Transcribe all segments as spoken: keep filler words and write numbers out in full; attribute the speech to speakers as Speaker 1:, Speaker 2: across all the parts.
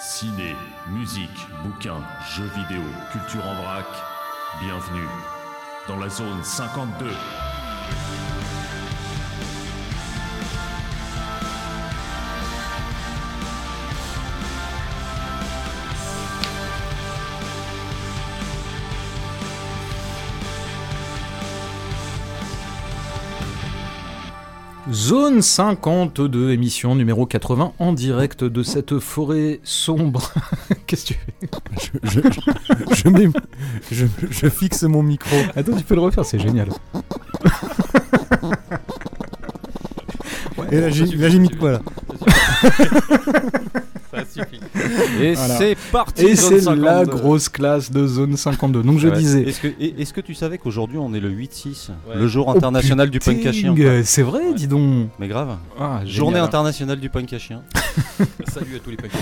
Speaker 1: Ciné, musique, bouquins, jeux vidéo, culture en vrac. Bienvenue dans la zone cinquante-deux.
Speaker 2: Zone cinquante-deux, émission numéro quatre-vingts, en direct de cette forêt sombre. Qu'est-ce que tu fais ?
Speaker 3: je, je, je, mets, je, je fixe mon micro.
Speaker 2: Attends, tu peux le refaire, c'est génial.
Speaker 3: Ouais, Et là, j'ai, là, j'ai mis de quoi, là ?
Speaker 4: Ça suffit.
Speaker 2: Et voilà. C'est parti. Et c'est cinquante-deux. La grosse classe de Zone cinquante-deux. Donc je
Speaker 4: ouais.
Speaker 2: disais.
Speaker 4: Est-ce que, est-ce que tu savais qu'aujourd'hui on est le huit six, ouais. le jour international oh, du punk à chien ?
Speaker 2: C'est vrai, ouais. Dis donc.
Speaker 4: Mais grave.
Speaker 2: Ah,
Speaker 4: Journée internationale du punk à chien.
Speaker 5: Salut à tous les punks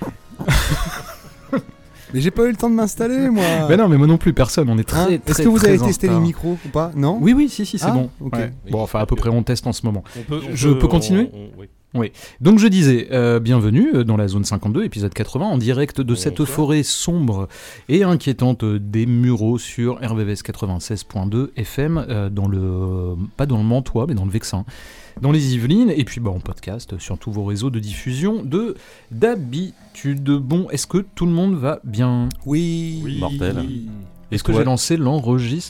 Speaker 5: à chiens.
Speaker 3: Mais j'ai pas eu le temps de m'installer, moi.
Speaker 2: Mais non, mais moi non plus, personne. On est très, hein
Speaker 3: très. Est-ce que vous
Speaker 2: très
Speaker 3: avez testé les micros ou pas ? Non ?
Speaker 2: Oui, oui, si, si, c'est
Speaker 3: ah,
Speaker 2: bon.
Speaker 3: Okay.
Speaker 2: Ouais. Bon, enfin, à peu près, on teste en ce moment.
Speaker 5: On peut, on
Speaker 2: je
Speaker 5: peut,
Speaker 2: peux continuer ?
Speaker 5: on, on, oui.
Speaker 2: Oui. Donc je disais, euh, bienvenue dans la zone cinquante-deux, épisode quatre-vingts, en direct de cette
Speaker 5: Bonsoir.
Speaker 2: forêt sombre et inquiétante des Mureaux sur R V V S quatre-vingt-seize point deux F M, euh, dans le, pas dans le Mantois, mais dans le Vexin, dans les Yvelines, et puis bah, en podcast sur tous vos réseaux de diffusion de d'habitude. Bon, est-ce que tout le monde va bien ?
Speaker 3: Oui.
Speaker 4: oui. Mortel.
Speaker 2: Oui. Est-ce que ouais. j'ai lancé l'enregistrement ?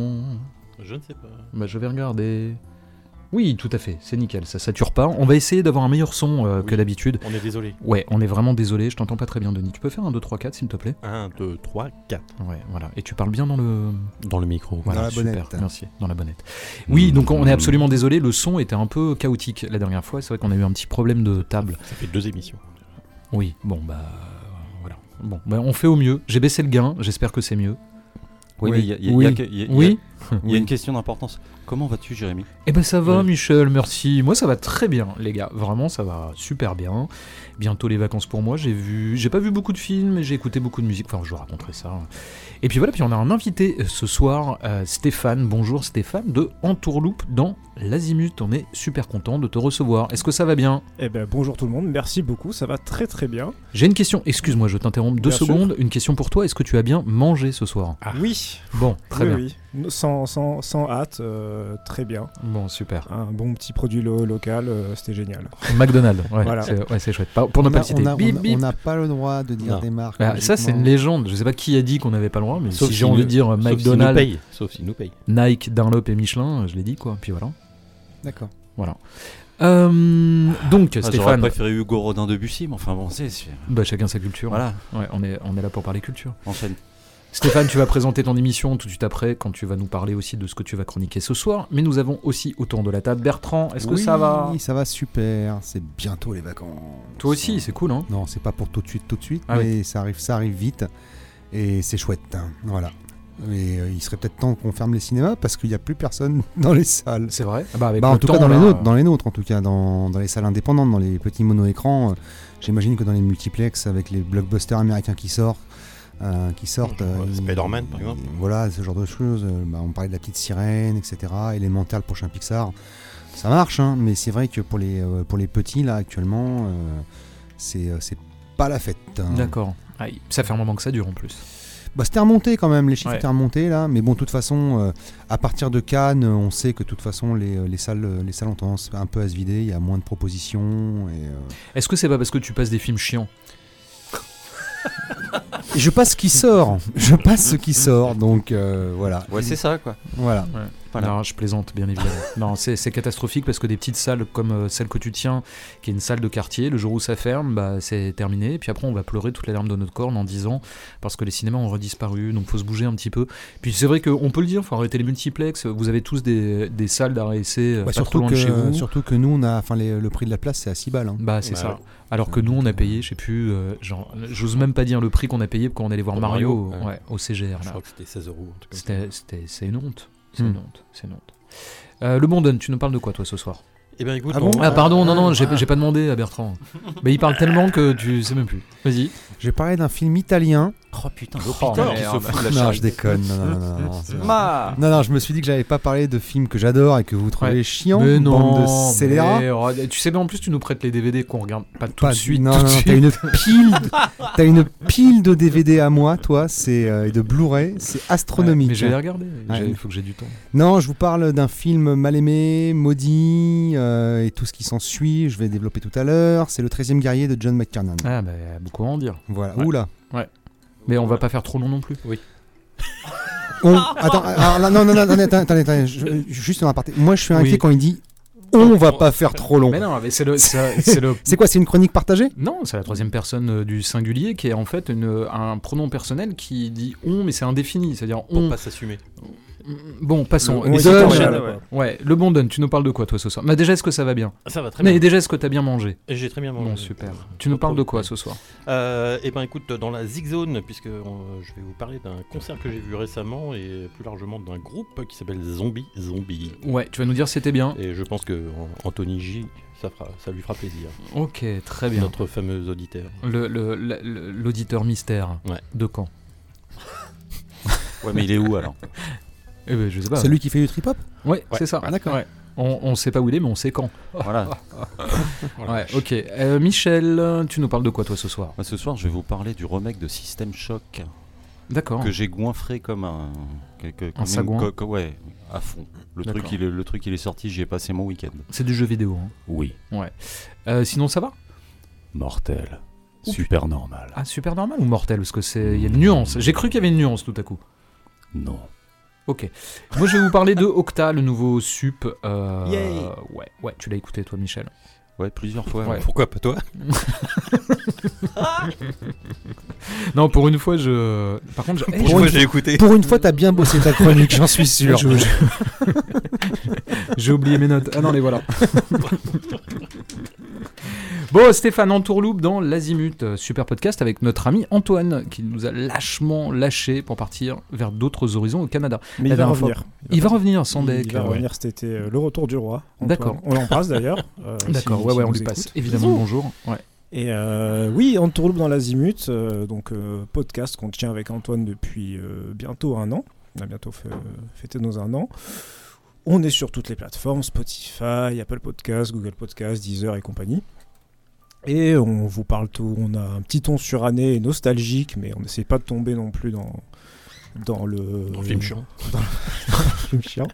Speaker 5: Je ne sais pas.
Speaker 2: Bah, je vais regarder. Oui, tout à fait, c'est nickel, ça sature pas. On va essayer d'avoir un meilleur son euh, oui. que d'habitude.
Speaker 5: On est désolé.
Speaker 2: Ouais, on est vraiment désolé, je t'entends pas très bien, Denis. Tu peux faire un, deux, trois, quatre, s'il te plaît ?
Speaker 5: un, deux, trois, quatre.
Speaker 2: Ouais, voilà. Et tu parles bien dans le...
Speaker 5: Dans le micro.
Speaker 2: Voilà,
Speaker 3: dans la
Speaker 2: super,
Speaker 3: bonnette.
Speaker 2: Merci, dans la bonnette. Oui, donc on est absolument désolé, le son était un peu chaotique la dernière fois. C'est vrai qu'on a eu un petit problème de table.
Speaker 5: Ça fait deux émissions.
Speaker 2: Oui, bon, bah... Voilà. Bon, bah, on fait au mieux. J'ai baissé le gain, j'espère que c'est mieux.
Speaker 4: Oui, mais il y a, y a,
Speaker 2: oui.
Speaker 4: y a, y a, y a,
Speaker 2: oui.
Speaker 4: y a une question d'importance. Comment vas-tu, Jérémy ?
Speaker 2: Eh ben ça va,
Speaker 5: oui.
Speaker 2: Michel, merci. Moi, ça va très bien, les gars. Vraiment, ça va super bien. Bientôt les vacances pour moi. J'ai vu, j'ai pas vu beaucoup de films, mais j'ai écouté beaucoup de musique. Enfin, je vous raconterai ça. Et puis voilà. Puis on a un invité ce soir, euh, Stéphane. Bonjour, Stéphane de Entourloupe dans l'Azimut. On est super content de te recevoir. Est-ce que ça va bien ?
Speaker 6: Eh ben bonjour tout le monde. Merci beaucoup. Ça va très très bien.
Speaker 2: J'ai une question. Excuse-moi, je t'interromps deux bien secondes. Sûr. Une question pour toi. Est-ce que tu as bien mangé ce soir ?
Speaker 6: Ah. Oui.
Speaker 2: Bon, très
Speaker 6: oui,
Speaker 2: bien.
Speaker 6: Oui. Sans, sans, sans hâte, euh, très bien.
Speaker 2: Bon, super.
Speaker 6: Un bon petit produit lo- local, euh, c'était génial.
Speaker 2: McDonald's, ouais,
Speaker 6: voilà.
Speaker 2: c'est, ouais, c'est chouette. Pour ne pas le citer.
Speaker 3: On n'a pas le droit de dire non. des marques.
Speaker 2: Bah, ça, c'est une légende. Je sais pas qui a dit qu'on n'avait pas le droit, mais sauf si, si j'ai envie
Speaker 5: nous,
Speaker 2: de dire
Speaker 5: sauf
Speaker 2: McDonald's,
Speaker 5: si sauf s'ils nous payent.
Speaker 2: Nike, Dunlop et Michelin, je l'ai dit, quoi. Puis voilà.
Speaker 3: D'accord.
Speaker 2: Voilà. Euh, donc,
Speaker 4: ah,
Speaker 2: Stéphane.
Speaker 4: J'aurais préféré Hugo Rodin Debussy, mais enfin bon, c'est. c'est...
Speaker 2: Bah, chacun sa culture.
Speaker 4: Voilà.
Speaker 2: Ouais, on est, on est là pour parler culture.
Speaker 4: Enchaîne.
Speaker 2: Stéphane, tu vas présenter ton émission tout de suite après, quand tu vas nous parler aussi de ce que tu vas chroniquer ce soir. Mais nous avons aussi autour de la table Bertrand. Est-ce
Speaker 3: oui,
Speaker 2: que ça va ?
Speaker 3: Oui, ça va super. C'est bientôt les vacances.
Speaker 2: Toi aussi, c'est cool, hein ?
Speaker 3: Non, c'est pas pour tout de suite, tout de suite,
Speaker 2: ah,
Speaker 3: mais
Speaker 2: oui.
Speaker 3: ça arrive, ça arrive vite et c'est chouette. Hein. Voilà. Et euh, il serait peut-être temps qu'on ferme les cinémas parce qu'il n'y a plus personne dans les salles.
Speaker 2: C'est vrai ? bah, avec
Speaker 3: bah,
Speaker 2: le
Speaker 3: En tout
Speaker 2: temps,
Speaker 3: cas, dans
Speaker 2: là...
Speaker 3: les nôtres, dans les nôtres, en tout cas, dans, dans les salles indépendantes, dans les petits mono-écrans. Euh, j'imagine que dans les multiplex, avec les blockbusters américains qui sortent, Euh, qui sortent.
Speaker 5: Euh,
Speaker 3: euh,
Speaker 5: Spider-Man, par exemple.
Speaker 3: Voilà, ce genre de choses. Euh, bah, on parlait de la petite sirène, et cetera. Élémentaire, le prochain Pixar. Ça marche, hein, mais c'est vrai que pour les, euh, pour les petits, là, actuellement, euh, c'est, euh, c'est pas la fête. Hein.
Speaker 2: D'accord. Ah, ça fait un moment que ça dure en plus.
Speaker 3: Bah, c'était remonté quand même, les chiffres
Speaker 2: ouais.
Speaker 3: étaient remontés là, mais bon, de toute façon, euh, à partir de Cannes, on sait que de toute façon, les, les, salles, les salles ont tendance un peu à se vider, il y a moins de propositions. Et, euh...
Speaker 2: Est-ce que c'est pas parce que tu passes des films chiants ?
Speaker 3: Et je passe ce qui sort, je passe ce qui sort, donc euh, voilà.
Speaker 4: Ouais, c'est ça quoi.
Speaker 3: Voilà.
Speaker 2: Ouais.
Speaker 4: Voilà.
Speaker 2: Non, je plaisante, bien évidemment. non, c'est, c'est catastrophique parce que des petites salles comme euh, celle que tu tiens, qui est une salle de quartier, le jour où ça ferme, bah, c'est terminé. Et puis après, on va pleurer toutes les larmes de notre corps en disant parce que les cinémas ont redisparu, donc faut se bouger un petit peu. Puis c'est vrai qu'on peut le dire, faut arrêter les multiplex. Vous avez tous des, des salles d'arrêt essai
Speaker 3: bah,
Speaker 2: pas trop loin
Speaker 3: que,
Speaker 2: de chez vous.
Speaker 3: Surtout que nous, on a, enfin, les, le prix de la place, c'est à six balles. Hein.
Speaker 2: Bah, c'est
Speaker 5: bah,
Speaker 2: ça.
Speaker 5: ouais.
Speaker 2: Alors que nous, on a payé, je sais plus, euh, genre, j'ose même pas dire le prix qu'on a payé quand on allait voir
Speaker 5: Pour
Speaker 2: Mario,
Speaker 5: Mario
Speaker 2: ouais. Ouais, au C G R.
Speaker 5: Je
Speaker 2: là.
Speaker 5: crois que c'était seize euros.
Speaker 2: C'était, c'était, c'est une honte. C'est
Speaker 3: Hmm.
Speaker 2: une honte. C'est une honte. Euh, le Bondon, tu nous parles de quoi toi ce soir ?
Speaker 5: Eh ben écoute,
Speaker 3: Ah bon
Speaker 5: on...
Speaker 2: Ah pardon, non, non, j'ai,
Speaker 5: Ah.
Speaker 2: j'ai pas demandé à Bertrand. Mais il parle tellement que tu sais même plus. Vas-y.
Speaker 3: Je vais parler d'un film italien
Speaker 4: Oh putain,
Speaker 2: Oh,
Speaker 4: l'hôpital qui se
Speaker 2: merde.
Speaker 4: fout de la
Speaker 3: Non,
Speaker 4: charité.
Speaker 3: je déconne. Non, non, non, non, non, c'est-
Speaker 4: Ma
Speaker 3: non, non, je me suis dit que j'allais pas parler de films que j'adore et que vous trouvez
Speaker 2: Ouais.
Speaker 3: chiants.
Speaker 2: Mais
Speaker 3: bande
Speaker 2: non,
Speaker 3: de scélérats.
Speaker 2: mais, oh, tu sais bien, en plus tu nous prêtes les D V D qu'on regarde pas tout
Speaker 3: Pas
Speaker 2: de suite.
Speaker 3: Non,
Speaker 2: tout
Speaker 3: non,
Speaker 2: de
Speaker 3: non,
Speaker 2: suite.
Speaker 3: t'as une pile, de, t'as une pile de D V D à moi, toi, c'est euh, et de Blu-ray, c'est
Speaker 2: Ouais,
Speaker 3: astronomique.
Speaker 2: mais je vais les regarder.
Speaker 3: Ouais.
Speaker 2: Il faut que j'ai du temps.
Speaker 3: Non, je vous parle d'un film mal aimé, maudit euh, et tout ce qui s'ensuit. Je vais développer tout à l'heure. C'est le treizième guerrier de John McTiernan.
Speaker 2: Ah bah beaucoup à en dire.
Speaker 3: Voilà.
Speaker 2: Ouais.
Speaker 3: Oula.
Speaker 2: Mais on va pas faire trop long non plus. Oui.
Speaker 3: On... Attends, alors là, non, non, non, attendez, attendez, attendez, je- juste un aparté. Moi, je suis inquiet
Speaker 2: Oui.
Speaker 3: quand il dit on va pas faire trop long.
Speaker 2: Mais non, mais c'est le, c'est, c'est le.
Speaker 3: C'est quoi, c'est une chronique partagée?
Speaker 2: Non, c'est la troisième personne euh, du singulier qui est en fait une, un pronom personnel qui dit on, mais c'est indéfini, c'est-à-dire
Speaker 5: Pour
Speaker 2: on.
Speaker 5: pas s'assumer.
Speaker 2: Bon, passons.
Speaker 6: Le-
Speaker 2: Les
Speaker 6: on
Speaker 2: Don,
Speaker 6: est
Speaker 2: euh,
Speaker 6: général,
Speaker 5: ouais.
Speaker 2: ouais, le bon Don, tu nous parles de quoi toi ce soir? Bah déjà, est-ce que ça va bien?
Speaker 5: Ça va très
Speaker 2: Mais
Speaker 5: bien.
Speaker 2: déjà, est-ce que t'as bien mangé?
Speaker 5: Et j'ai très bien mangé.
Speaker 2: Bon, super. Tu nous parles de quoi ce soir?
Speaker 5: euh, Eh ben écoute, dans la Zig Zone, puisque euh, je vais vous parler d'un concert que j'ai vu récemment et plus largement d'un groupe qui s'appelle Zombie Zombie.
Speaker 2: Ouais, tu vas nous dire si c'était bien.
Speaker 5: Et je pense que en- Anthony J, ça, fera, ça lui fera plaisir.
Speaker 2: Ok, très bien.
Speaker 5: Notre fameux auditeur.
Speaker 2: Le, le- le- le- l'auditeur mystère.
Speaker 5: Ouais.
Speaker 2: De quand?
Speaker 4: Ouais, mais il est où alors?
Speaker 2: Eh ben, je sais pas.
Speaker 3: Celui qui fait du trip-hop?
Speaker 2: Ouais,
Speaker 5: Ouais.
Speaker 2: c'est ça.
Speaker 3: Ah, d'accord.
Speaker 2: Ouais. On, on sait pas où il est, mais on sait quand.
Speaker 4: Voilà.
Speaker 2: Ouais, ok. Euh, Michel, tu nous parles de quoi toi ce soir?
Speaker 4: Bah, ce soir, je vais vous parler du remake de System Shock
Speaker 2: D'accord.
Speaker 4: que j'ai goinfré comme un. que- que- comme une-
Speaker 2: sagouin.
Speaker 4: co- co- ouais, à fond. Le
Speaker 2: D'accord.
Speaker 4: truc, il est, le truc, il est sorti, j'y ai passé mon week-end.
Speaker 2: C'est du jeu vidéo. Hein.
Speaker 4: Oui.
Speaker 2: Ouais. Euh, sinon, ça va?
Speaker 4: Mortel.
Speaker 2: Ouh,
Speaker 4: Super normal.
Speaker 2: Ah, super normal ou mortel? Parce que c'est, il y a une nuance. J'ai cru qu'il y avait une nuance tout à coup.
Speaker 4: Non.
Speaker 2: Ok. Moi, je vais vous parler de Octa, le nouveau sup. Euh...
Speaker 5: Yay.
Speaker 2: Ouais, ouais. Tu l'as écouté toi, Michel?
Speaker 4: Ouais, plusieurs fois.
Speaker 2: Ouais.
Speaker 4: ouais.
Speaker 5: Pourquoi pas toi?
Speaker 2: Non, pour une fois, je. Par contre, je- eh,
Speaker 3: Pour
Speaker 2: je-
Speaker 3: une
Speaker 5: j'ai écouté.
Speaker 3: Pour une fois, t'as bien bossé ta chronique, j'en suis sûr.
Speaker 2: Je- je- J'ai oublié mes notes. Ah non, les voilà. Bon, Stéphane Entourloupe dans l'Azimut, euh, super podcast avec notre ami Antoine qui nous a lâchement lâché pour partir vers d'autres horizons au Canada.
Speaker 6: Mais
Speaker 2: La
Speaker 6: il va
Speaker 2: dernière fois.
Speaker 6: revenir.
Speaker 2: Il va revenir sans
Speaker 6: Il-
Speaker 2: deck.
Speaker 6: Il va
Speaker 2: ouais.
Speaker 6: revenir cet été. euh, Le retour du roi. Antoine.
Speaker 2: D'accord.
Speaker 6: On l'embrasse d'ailleurs. euh,
Speaker 2: D'accord,
Speaker 6: si-
Speaker 2: ouais,
Speaker 6: si
Speaker 2: ouais, on
Speaker 6: nous
Speaker 2: lui
Speaker 6: écoute.
Speaker 2: passe évidemment le bonjour. Ouais.
Speaker 6: Et euh, oui, Entourloupe dans l'Azimut, euh, donc euh, podcast qu'on tient avec Antoine depuis euh, bientôt un an. On a bientôt fait, fêté nos un an. On est sur toutes les plateformes, Spotify, Apple Podcasts, Google Podcasts, Deezer et compagnie. Et on vous parle tout, on a un petit ton suranné et nostalgique, mais on n'essaie pas de tomber non plus dans, dans le...
Speaker 5: Dans le film chiant.
Speaker 6: film chiant.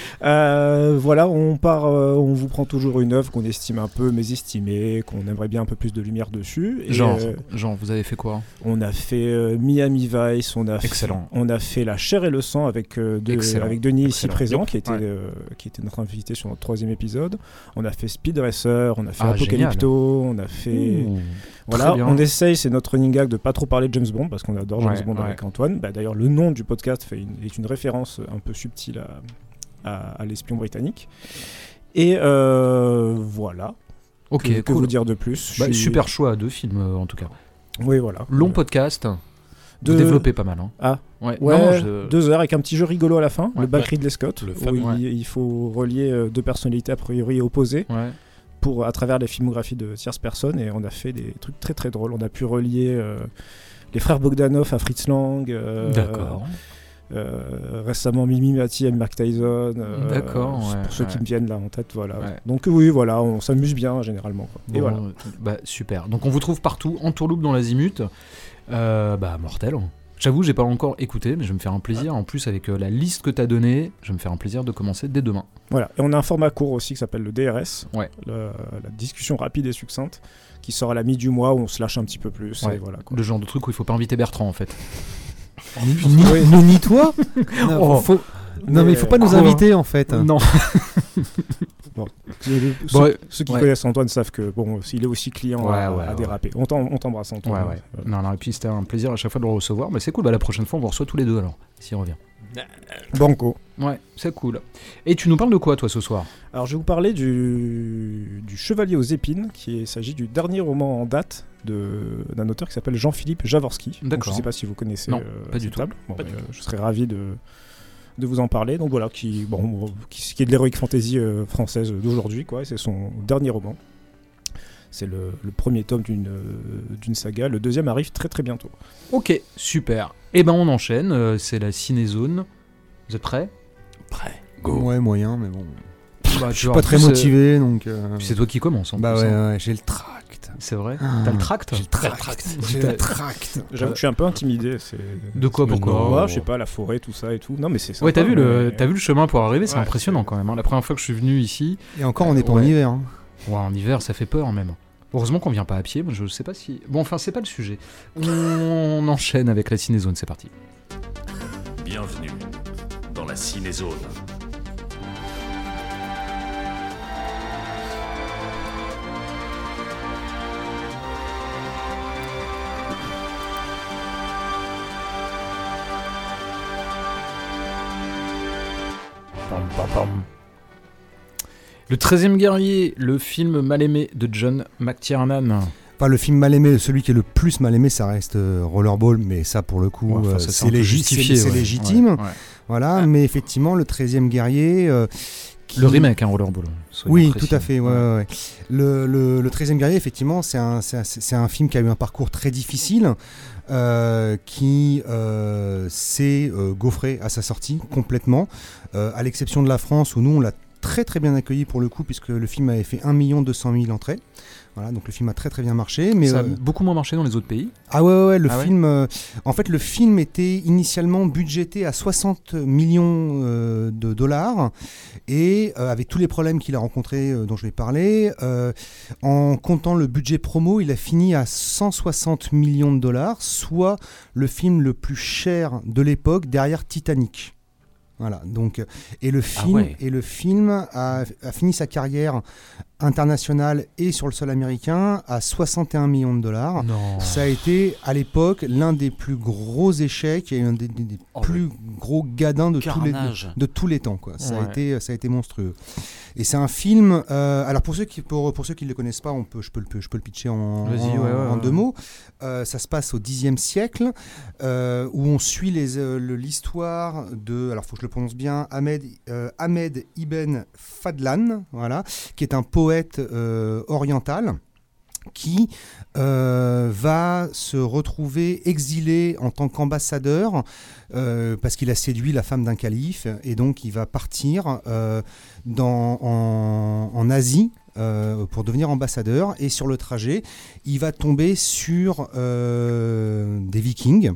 Speaker 6: Euh, voilà, on part, euh, on vous prend toujours une œuvre qu'on estime un peu mésestimée, qu'on aimerait bien un peu plus de lumière dessus. Et,
Speaker 2: Genre,
Speaker 6: euh,
Speaker 2: genre, vous avez fait quoi?
Speaker 6: on a fait euh, Miami Vice, on a
Speaker 2: Excellent.
Speaker 6: fait, on a fait La Chair et le Sang avec, euh, de-
Speaker 2: Excellent.
Speaker 6: avec Denis ici
Speaker 2: Excellent.
Speaker 6: présent,
Speaker 2: Yep.
Speaker 6: qui était,
Speaker 2: Ouais.
Speaker 6: euh, qui était notre invité sur notre troisième épisode. On a fait Speed Racer, on a fait
Speaker 2: Ah,
Speaker 6: Apocalypto, on a fait...
Speaker 2: Ouh.
Speaker 6: Voilà,
Speaker 2: Très bien.
Speaker 6: on essaye, c'est notre running gag de pas trop parler de James Bond parce qu'on adore James
Speaker 2: Ouais,
Speaker 6: Bond
Speaker 2: ouais.
Speaker 6: avec Antoine. Bah, d'ailleurs, le nom du podcast fait une- est une référence un peu subtile à, à, à l'espion britannique. Et euh, voilà.
Speaker 2: Ok,
Speaker 6: que, que
Speaker 2: cool.
Speaker 6: vous dire de plus?
Speaker 2: Bah,
Speaker 6: Je suis-
Speaker 2: super choix de film euh, en tout cas.
Speaker 6: Oui, voilà.
Speaker 2: Long
Speaker 6: Euh,
Speaker 2: podcast.
Speaker 6: de-
Speaker 2: Vous développez pas mal. Hein.
Speaker 6: Ah.
Speaker 2: Ouais.
Speaker 6: Ouais,
Speaker 2: Non, non, je-
Speaker 6: deux heures avec un petit jeu rigolo à la fin,
Speaker 2: Ouais,
Speaker 6: le Back
Speaker 5: ouais.
Speaker 6: Ridley Scott,
Speaker 5: Le
Speaker 6: où
Speaker 5: fameux,
Speaker 6: il,
Speaker 2: ouais.
Speaker 6: il faut relier euh, deux personnalités a priori opposées
Speaker 2: Ouais.
Speaker 6: pour, à travers les filmographies de tierces personnes, et on a fait des trucs très très drôles. On a pu relier euh, les frères Bogdanov à Fritz Lang, euh,
Speaker 2: D'accord.
Speaker 6: euh, récemment Mimi Mati et Mark Tyson, euh,
Speaker 2: D'accord,
Speaker 6: c'est
Speaker 2: ouais,
Speaker 6: pour ceux qui
Speaker 2: ouais.
Speaker 6: me viennent là en tête, voilà.
Speaker 2: Ouais.
Speaker 6: Donc oui, voilà, on s'amuse bien généralement, quoi. Et
Speaker 2: Bon,
Speaker 6: voilà.
Speaker 2: euh, bah, super. Donc on vous trouve partout, Entourloupe dans l'Azimut. Euh, bah mortel. J'avoue, j'ai pas encore écouté, mais je vais me faire un plaisir. En plus, avec euh, la liste que t'as donnée, je vais me faire un plaisir de commencer dès demain.
Speaker 6: Voilà. Et on a un format court aussi qui s'appelle le D R S,
Speaker 2: Ouais.
Speaker 6: le- la discussion rapide et succincte, qui sort à la mi du mois où on se lâche un petit peu plus.
Speaker 2: Ouais.
Speaker 6: Et voilà, quoi.
Speaker 2: Le genre de truc où il faut pas inviter Bertrand en fait.
Speaker 3: Ni, ni- ni- ni toi non,
Speaker 2: Oh.
Speaker 3: faut- non, mais il faut pas nous
Speaker 2: Quoi
Speaker 3: inviter en fait.
Speaker 2: Non.
Speaker 6: Et le- ceux,
Speaker 2: Bon, ouais.
Speaker 6: ceux qui
Speaker 2: Ouais.
Speaker 6: connaissent Antoine savent que bon, il est aussi client
Speaker 2: Ouais,
Speaker 6: à,
Speaker 2: ouais,
Speaker 6: à
Speaker 2: ouais.
Speaker 6: déraper. On t'em- on t'embrasse Antoine.
Speaker 2: Ouais, ouais.
Speaker 6: Euh,
Speaker 2: Non, non, et puis c'était un plaisir à chaque fois de le recevoir. Mais c'est cool, bah, la prochaine fois on vous reçoit tous les deux alors, s'il revient.
Speaker 6: Banco.
Speaker 2: Ouais, c'est cool. Et tu nous parles de quoi toi ce soir?
Speaker 6: Alors je vais vous parler du, du Chevalier aux épines, qui est- il s'agit du dernier roman en date de- d'un auteur qui s'appelle Jean-Philippe Jaworski. Donc,
Speaker 2: D'accord.
Speaker 6: je ne sais pas si vous connaissez
Speaker 2: Non,
Speaker 6: euh,
Speaker 2: pas du
Speaker 6: cette
Speaker 2: tout.
Speaker 6: table. Bon,
Speaker 5: Pas
Speaker 6: bah,
Speaker 5: du
Speaker 6: euh, je serais ravi de, de vous en parler. Donc voilà, qui, bon, qui, qui est de l'heroic fantasy euh, française d'aujourd'hui, quoi. C'est son dernier roman. C'est le, le premier tome d'une, euh, d'une saga. Le deuxième arrive très très bientôt.
Speaker 2: Ok, super. Et ben on enchaîne, euh, c'est la Cinézone. Vous êtes prêts ?
Speaker 5: Prêt.
Speaker 3: Ouais, moyen, mais bon.
Speaker 2: Bah,
Speaker 3: Je suis pas très motivé, donc. Euh...
Speaker 2: C'est toi qui commence. En
Speaker 3: bah
Speaker 2: plus,
Speaker 3: ouais,
Speaker 2: hein.
Speaker 3: ouais, j'ai le tract.
Speaker 2: C'est vrai.
Speaker 3: Ah.
Speaker 2: T'as le tract ?
Speaker 3: J'ai le tract. J'ai le tract.
Speaker 6: J'avoue que je suis un peu intimidé. C'est...
Speaker 2: De quoi,
Speaker 6: c'est
Speaker 2: pourquoi ?
Speaker 6: moi, je sais pas, la forêt, tout ça et tout. Non, mais c'est sympa.
Speaker 2: Ouais, t'as vu,
Speaker 6: mais...
Speaker 2: le, t'as vu le chemin pour arriver, c'est
Speaker 6: Ouais,
Speaker 2: impressionnant
Speaker 6: c'est...
Speaker 2: quand même. Hein. La première fois que je suis venu ici.
Speaker 3: Et encore, on n'est pas
Speaker 2: ouais.
Speaker 3: en hiver. Hein.
Speaker 2: Ouais, en hiver, ça fait peur même. Heureusement qu'on vient pas à pied, je sais pas si... Bon, enfin, c'est pas le sujet. On enchaîne avec la Cinézone, c'est parti.
Speaker 1: Bienvenue dans la Cinézone.
Speaker 2: Pam, pam, pam. Le treizième guerrier, le film mal aimé de John McTiernan.
Speaker 3: Enfin, le film mal aimé, celui qui est le plus mal aimé, ça reste euh, Rollerball, mais ça, pour le coup,
Speaker 2: Ouais, enfin,
Speaker 3: euh,
Speaker 2: ça, c'est
Speaker 3: c'est,
Speaker 2: un peu
Speaker 3: légi-
Speaker 2: justifié,
Speaker 3: c'est, c'est
Speaker 2: ouais.
Speaker 3: légitime.
Speaker 2: Ouais, ouais.
Speaker 3: Voilà, mais effectivement, le treizième guerrier. euh, qui-
Speaker 2: Le remake, hein, Rollerball. soyons
Speaker 3: Oui,
Speaker 2: précis.
Speaker 3: tout à fait. Ouais,
Speaker 2: Ouais.
Speaker 3: ouais, ouais. Le, le, le treizième guerrier, effectivement, c'est un, c'est, un, c'est un film qui a eu un parcours très difficile, euh, qui euh, s'est euh, gaufré à sa sortie complètement, euh, à l'exception de la France où nous on l'a très très bien accueilli pour le coup, puisque le film avait fait un million deux cent mille entrées. Voilà, donc le film a très très bien marché. Mais
Speaker 2: Ça a
Speaker 3: euh,
Speaker 2: beaucoup moins marché dans les autres pays.
Speaker 3: Ah ouais, ouais, ouais, le
Speaker 2: Ah ouais
Speaker 3: film. euh, en fait, le film était initialement budgété à soixante millions euh, de dollars, et euh, avec tous les problèmes qu'il a rencontrés, euh, dont je vais parler, euh, en comptant le budget promo, il a fini à cent soixante millions de dollars, soit le film le plus cher de l'époque, derrière Titanic. Voilà, donc, et le film,
Speaker 2: ouais.
Speaker 3: et le film a, a fini sa carrière internationale et sur le sol américain à soixante et un millions de dollars.
Speaker 2: Non.
Speaker 3: Ça a été à l'époque l'un des plus gros échecs et un des, des- des
Speaker 4: Oh,
Speaker 3: plus gros gadins de tous, les,
Speaker 4: Carnage.
Speaker 3: de tous les temps. Quoi. Ça, a
Speaker 2: Ouais.
Speaker 3: été, ça a été monstrueux. Et c'est un film. euh, alors pour ceux qui pour, pour ceux qui ne le connaissent pas, on peut, je, peux le, je peux le pitcher en,
Speaker 2: Vas-y,
Speaker 3: en-
Speaker 2: ouais, ouais,
Speaker 3: en
Speaker 2: ouais.
Speaker 3: deux mots. Euh, ça se passe au dixième siècle, euh, où on suit les, euh, le- l'histoire de. Alors faut que je le prononce bien. Ahmed, euh, Ahmed Ibn Fadlan, voilà, qui est un poète euh, oriental, qui euh, va se retrouver exilé en tant qu'ambassadeur euh, parce qu'il a séduit la femme d'un calife, et donc il va partir euh, dans, en, en Asie euh, pour devenir ambassadeur, et sur le trajet il va tomber sur euh, des vikings.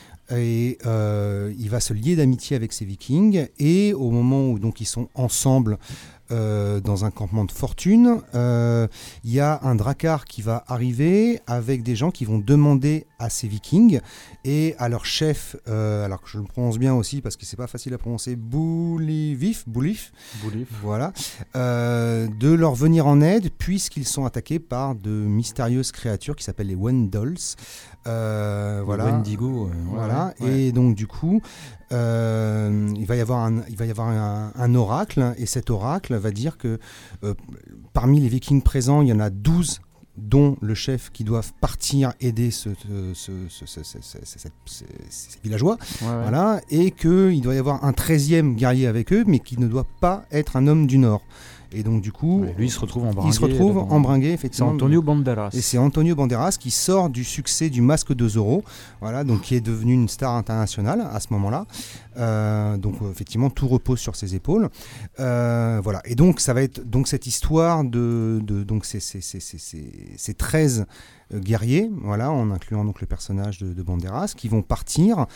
Speaker 3: Et euh, il va se lier d'amitié avec ces vikings, et au moment où donc ils sont ensemble euh, dans un campement de fortune, euh, il y a un drakkar qui va arriver avec des gens qui vont demander à ces vikings et à leur chef, euh, alors que je le prononce bien aussi parce que c'est pas facile à prononcer, Boulivif, Boulif, voilà, euh, de leur venir en aide puisqu'ils sont attaqués par de mystérieuses créatures qui s'appellent les Wendolls. Euh, voilà.
Speaker 2: Wendigo. euh, ouais,
Speaker 3: Voilà,
Speaker 2: ouais.
Speaker 3: et donc du coup, euh, il va y avoir, un, il va y avoir un, un oracle, et cet oracle va dire que euh, parmi les vikings présents, il y en a douze, dont le chef, qui doivent partir aider ce, ce, ce, ce, ce, ce, ce, ce, ce, ces villageois,
Speaker 2: Ouais, ouais.
Speaker 3: voilà, et qu'il doit y avoir un treizième guerrier avec eux, mais qui ne doit pas être un homme du Nord. Et donc du coup,
Speaker 2: Ouais, lui, il se retrouve embringué.
Speaker 3: il se retrouve
Speaker 2: là-dedans.
Speaker 3: embringué,
Speaker 2: C'est
Speaker 3: effectivement.
Speaker 2: Antonio Banderas.
Speaker 3: Et c'est Antonio Banderas qui sort du succès du Masque de Zorro, voilà, donc qui est devenu une star internationale à ce moment-là. Euh, donc euh, effectivement, tout repose sur ses épaules. Euh, voilà. Et donc ça va être donc cette histoire de, de donc ces, ces, ces, ces, ces, ces treize euh, guerriers, voilà, en incluant donc le personnage de, de Banderas, qui vont partir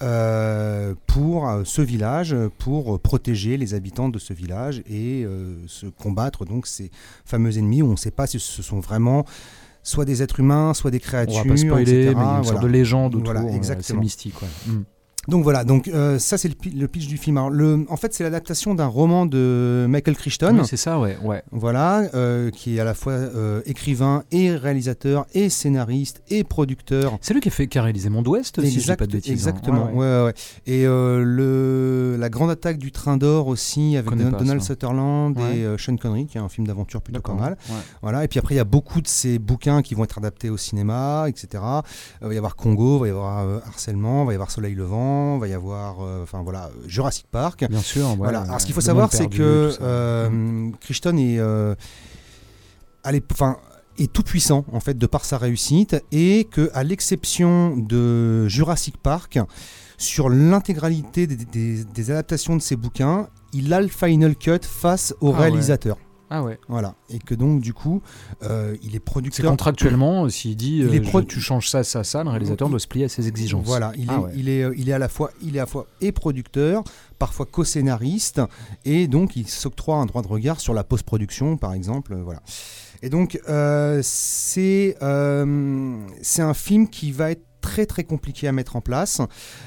Speaker 3: euh, pour euh, ce village, pour euh, protéger les habitants de ce village et euh, se combattre donc ces fameux ennemis où on ne sait pas si ce sont vraiment soit des êtres humains, soit des
Speaker 2: On
Speaker 3: créatures,
Speaker 2: va pas spoiler,
Speaker 3: et cetera.
Speaker 2: mais il y a une
Speaker 3: Voilà.
Speaker 2: sorte de légende autour.
Speaker 3: Voilà,
Speaker 2: euh,
Speaker 3: exactement.
Speaker 2: C'est mystique. Ouais. Mm.
Speaker 3: Donc voilà, donc euh, ça c'est le, pi- le pitch du film. Alors, le, en fait, c'est l'adaptation d'un roman de Michael Crichton.
Speaker 2: Oui, c'est ça, ouais. ouais.
Speaker 3: Voilà, euh, qui est à la fois euh, écrivain et réalisateur et scénariste et producteur.
Speaker 2: C'est lui qui a fait qui a réalisé Monde Ouest, si je dis
Speaker 3: Exact-
Speaker 2: pas de bêtises. hein.
Speaker 3: Exactement,
Speaker 2: Ouais, ouais.
Speaker 3: ouais, ouais, ouais. Et euh, le, la grande attaque du train d'or aussi, avec
Speaker 2: Connais
Speaker 3: Don-
Speaker 2: pas,
Speaker 3: Donald
Speaker 2: ça.
Speaker 3: Sutherland
Speaker 2: Ouais.
Speaker 3: et euh, Sean Connery, qui est un film d'aventure plutôt pas
Speaker 2: D'accord.
Speaker 3: mal.
Speaker 2: Ouais.
Speaker 3: Voilà. Et puis après, il y a beaucoup de ces bouquins qui vont être adaptés au cinéma, et cetera. Euh, il va y avoir Congo, il va y avoir euh, Harcèlement, il va y avoir Soleil Levant, il va y avoir euh, enfin voilà, Jurassic Park.
Speaker 2: Bien sûr. ouais,
Speaker 3: Voilà.
Speaker 2: ouais,
Speaker 3: Alors ce qu'il faut
Speaker 2: Le
Speaker 3: savoir,
Speaker 2: Monde
Speaker 3: c'est
Speaker 2: Perdu,
Speaker 3: que
Speaker 2: tout ça.
Speaker 3: euh,
Speaker 2: Mm.
Speaker 3: Crichton est, euh, à l'ép- enfin, est tout puissant en fait de par sa réussite, et que à l'exception de Jurassic Park, sur l'intégralité des, des, des adaptations de ses bouquins, il a le final cut face au
Speaker 2: Ah
Speaker 3: réalisateur.
Speaker 2: ouais. Ah ouais.
Speaker 3: Voilà, et que donc du coup, euh, il est
Speaker 2: C'est
Speaker 3: producteur.
Speaker 2: contractuellement, euh, s'il dit
Speaker 3: Il
Speaker 2: euh,
Speaker 3: est pro-
Speaker 2: je- tu changes ça, ça, ça, le réalisateur
Speaker 3: Il-
Speaker 2: doit se plier à ses exigences.
Speaker 3: Voilà, il est,
Speaker 2: Ah ouais.
Speaker 3: il est, euh, il est à la fois, il est à la fois et producteur, parfois co-scénariste, et donc il s'octroie un droit de regard sur la post-production, par exemple, euh, voilà. Et donc euh, c'est, euh, c'est un film qui va être très très compliqué à mettre en place.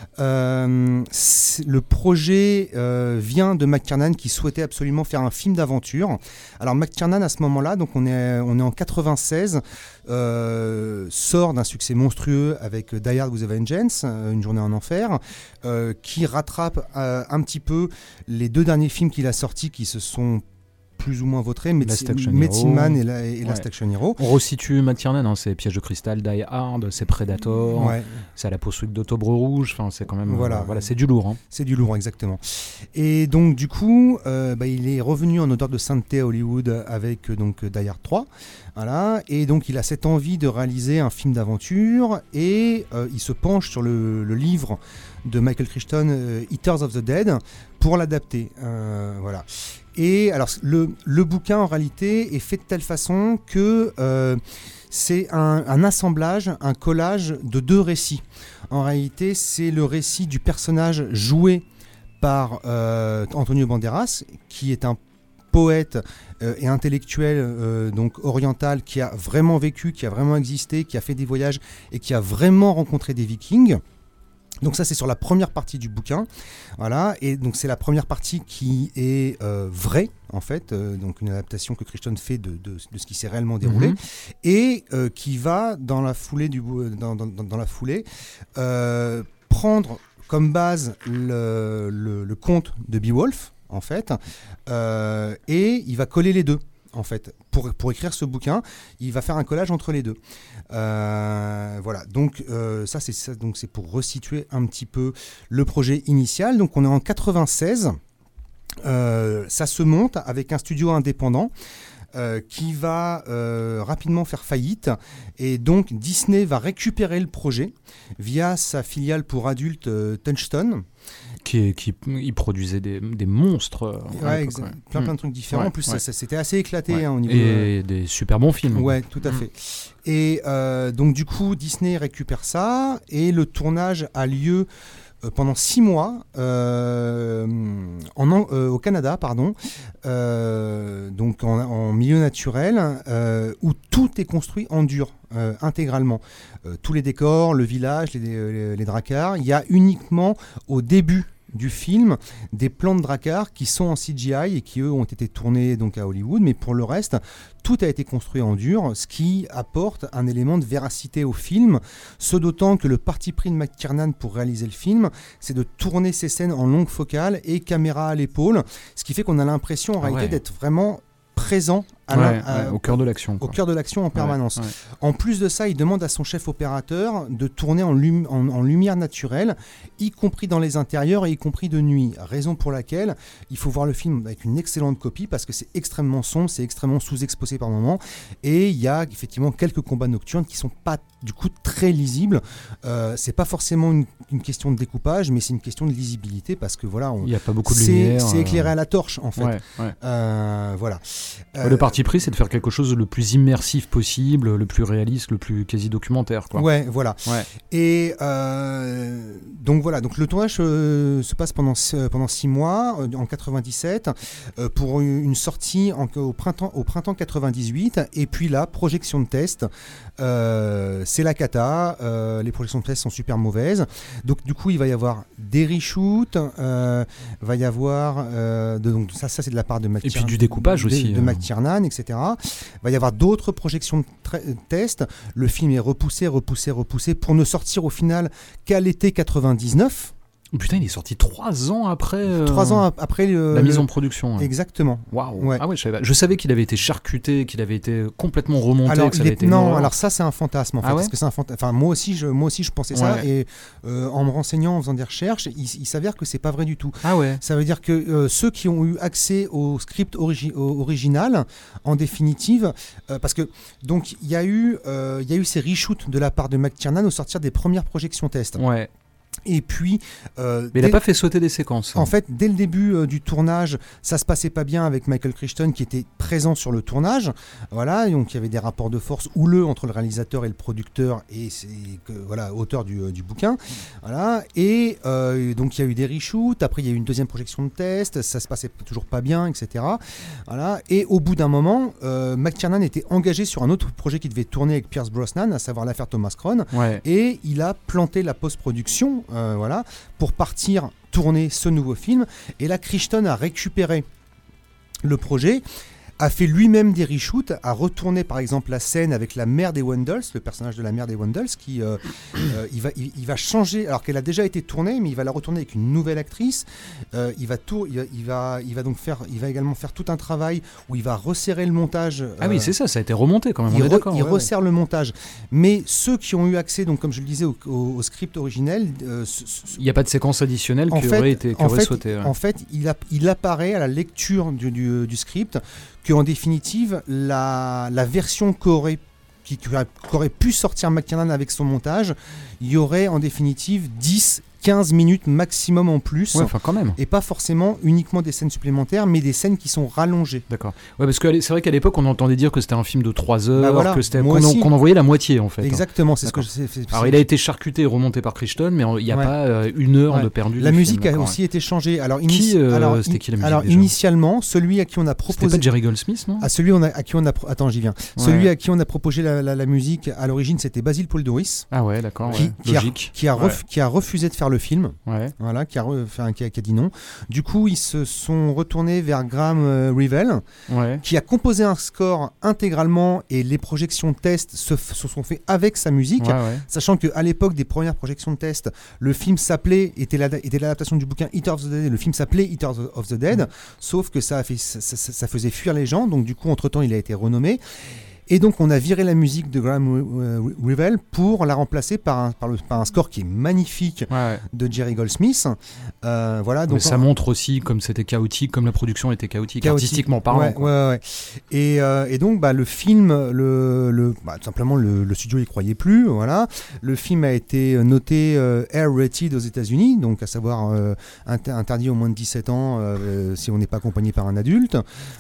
Speaker 3: Euh, c'est- le projet euh, vient de McTiernan qui souhaitait absolument faire un film d'aventure. Alors McTiernan à ce moment-là, donc on est, on est en quatre-vingt-seize, euh, sort d'un succès monstrueux avec Die Hard with a Vengeance, euh, Une journée en enfer, euh, qui rattrape euh, un petit peu les deux derniers films qu'il a sortis qui se sont plus ou moins vautrés,
Speaker 2: Last Action
Speaker 3: Medicine
Speaker 2: Hero.
Speaker 3: Man et, la, et Last
Speaker 2: Ouais.
Speaker 3: Action Hero.
Speaker 2: On resitue McTiernan, hein, c'est Piège de cristal, Die Hard, c'est Predator,
Speaker 3: Ouais.
Speaker 2: c'est à la poursuite d'Octobre Rouge, enfin c'est quand même,
Speaker 3: Voilà.
Speaker 2: euh, voilà, c'est du lourd. Hein.
Speaker 3: C'est du lourd, exactement. Et donc, du coup, euh, bah, il est revenu en odeur de sainteté à Hollywood avec euh, donc, Die Hard trois. Voilà. Et donc, il a cette envie de réaliser un film d'aventure, et euh, il se penche sur le, le livre de Michael Crichton, euh, Eaters of the Dead, pour l'adapter. Euh, voilà. Et alors, le, le bouquin, en réalité, est fait de telle façon que euh, c'est un, un assemblage, un collage de deux récits. En réalité, c'est le récit du personnage joué par euh, Antonio Banderas, qui est un poète euh, et intellectuel euh, donc oriental, qui a vraiment vécu, qui a vraiment existé, qui a fait des voyages et qui a vraiment rencontré des Vikings. Donc ça, c'est sur la première partie du bouquin, voilà, et donc c'est la première partie qui est euh, vraie en fait, euh, donc une adaptation que Crichton fait de, de, de ce qui s'est réellement déroulé,
Speaker 2: Mhm.
Speaker 3: et euh, qui va dans la foulée du bou- dans, dans, dans la foulée euh, prendre comme base le, le, le conte de Beowulf en fait, euh, et il va coller les deux. En fait, pour, pour écrire ce bouquin, il va faire un collage entre les deux. Euh, voilà, donc euh, ça c'est ça, donc c'est pour resituer un petit peu le projet initial. Donc on est en quatre-vingt-seize, euh, ça se monte avec un studio indépendant euh, qui va euh, rapidement faire faillite, et donc Disney va récupérer le projet via sa filiale pour adultes euh, Touchstone.
Speaker 2: Qui, est- qui il produisait des, des monstres. euh, à
Speaker 3: Ouais,
Speaker 2: l'époque,
Speaker 3: exa-
Speaker 2: ouais.
Speaker 3: plein plein
Speaker 2: Mm.
Speaker 3: de trucs différents.
Speaker 2: Ouais,
Speaker 3: en plus,
Speaker 2: ouais.
Speaker 3: ça, ça- c'était assez éclaté
Speaker 2: Ouais.
Speaker 3: hein, au niveau.
Speaker 2: Et des super bons films.
Speaker 3: Ouais, tout à
Speaker 2: Mm.
Speaker 3: fait. Et euh, donc du coup, Disney récupère ça, et le tournage a lieu euh, pendant six mois euh, en, An- euh, au Canada, pardon, euh, donc en, en milieu naturel, euh, où tout est construit en dur. Euh, intégralement. Euh, tous les décors, le village, les, les, les dracars. Il y a uniquement au début du film des plans de dracars qui sont en C G I et qui eux ont été tournés donc à Hollywood, mais pour le reste tout a été construit en dur, ce qui apporte un élément de véracité au film, ce d'autant que le parti pris de McTiernan pour réaliser le film, c'est de tourner ces scènes en longue focale et caméra à l'épaule, ce qui fait qu'on a l'impression en
Speaker 2: Ah
Speaker 3: réalité
Speaker 2: ouais.
Speaker 3: d'être vraiment présent à
Speaker 2: Ouais,
Speaker 3: l'in-
Speaker 2: ouais,
Speaker 3: à-
Speaker 2: au cœur de l'action.
Speaker 3: au
Speaker 2: quoi.
Speaker 3: cœur de l'action en permanence.
Speaker 2: Ouais, ouais.
Speaker 3: En plus de ça, il demande à son chef opérateur de tourner en, lum- en- en lumière naturelle, y compris dans les intérieurs et y compris de nuit. Raison pour laquelle il faut voir le film avec une excellente copie, parce que c'est extrêmement sombre, c'est extrêmement sous-exposé par moments, et il y a effectivement quelques combats nocturnes qui sont pas du coup très lisibles. Euh, c'est pas forcément une, une question de découpage, mais c'est une question de lisibilité, parce que voilà, on-
Speaker 2: Il n'y a pas beaucoup de
Speaker 3: c'est
Speaker 2: lumière.
Speaker 3: c'est
Speaker 2: euh,
Speaker 3: éclairé à la torche en fait.
Speaker 2: Ouais, ouais.
Speaker 3: Euh, voilà.
Speaker 2: Ouais, le parti pris, c'est de faire quelque chose le plus immersif possible, le plus réaliste, le plus quasi documentaire. Quoi.
Speaker 3: Ouais, voilà.
Speaker 2: Ouais.
Speaker 3: Et euh, donc voilà, donc le tournage euh, se passe pendant euh, pendant six mois euh, en quatre-vingt-dix-sept euh, pour une une sortie en- au printemps au printemps quatre-vingt-dix-huit, et puis la projection de test, euh, c'est la cata. Euh, les projections de test sont super mauvaises. Donc du coup, il va y avoir des reshoots, euh, va y avoir euh, de, donc ça ça c'est de la part de McTiernan,
Speaker 2: puis du découpage
Speaker 3: de-
Speaker 2: aussi,
Speaker 3: de
Speaker 2: euh.
Speaker 3: McTiernan, et cetera. Va y avoir d'autres projections de tra- tests. Le film est repoussé, repoussé, repoussé pour ne sortir au final qu'à l'été quatre-vingt-dix-neuf.
Speaker 2: Putain, il est sorti trois ans après. Euh,
Speaker 3: Trois ans ap- après le,
Speaker 2: la mise
Speaker 3: le-
Speaker 2: en production. Ouais.
Speaker 3: Exactement.
Speaker 2: Waouh.
Speaker 3: Ouais.
Speaker 2: Ah ouais, je savais pas. Je savais qu'il avait été charcuté, qu'il avait été complètement remonté,
Speaker 3: Alors,
Speaker 2: que ça
Speaker 3: il
Speaker 2: avait
Speaker 3: est-
Speaker 2: été. une
Speaker 3: non,
Speaker 2: horreur.
Speaker 3: alors ça c'est un fantasme en fait,
Speaker 2: Ah ouais
Speaker 3: parce que c'est un fanta- Enfin, moi aussi, je, moi aussi, je pensais ça,
Speaker 2: Ouais.
Speaker 3: et euh, en me renseignant, en faisant des recherches, il, il s'avère que c'est pas vrai du tout.
Speaker 2: Ah ouais.
Speaker 3: Ça veut dire que euh, ceux qui ont eu accès au script origi- au- original, en définitive, euh, parce que donc il y a eu, euh, il y a eu ces reshoots de la part de McTiernan au sortir des premières projections test.
Speaker 2: Ouais.
Speaker 3: Et puis, euh,
Speaker 2: Mais il a
Speaker 3: dès-
Speaker 2: pas fait sauter des séquences.
Speaker 3: en fait, dès le début euh, du tournage, ça se passait pas bien avec Michael Crichton qui était présent sur le tournage. Voilà, et donc il y avait des rapports de force houleux entre le réalisateur et le producteur et c'est que voilà auteur du, euh, du bouquin. Voilà, et euh, donc il y a eu des reshoots. Après, il y a eu une deuxième projection de test. Ça se passait toujours pas bien, et cetera. Voilà, et au bout d'un moment, euh, McTiernan était engagé sur un autre projet qui devait tourner avec Pierce Brosnan, à savoir l'affaire Thomas Crown.
Speaker 2: Ouais.
Speaker 3: Et il a planté la post-production euh, voilà, pour partir tourner ce nouveau film. Et là, Crichton a récupéré le projet, a fait lui-même des reshoots, a retourné par exemple la scène avec la mère des Wendels, le personnage de la mère des Wendels, qui euh, euh, il, va, il, il va changer, alors qu'elle a déjà été tournée, mais il va la retourner avec une nouvelle actrice. Euh, il, va tout, il, va, il, va, il va donc faire, il va également faire tout un travail où il va resserrer le montage.
Speaker 2: Ah oui,
Speaker 3: euh,
Speaker 2: c'est ça, ça a été remonté quand même.
Speaker 3: il,
Speaker 2: On est
Speaker 3: re-
Speaker 2: d'accord.
Speaker 3: il
Speaker 2: ouais,
Speaker 3: resserre le montage. Mais ceux qui ont eu accès, donc comme je le disais, au, au- au script originel, euh, ce- ce-
Speaker 2: ouais. Il n'y a pas de séquence additionnelle
Speaker 3: en
Speaker 2: qui
Speaker 3: fait,
Speaker 2: aurait été qui
Speaker 3: en
Speaker 2: aurait
Speaker 3: fait,
Speaker 2: sauté. Ouais.
Speaker 3: en fait, il, a- il apparaît à la lecture du, du- du script qu'en définitive, la, la version qu'aurait qui, qui aurait- qu'aurait pu sortir McTiernan avec son montage, il y aurait en définitive dix quinze minutes maximum en plus.
Speaker 2: Ouais, enfin quand même.
Speaker 3: Et pas forcément uniquement des scènes supplémentaires, mais des scènes qui sont rallongées.
Speaker 2: D'accord. Ouais, parce que c'est vrai qu'à l'époque, on entendait dire que c'était un film de trois heures,
Speaker 3: Bah voilà,
Speaker 2: que c'était
Speaker 3: moi
Speaker 2: qu'on en,
Speaker 3: aussi.
Speaker 2: qu'on en voyait la moitié en fait.
Speaker 3: Exactement, c'est ce que
Speaker 2: D'accord.
Speaker 3: je sais. c'est-
Speaker 2: Alors
Speaker 3: c'est-
Speaker 2: il a été charcuté et remonté par Crichton, mais il n'y a
Speaker 3: Ouais.
Speaker 2: pas euh, une heure
Speaker 3: Ouais.
Speaker 2: de perdu.
Speaker 3: La
Speaker 2: du
Speaker 3: musique
Speaker 2: film,
Speaker 3: a
Speaker 2: d'accord,
Speaker 3: aussi
Speaker 2: ouais.
Speaker 3: été changée. Alors,
Speaker 2: Qui,
Speaker 3: initi-
Speaker 2: euh,
Speaker 3: alors,
Speaker 2: c'était
Speaker 3: in-
Speaker 2: qui la musique
Speaker 3: alors
Speaker 2: déjà
Speaker 3: initialement, celui à qui on a
Speaker 2: C'était
Speaker 3: proposé.
Speaker 2: pas Jerry Goldsmith, non
Speaker 3: À celui on a, à qui on a pro- attends j'y viens.
Speaker 2: Ouais.
Speaker 3: Celui à qui on a proposé la, la- la musique à l'origine, c'était Basil Paul Doris,
Speaker 2: Ah ouais, d'accord,
Speaker 3: qui,
Speaker 2: ouais.
Speaker 3: qui a,
Speaker 2: Logique.
Speaker 3: qui, a ref- qui a refusé de faire le film.
Speaker 2: Ouais.
Speaker 3: Voilà, qui a, re- enfin, qui a- qui a dit non. Du coup, ils se sont retournés vers Graham euh, Revell,
Speaker 2: Ouais.
Speaker 3: qui a composé un score intégralement et les projections test se, f- se sont fait avec sa musique.
Speaker 2: Ouais, ouais.
Speaker 3: Sachant qu'à l'époque des premières projections de test, le film s'appelait, était, l'ada- était l'adaptation du bouquin Eater of the Dead, et le film s'appelait Eater of the Dead, sauf que ça, a fait, ça, ça- ça faisait fuir les gens, donc du coup, entre-temps, il a été renommé. Et donc, on a viré la musique de Graham euh, Revell pour la remplacer par un, par, le- par un score qui est magnifique
Speaker 2: Ouais, ouais.
Speaker 3: de Jerry Goldsmith. Euh, voilà,
Speaker 2: Mais
Speaker 3: donc
Speaker 2: ça montre aussi comme c'était chaotique, comme la production était chaotique,
Speaker 3: chaotique.
Speaker 2: artistiquement parlant.
Speaker 3: Ouais,
Speaker 2: quoi.
Speaker 3: ouais, ouais. Et, euh, et donc, bah, le film, le, le, bah, tout simplement, le, le studio y croyait plus. Voilà. Le film a été noté euh, R-rated aux États-Unis, donc à savoir euh, inter- interdit au moins de dix-sept ans euh, si on n'est pas accompagné par un adulte.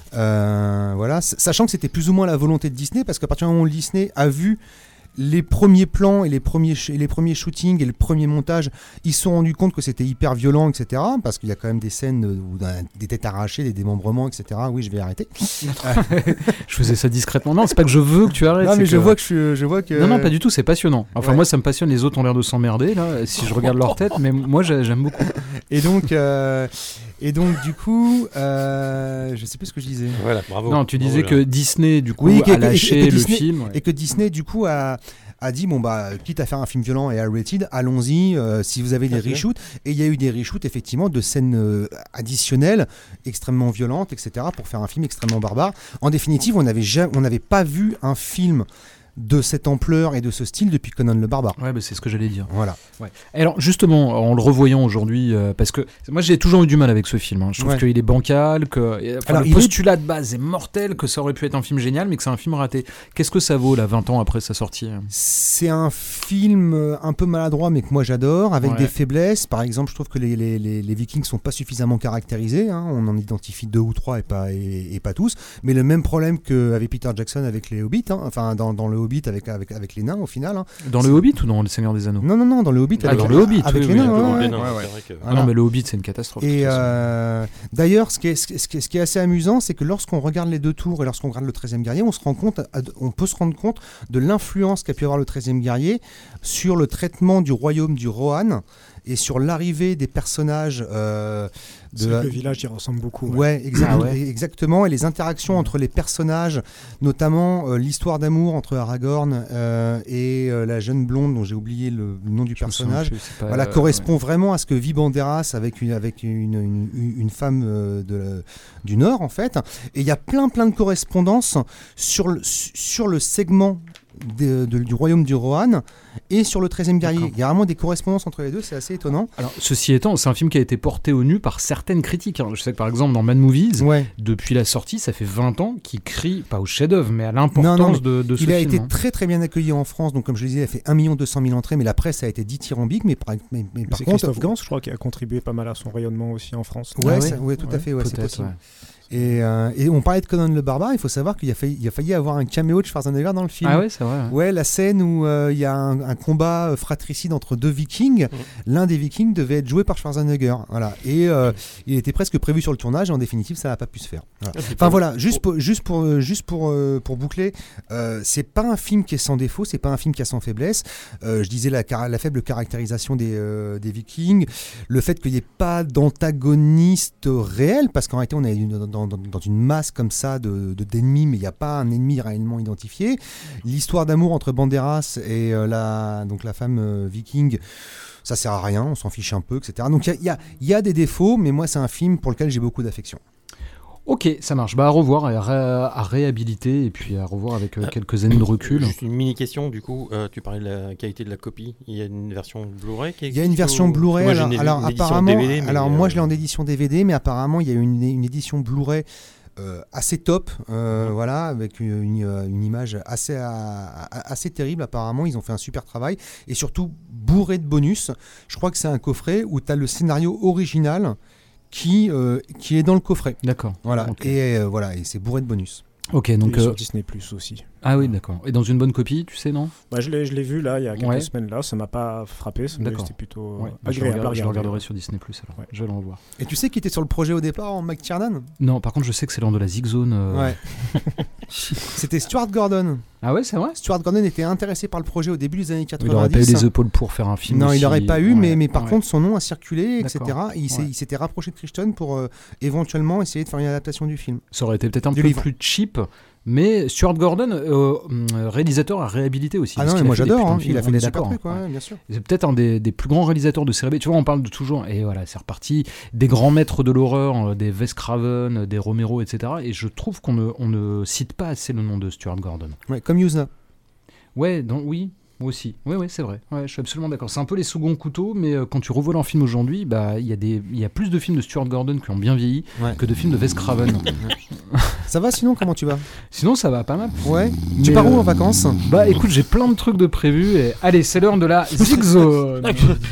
Speaker 3: Euh, voilà. S- Sachant que c'était plus ou moins la volonté de Disney, parce qu'à partir du moment où Disney a vu les premiers plans et les premiers, sh- et les premiers shootings et le premier montage, ils se sont rendus compte que c'était hyper violent, et cetera. Parce qu'il y a quand même des scènes où d'un- des têtes arrachées, des démembrements, et cetera. Oui, je vais arrêter.
Speaker 2: Je faisais ça discrètement. Non, c'est pas que je veux que tu arrêtes.
Speaker 3: Non,
Speaker 2: c'est
Speaker 3: mais
Speaker 2: que-
Speaker 3: je vois que je, je vois que.
Speaker 2: Non, non, pas du tout, c'est passionnant. Enfin,
Speaker 3: Ouais.
Speaker 2: moi, ça me passionne, les autres ont l'air de s'emmerder, là, si je regarde leur tête, mais moi, j'ai- j'aime beaucoup.
Speaker 3: Et donc, euh, et donc du coup, euh, je sais plus ce que je disais.
Speaker 5: Voilà, bravo.
Speaker 2: Non, tu disais
Speaker 5: Bravo,
Speaker 2: que Disney, du coup,
Speaker 3: Oui, et que-
Speaker 2: a
Speaker 3: et que-
Speaker 2: lâché
Speaker 3: et que
Speaker 2: le
Speaker 3: Disney-
Speaker 2: film. ouais.
Speaker 3: Et que Disney, du coup, a, a dit bon bah quitte à faire un film violent et R-rated, allons-y. euh, si vous avez des
Speaker 5: Tout à fait.
Speaker 3: reshoots, et il y a eu des reshoots effectivement de scènes euh, additionnelles, extrêmement violentes, et cetera, pour faire un film extrêmement barbare. En définitive, on n'avait jamais, on n'avait pas vu un film de cette ampleur et de ce style depuis Conan le Barbare.
Speaker 2: Ouais, bah, c'est ce que j'allais dire.
Speaker 3: Voilà.
Speaker 2: Ouais. Et alors justement, en le revoyant aujourd'hui, euh, parce que moi j'ai toujours eu du mal avec ce film. hein. Je trouve
Speaker 3: Ouais.
Speaker 2: qu'il est bancal, que et, enfin,
Speaker 3: Alors,
Speaker 2: le
Speaker 3: il est-
Speaker 2: postulat de base est mortel, que ça aurait pu être un film génial, mais que c'est un film raté. Qu'est-ce que ça vaut là, vingt ans après sa sortie hein
Speaker 3: C'est un film euh, un peu maladroit, mais que moi j'adore, avec
Speaker 2: Ouais.
Speaker 3: des faiblesses. Par exemple, je trouve que les, les, les, les Vikings sont pas suffisamment caractérisés. hein. On en identifie deux ou trois et pas, et, et pas tous. Mais le même problème qu'avait Peter Jackson avec les Hobbits, hein. Enfin dans, dans le Hobbit avec, avec, avec les nains au final. hein.
Speaker 2: Dans le Hobbit ou dans Le Seigneur des Anneaux
Speaker 3: Non, non, non, dans le Hobbit.
Speaker 2: Ah,
Speaker 3: avec,
Speaker 2: dans le Hobbit,
Speaker 3: avec
Speaker 2: oui,
Speaker 3: les
Speaker 2: oui,
Speaker 3: nains.
Speaker 5: Un peu
Speaker 3: ouais,
Speaker 5: dans
Speaker 3: ouais.
Speaker 5: le dédain,
Speaker 2: ouais, ouais.
Speaker 5: c'est vrai que-
Speaker 2: Ah non, mais le Hobbit c'est une catastrophe. de
Speaker 3: Et
Speaker 2: toute façon.
Speaker 3: euh, d'ailleurs, ce qui, est, ce, qui est, ce qui est- ce qui est assez amusant, c'est que lorsqu'on regarde les deux tours et lorsqu'on regarde le treizième guerrier, on, se rend compte, on peut se rendre compte de l'influence qu'a pu avoir le treizième guerrier sur le traitement du royaume du Rohan et sur l'arrivée des personnages. Euh, de
Speaker 6: C'est
Speaker 3: la-
Speaker 6: que le village y ressemble beaucoup. ouais.
Speaker 3: Ouais, exact-
Speaker 2: Ah ouais.
Speaker 3: exactement. Et les interactions entre les personnages, notamment euh, l'histoire d'amour entre Aragorn euh, et euh, la jeune blonde dont j'ai oublié le, le nom du
Speaker 2: Je me souviens
Speaker 3: personnage.
Speaker 2: plus, c'est pas-
Speaker 3: Voilà,
Speaker 2: euh,
Speaker 3: correspond vraiment à ce que vit Banderas avec une, avec une, une, une femme euh, de, du Nord, en fait. Et il y a plein, plein de correspondances sur le, sur le segment de- de- du royaume du Rohan et sur le treizième guerrier.
Speaker 2: D'accord.
Speaker 3: Il y a vraiment des correspondances entre les deux, c'est assez étonnant.
Speaker 2: Alors, ceci étant, c'est un film qui a été porté au nu par certaines critiques. hein. Je sais que par exemple, dans Mad Movies,
Speaker 3: Ouais.
Speaker 2: depuis la sortie, ça fait vingt ans qu'il crie, pas au chef-d'œuvre, mais à l'importance
Speaker 3: Non, non, mais
Speaker 2: de, de ce
Speaker 3: Il a
Speaker 2: film.
Speaker 3: été
Speaker 2: hein.
Speaker 3: très très bien accueilli en France, donc comme je le disais, il a fait un million deux cent mille entrées, mais la presse a été dithyrambique, mais par, mais, mais par
Speaker 6: C'est
Speaker 3: contre...
Speaker 6: Christophe Gans, je crois, qui a contribué pas mal à son rayonnement aussi en France.
Speaker 3: Ouais,
Speaker 2: Ah
Speaker 3: ça-
Speaker 2: ouais
Speaker 3: ouais, tout à
Speaker 6: Ouais,
Speaker 3: fait, ouais, c'est
Speaker 2: Peut-être,
Speaker 3: possible.
Speaker 2: ouais.
Speaker 3: Et, euh, et on parlait de Conan le Barbare, il faut savoir qu'il a failli, il a failli avoir un caméo de Schwarzenegger dans le film.
Speaker 2: Ah ouais, c'est vrai. ouais.
Speaker 3: Ouais, la scène où euh, il y a un, un combat euh, fratricide entre deux vikings. L'un des vikings devait être joué par Schwarzenegger. Voilà. Et euh, il était presque prévu sur le tournage et en définitive, ça n'a pas pu se faire. Voilà. Enfin voilà, juste pour, juste pour, euh, juste pour, euh, pour boucler, euh, c'est pas un film qui est sans défaut, c'est pas un film qui a sans faiblesse. Euh, je disais la, car- la faible caractérisation des, euh, des vikings, le fait qu'il n'y ait pas d'antagoniste réel, parce qu'en réalité, on est une- dans, dans- dans une masse comme ça de, de- d'ennemis, mais il n'y a pas un ennemi réellement identifié. L'histoire d'amour entre Banderas et euh, la, donc la femme euh, viking, ça sert à rien, on s'en fiche un peu, et cetera. Donc il y a, il y a- il y a des défauts, mais moi c'est un film pour lequel j'ai beaucoup d'affection.
Speaker 2: Ok, ça marche. Bah à revoir, à, ré- à réhabiliter et puis à revoir avec euh,
Speaker 5: Euh,
Speaker 2: quelques années de recul.
Speaker 5: Juste une mini question, du coup, euh, tu parlais de la qualité de la copie. Il y a une version Blu-ray qui
Speaker 3: Il y a une
Speaker 5: existe
Speaker 3: version
Speaker 5: ou-
Speaker 3: Blu-ray,
Speaker 5: Moi, j'ai
Speaker 3: alors,
Speaker 5: une-
Speaker 3: alors
Speaker 5: une édition
Speaker 3: apparemment,
Speaker 5: D V D, mais,
Speaker 3: alors moi je l'ai
Speaker 5: euh,
Speaker 3: en édition D V D, mais apparemment il y a une, une édition Blu-ray euh, assez top, euh, voilà, avec une, une- une image assez, à- à- assez terrible. Apparemment, ils ont fait un super travail et surtout bourré de bonus. Je crois que c'est un coffret où tu as le scénario original qui, euh, qui est dans le coffret.
Speaker 2: D'accord.
Speaker 3: Voilà,
Speaker 2: Ok.
Speaker 3: et euh, voilà, et c'est bourré de bonus.
Speaker 2: Ok,
Speaker 6: Donc,
Speaker 2: donc. euh,
Speaker 6: sur Disney Plus aussi.
Speaker 2: Ah oui, d'accord. Et dans une bonne copie, tu sais, non
Speaker 6: Bah, je l'ai je l'ai vu là, il y a quelques
Speaker 2: Ouais.
Speaker 6: semaines là, ça m'a pas frappé, ça m'a-
Speaker 2: D'accord.
Speaker 6: c'était plutôt
Speaker 2: Ouais,
Speaker 6: euh,
Speaker 2: bah, je, le
Speaker 6: agréable à
Speaker 2: regarde- je le
Speaker 6: regarder.
Speaker 2: regarderai sur Disney Plus alors.
Speaker 6: Ouais.
Speaker 2: Je vais le revoir.
Speaker 3: Et tu sais qui était sur le projet au départ en Mike Tiernan
Speaker 2: Non, par contre, je sais que c'est lors de la Zig Zone. euh,
Speaker 3: Ouais. C'était Stuart Gordon.
Speaker 2: Ah ouais, c'est vrai.
Speaker 3: Stuart Gordon était intéressé par le projet au début des années
Speaker 2: Il
Speaker 3: quatre-vingt-dix.
Speaker 2: aurait pas eu les épaules pour faire un film.
Speaker 3: Non, il
Speaker 2: aussi-
Speaker 3: n'aurait pas eu,
Speaker 2: Ouais,
Speaker 3: mais, mais par
Speaker 2: ouais.
Speaker 3: contre, son nom a circulé, et cetera.
Speaker 2: D'accord.
Speaker 3: Et il s'est-
Speaker 2: Ouais.
Speaker 3: il s'était rapproché de Crichton pour euh, éventuellement essayer de faire une adaptation du film.
Speaker 2: Ça aurait été peut-être un
Speaker 3: Du
Speaker 2: peu
Speaker 3: livre.
Speaker 2: plus cheap. Mais Stuart Gordon, euh, hum, réalisateur à réhabilité aussi.
Speaker 3: Ah
Speaker 2: parce
Speaker 3: non, mais
Speaker 2: qu'il a
Speaker 3: moi
Speaker 2: fait des
Speaker 3: j'adore,
Speaker 2: putains
Speaker 3: hein.
Speaker 2: de films,
Speaker 3: Il a
Speaker 2: on
Speaker 3: fait
Speaker 2: est
Speaker 3: des super
Speaker 2: d'accord,
Speaker 3: trucs, ouais,
Speaker 2: ouais.
Speaker 3: bien sûr.
Speaker 2: C'est peut-être un des, des plus grands réalisateurs de série B. Tu vois, on parle de toujours, et voilà, c'est reparti, des grands maîtres de l'horreur, euh, des Wes Craven, des Romero, et cetera. Et je trouve qu'on ne, on ne cite pas assez le nom de Stuart Gordon.
Speaker 3: Ouais, comme Yuzna.
Speaker 2: Ouais, donc oui, moi aussi. Oui, oui, c'est vrai. Ouais, je suis absolument d'accord. C'est un peu les seconds couteaux, mais euh, quand tu revois leur film aujourd'hui, bah, il y a des, il y a plus de films de Stuart Gordon qui ont bien vieilli
Speaker 3: Ouais.
Speaker 2: que de films de Wes Craven.
Speaker 3: Ça va sinon, comment tu vas?
Speaker 2: Sinon, ça va pas mal.
Speaker 3: Ouais. Tu
Speaker 2: Mais,
Speaker 3: pars où
Speaker 2: euh,
Speaker 3: en vacances?
Speaker 2: Bah écoute, j'ai plein de trucs de prévus et allez, c'est l'heure de la Zig Zone.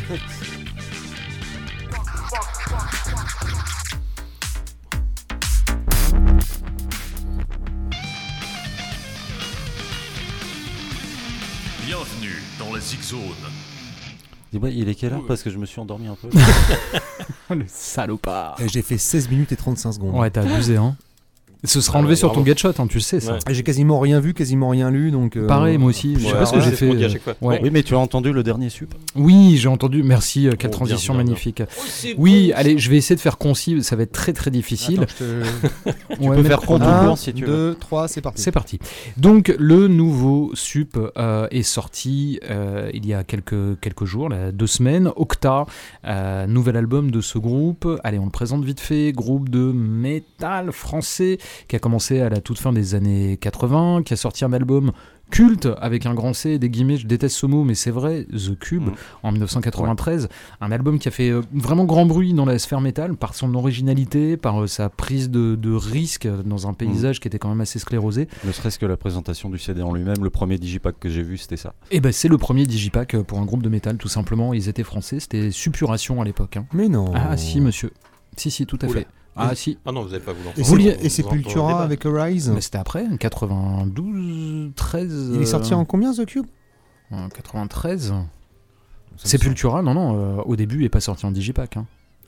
Speaker 1: Bienvenue dans la Zig Zone.
Speaker 4: Dis-moi, il est quelle heure parce que je me suis endormi un peu.
Speaker 2: Le salopard.
Speaker 3: Et J'ai fait seize minutes et trente-cinq secondes.
Speaker 2: Ouais, t'as abusé, hein. Ce sera
Speaker 5: Ah
Speaker 2: enlevé
Speaker 5: ouais,
Speaker 2: sur ton
Speaker 5: bravo.
Speaker 2: Getshot, hein, tu le sais ça.
Speaker 5: Ouais.
Speaker 3: Et J'ai quasiment rien vu, quasiment rien lu, donc... euh,
Speaker 2: Pareil, moi aussi. Je sais
Speaker 5: Ouais,
Speaker 2: pas ce que
Speaker 5: ouais,
Speaker 2: j'ai
Speaker 5: c'est
Speaker 2: fait.
Speaker 5: ce qu'on dit à
Speaker 2: euh,
Speaker 5: chaque fois.
Speaker 2: ouais.
Speaker 4: Oui, mais tu as entendu le dernier sup.
Speaker 2: Oui, j'ai entendu. Merci, euh, quelle
Speaker 5: Oh,
Speaker 2: transition
Speaker 5: bien, bien,
Speaker 2: magnifique. Oui, allez, je vais essayer de faire concis. Ça va être très très difficile.
Speaker 3: Attends, je te-
Speaker 4: Tu
Speaker 2: Ouais,
Speaker 4: peux
Speaker 2: mais-
Speaker 4: faire compte
Speaker 3: Un,
Speaker 4: ou court si tu veux.
Speaker 3: deux, trois, c'est parti.
Speaker 2: C'est parti. Donc le nouveau Sup euh, est sorti euh, il y a quelques, quelques jours, là, deux semaines. Octa, euh, nouvel album de ce groupe. Allez, on le présente vite fait. Groupe de métal français qui a commencé à la toute fin des années quatre-vingts, qui a sorti un album culte avec un grand C, des guillemets, je déteste ce mot, mais c'est vrai, The Cube,
Speaker 4: Mm.
Speaker 2: en dix-neuf cent quatre-vingt-treize. Un album qui a fait euh, vraiment grand bruit dans la sphère métal par son originalité, par euh, sa prise de, de risque dans un paysage qui était quand même assez sclérosé.
Speaker 4: Ne serait-ce que la présentation du C D en lui-même, le premier digipack que j'ai vu, c'était ça.
Speaker 2: Et ben c'est le premier digipack pour un groupe de métal, tout simplement. Ils étaient français, c'était Suppuration à l'époque. hein.
Speaker 3: Mais non.
Speaker 2: Ah si, monsieur. Si, si, tout à
Speaker 5: Oula.
Speaker 2: fait. Ah si.
Speaker 5: Ah non, vous n'avez pas voulu
Speaker 3: Et
Speaker 5: entendre.
Speaker 2: Vous
Speaker 3: c'est-
Speaker 2: liez-
Speaker 3: et
Speaker 5: Vous entendez
Speaker 3: Sepultura
Speaker 5: le débat.
Speaker 3: avec Arise.
Speaker 2: Mais c'était après, quatre-vingt-douze, treize...
Speaker 3: Il est sorti
Speaker 2: euh,
Speaker 3: en combien, The Cube?
Speaker 2: en quatre-vingt-treize.
Speaker 3: Ça me
Speaker 2: Sepultura, non, non, euh, au début, il n'est pas sorti en digipack. hein.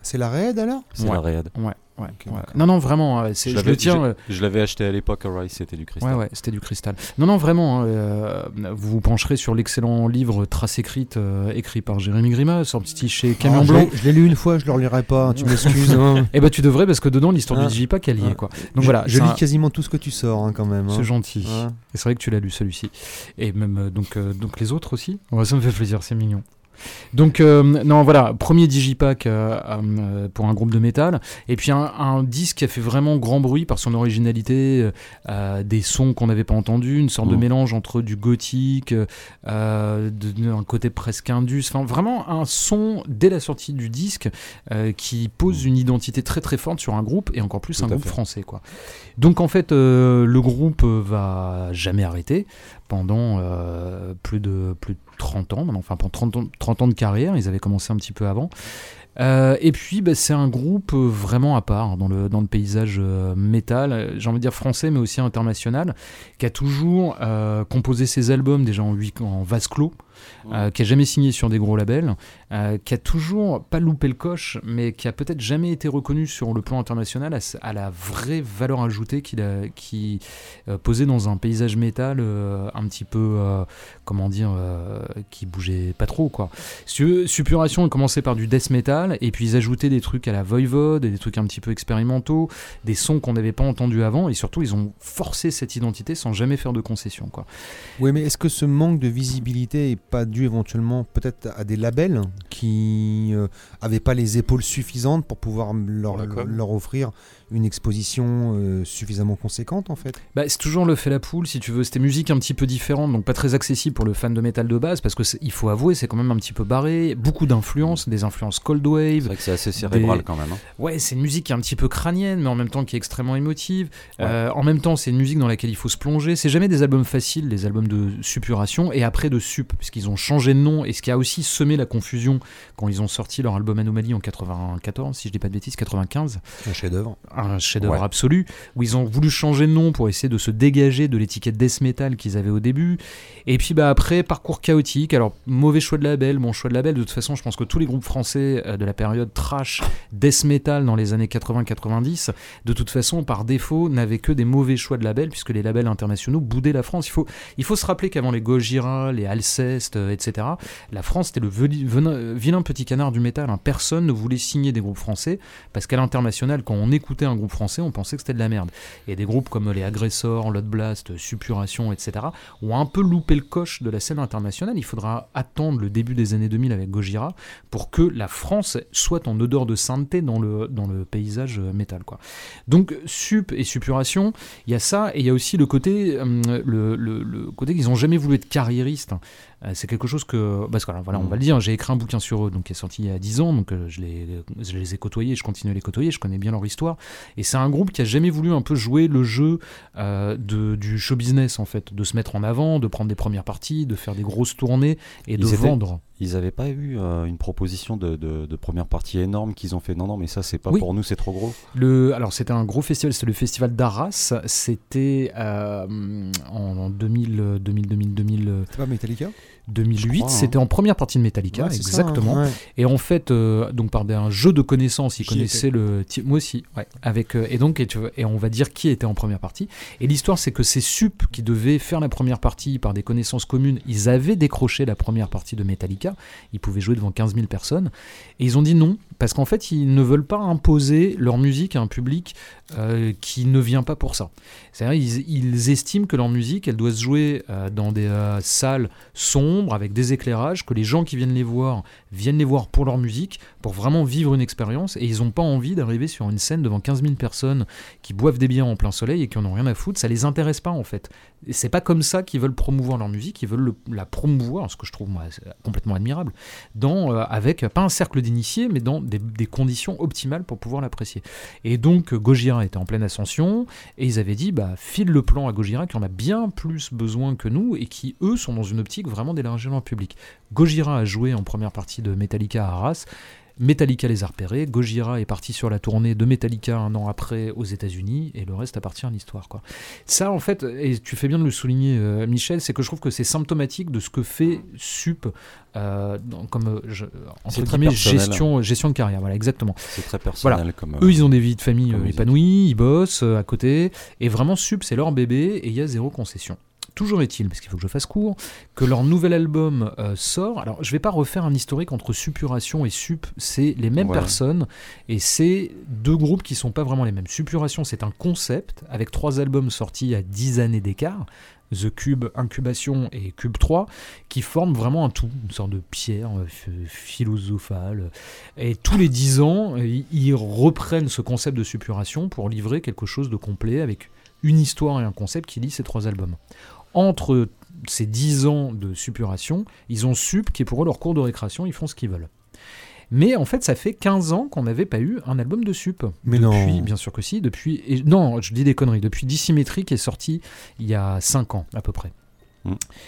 Speaker 3: C'est la Red alors?
Speaker 4: C'est
Speaker 2: Ouais.
Speaker 4: la Réad.
Speaker 2: Ouais, ouais,
Speaker 3: Ok,
Speaker 2: ouais.
Speaker 3: d'accord.
Speaker 2: Non, non, vraiment, euh, c'est,
Speaker 4: Je
Speaker 2: je,
Speaker 4: l'avais,
Speaker 2: le tiens. euh,
Speaker 4: je, je l'avais acheté à l'époque, Rise, c'était du cristal.
Speaker 2: Ouais, ouais, c'était du cristal. Non, non, vraiment, hein, euh, vous vous pencherez sur l'excellent livre Trace écrite, euh, écrit par Jérémy Grimas, sorti chez Camion
Speaker 3: Ah, je
Speaker 2: Blanc.
Speaker 3: l'ai- Je l'ai lu une fois, je le relirai pas, tu m'excuses. hein.
Speaker 2: Eh ben, tu devrais, parce que dedans, l'histoire
Speaker 3: Ah.
Speaker 2: du Digipack, elle y est,
Speaker 3: Ah.
Speaker 2: quoi. Donc
Speaker 3: je,
Speaker 2: voilà,
Speaker 3: je
Speaker 2: c'est
Speaker 3: lis
Speaker 2: un-
Speaker 3: quasiment tout ce que tu sors hein, quand même. hein.
Speaker 2: c'est gentil.
Speaker 3: Ouais.
Speaker 2: Et c'est vrai que tu l'as lu, celui-ci. Et même, euh, donc, euh, donc les autres aussi. Ouais, ça me fait plaisir, c'est mignon. Donc, euh, non, voilà, premier Digipack euh, euh, pour un groupe de métal. Et puis, un, un disque qui a fait vraiment grand bruit par son originalité, euh, des sons qu'on n'avait pas entendus, une sorte de
Speaker 4: Mmh.
Speaker 2: mélange entre du gothique, euh, de- de- un côté presque indus. Enfin, vraiment un son, dès la sortie du disque, euh, qui pose une identité très très forte sur un groupe, et encore plus
Speaker 4: Tout
Speaker 2: un
Speaker 4: à
Speaker 2: groupe
Speaker 4: fait.
Speaker 2: français, quoi. Donc, en fait, euh, le groupe va jamais arrêter pendant euh, plus, de, plus de trente ans, maintenant, enfin pendant trente ans, trente ans de carrière, ils avaient commencé un petit peu avant. Euh, et puis bah, c'est un groupe euh, vraiment à part hein, dans, le, dans le paysage euh, métal, euh, j'ai envie de dire français mais aussi international, qui a toujours euh, composé ses albums déjà en, huit, en vase clos, euh, qui a jamais signé sur des gros labels, euh, qui a toujours pas loupé le coche, mais qui a peut-être jamais été reconnu sur le plan international à, s- à la vraie valeur ajoutée qu'il a, qui euh, posait dans un paysage métal euh, un petit peu, euh, comment dire, euh, qui bougeait pas trop quoi. Si tu veux, Suppuration, ils commençaient par du death metal, et puis ils ajoutaient des trucs à la Voivode, des trucs un petit peu expérimentaux, des sons qu'on n'avait pas entendus avant, et surtout ils ont forcé cette identité sans jamais faire de concessions quoi.
Speaker 3: Oui, mais est-ce que ce manque de visibilité est pas dû éventuellement peut-être à des labels qui euh, avaient pas les épaules suffisantes pour pouvoir leur,
Speaker 5: La com.
Speaker 3: leur offrir une exposition euh, suffisamment conséquente en fait?
Speaker 2: Bah, c'est toujours le fait la poule, si tu veux. C'était musique un petit peu différente, donc pas très accessible pour le fan de métal de base, parce que il faut avouer, c'est quand même un petit peu barré. Beaucoup d'influences, des influences cold
Speaker 4: C'est
Speaker 2: wave.
Speaker 4: vrai que c'est assez cérébral
Speaker 2: Des-
Speaker 4: quand même. hein.
Speaker 2: Ouais, c'est une musique qui est un petit peu crânienne, mais en même temps qui est extrêmement émotive.
Speaker 4: Ouais.
Speaker 2: Euh, en même temps, c'est une musique dans laquelle il faut se plonger. C'est jamais des albums faciles, les albums de Suppuration, et après de Sup, puisqu'ils ont changé de nom, et ce qui a aussi semé la confusion quand ils ont sorti leur album Anomalie en quatre-vingt-quatorze, si je dis pas de bêtises, quatre-vingt-quinze.
Speaker 3: Un chef-d'œuvre.
Speaker 2: Un chef-d'œuvre
Speaker 4: Ouais.
Speaker 2: absolu, où ils ont voulu changer de nom pour essayer de se dégager de l'étiquette death metal qu'ils avaient au début. Et puis bah après, parcours chaotique. Alors, mauvais choix de label, bon choix de label. De toute façon, je pense que tous les groupes français euh, de la période trash death metal dans les années quatre-vingts quatre-vingt-dix, de toute façon, par défaut, n'avaient que des mauvais choix de label, puisque les labels internationaux boudaient la France. Il faut, il faut se rappeler qu'avant les Gojira, les Alceste, euh, et cetera, la France, c'était le veli- venin- vilain petit canard du métal. hein. Personne ne voulait signer des groupes français, parce qu'à l'international, quand on écoutait un groupe français, on pensait que c'était de la merde. Et des groupes comme les Agressors, Lot Blast, Suppuration, et cetera, ont un peu loupé le coche de la scène internationale. Il faudra attendre le début des années deux mille avec Gojira pour que la France soit en odeur de sainteté dans le, dans le paysage euh, métal, quoi. Donc, Sup et Suppuration, il y a ça, et il y a aussi le côté, euh, le, le, le côté qu'ils n'ont jamais voulu être carriéristes. Euh, c'est quelque chose que, parce que alors, voilà, on va le dire, j'ai écrit un bouquin sur eux, donc qui est sorti il y a dix ans, donc euh, je, les, je les ai côtoyés, je continue à les côtoyer, je connais bien leur histoire, et c'est un groupe qui a jamais voulu un peu jouer le jeu euh, de, du show business en fait, de se mettre en avant, de prendre des premières parties, de faire des grosses tournées et
Speaker 4: Ils
Speaker 2: de
Speaker 4: étaient-
Speaker 2: vendre.
Speaker 4: Ils n'avaient pas eu euh, une proposition de, de, de première partie énorme qu'ils ont fait non, non, mais ça, c'est pas
Speaker 2: Oui.
Speaker 4: pour nous, c'est trop gros.
Speaker 2: Le, alors c'était un gros festival, c'était le festival d'Arras, c'était euh, en, en deux mille, deux mille, deux mille, deux mille,
Speaker 3: C'est pas Metallica?
Speaker 2: deux mille huit,
Speaker 4: Je crois, hein.
Speaker 2: c'était en première partie de Metallica,
Speaker 3: Ouais, c'est ça,
Speaker 2: exactement.
Speaker 3: hein, ouais.
Speaker 2: Et en fait, euh, donc par un jeu de connaissances, ils
Speaker 6: J'y
Speaker 2: connaissaient le. ti- Moi aussi, ouais. Avec euh, et donc et, tu vois, et on va dire qui était en première partie. Et l'histoire, c'est que c'est Sup qui devait faire la première partie par des connaissances communes. Ils avaient décroché la première partie de Metallica. Ils pouvaient jouer devant quinze mille personnes. Et ils ont dit non parce qu'en fait, ils ne veulent pas imposer leur musique à un public euh, qui ne vient pas pour ça. C'est-à-dire, ils, ils estiment que leur musique, elle doit se jouer euh, dans des euh, salles sombres avec des éclairages, que les gens qui viennent les voir viennent les voir pour leur musique, pour vraiment vivre une expérience, et ils n'ont pas envie d'arriver sur une scène devant quinze mille personnes qui boivent des bières en plein soleil et qui en ont rien à foutre. Ça les intéresse pas en fait. Et c'est pas comme ça qu'ils veulent promouvoir leur musique, ils veulent le- la promouvoir, ce que je trouve moi complètement admirable, dans, euh, avec pas un cercle d'initiés, mais dans des, des conditions optimales pour pouvoir l'apprécier. Et donc Gojira était en pleine ascension, et ils avaient dit bah file le plan à Gojira qui en a bien plus besoin que nous et qui eux sont dans une optique vraiment d'élargir leur public. Gojira a joué en première partie de Metallica à Arras. Metallica les a repérés, Gojira est parti sur la tournée de Metallica un an après aux États-Unis, et le reste appartient à l'histoire, quoi. Ça, en fait, et tu fais bien de le souligner, euh, Michel, c'est que je trouve que c'est symptomatique de ce que fait Sup, euh, dans, comme euh, je, entre guillemets, gestion, gestion de carrière. Voilà, exactement.
Speaker 4: C'est très personnel.
Speaker 2: Voilà.
Speaker 4: Comme, euh,
Speaker 2: Eux, ils ont des vies de famille euh,
Speaker 4: musique.
Speaker 2: épanouies, ils bossent euh, à côté, et vraiment Sup, c'est leur bébé, et il y a zéro concession. Toujours est-il, parce qu'il faut que je fasse court, que leur nouvel album euh, sort. Alors, je vais pas refaire un historique entre Suppuration et Sup, c'est les mêmes
Speaker 4: Ouais.
Speaker 2: personnes, et c'est deux groupes qui sont pas vraiment les mêmes. Suppuration, c'est un concept, avec trois albums sortis à dix années d'écart, The Cube, Incubation et Cube trois, qui forment vraiment un tout, une sorte de pierre euh, f- philosophale. Et tous les dix ans, euh, ils reprennent ce concept de Suppuration pour livrer quelque chose de complet, avec une histoire et un concept qui lie ces trois albums. Entre ces dix ans de Suppuration, ils ont Sup, qui est pour eux leur cours de récréation, ils font ce qu'ils veulent. Mais en fait, ça fait quinze ans qu'on n'avait pas eu un album de Sup.
Speaker 3: Mais
Speaker 2: depuis,
Speaker 3: non.
Speaker 2: Bien sûr que si, depuis... Et, non, je dis des conneries. Depuis Dissymétrie, qui est sorti il y a cinq ans, à peu près.
Speaker 4: Mm.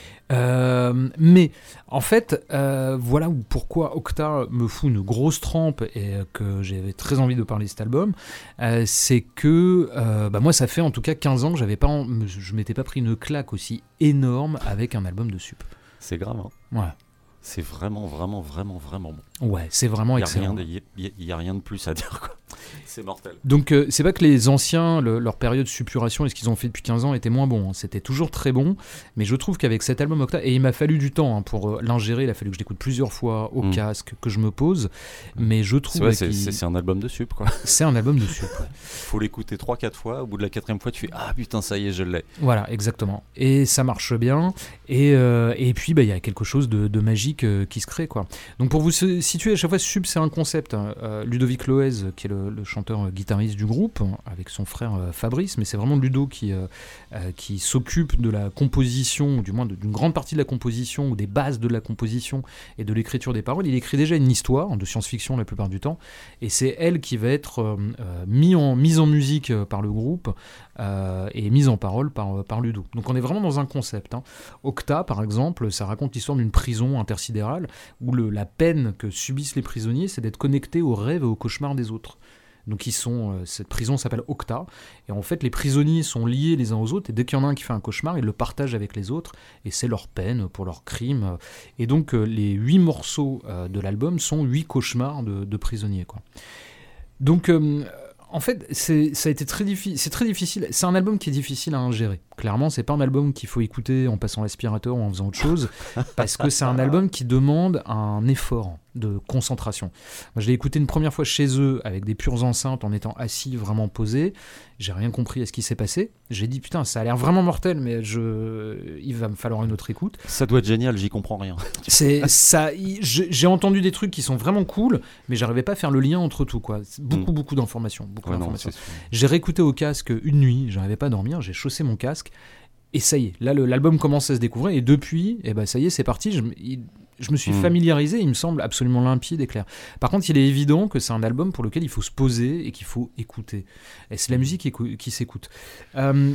Speaker 2: Euh, mais en fait, euh, voilà pourquoi Octa me fout une grosse trempe et que j'avais très envie de parler de cet album. Euh, c'est que euh, bah moi, ça fait en tout cas quinze ans que j'avais pas, en, je m'étais pas pris une claque aussi énorme avec un album de Sup.
Speaker 4: C'est grave. Hein.
Speaker 2: Ouais.
Speaker 4: C'est vraiment, vraiment, vraiment, vraiment bon.
Speaker 2: Ouais, c'est vraiment
Speaker 4: Il
Speaker 2: excellent.
Speaker 4: n'y a, a rien de plus à dire, quoi. C'est mortel.
Speaker 2: Donc, euh, c'est pas que les anciens, le, leur période Suppuration et ce qu'ils ont fait depuis quinze ans était moins bon. Hein. C'était toujours très bon. Mais je trouve qu'avec cet album Octa, et il m'a fallu du temps hein, pour euh, l'ingérer, il a fallu que je l'écoute plusieurs fois au
Speaker 4: Mm.
Speaker 2: casque, que je me pose. Mais je trouve
Speaker 4: C'est, vrai,
Speaker 2: qu'il...
Speaker 4: c'est, c'est, c'est un album de Sup, quoi.
Speaker 2: C'est un album de Sup. Ouais.
Speaker 4: Faut l'écouter trois quatre fois. Au bout de la quatrième fois, tu fais ah putain, ça y est, je l'ai.
Speaker 2: Voilà, exactement. Et ça marche bien. Et, euh, et puis, bah, il y a quelque chose de, de magique euh, qui se crée, quoi. Donc, pour vous situer, à chaque fois, Sup, c'est un concept. Hein. Euh, Ludovic Loez, qui est le, le chanteur euh, guitariste du groupe, hein, avec son frère euh, Fabrice, mais c'est vraiment Ludo qui, euh, euh, qui s'occupe de la composition, ou du moins de, d'une grande partie de la composition, ou des bases de la composition et de l'écriture des paroles. Il écrit déjà une histoire de science-fiction la plupart du temps, et c'est elle qui va être euh, euh, mise en, mise en musique euh, par le groupe euh, et mise en parole par, euh, par Ludo. Donc on est vraiment dans un concept. Hein. Octa, par exemple, ça raconte l'histoire d'une prison intersidérale où le, la peine que subissent les prisonniers, c'est d'être connectés aux rêves et aux cauchemars des autres. Donc ils sont, euh, cette prison s'appelle Octa, et en fait les prisonniers sont liés les uns aux autres, et dès qu'il y en a un qui fait un cauchemar, ils le partagent avec les autres, et c'est leur peine pour leur crime. Et donc euh, les huit morceaux euh, de l'album sont huit cauchemars de, de prisonniers, quoi. Donc euh, en fait c'est, ça a été très difficile, c'est très difficile, c'est un album qui est difficile à ingérer. Clairement, c'est pas un album qu'il faut écouter en passant l'aspirateur ou en faisant autre chose, parce que c'est un album qui demande un effort de concentration. Moi, je l'ai écouté une première fois chez eux, avec des pures enceintes, en étant assis, vraiment posé. J'ai rien compris à ce qui s'est passé. J'ai dit, putain, ça a l'air vraiment mortel, mais je... il va me falloir une autre écoute.
Speaker 4: Ça doit être génial, j'y comprends rien.
Speaker 2: C'est, ça, j'ai, j'ai entendu des trucs qui sont vraiment cool, mais j'arrivais pas à faire le lien entre tout, quoi. Beaucoup, mm. beaucoup d'informations. Beaucoup
Speaker 4: ouais,
Speaker 2: d'informations.
Speaker 4: Non,
Speaker 2: j'ai réécouté au casque une nuit, j'arrivais pas à dormir, j'ai chaussé mon casque, et ça y est, là le, l'album commence à se découvrir, et depuis, eh ben, ça y est, c'est parti, je, il, je me suis mmh. familiarisé, il me semble absolument limpide et clair. Par contre, il est évident que c'est un album pour lequel il faut se poser et qu'il faut écouter. Et c'est la musique qui, écou- qui s'écoute. Euh,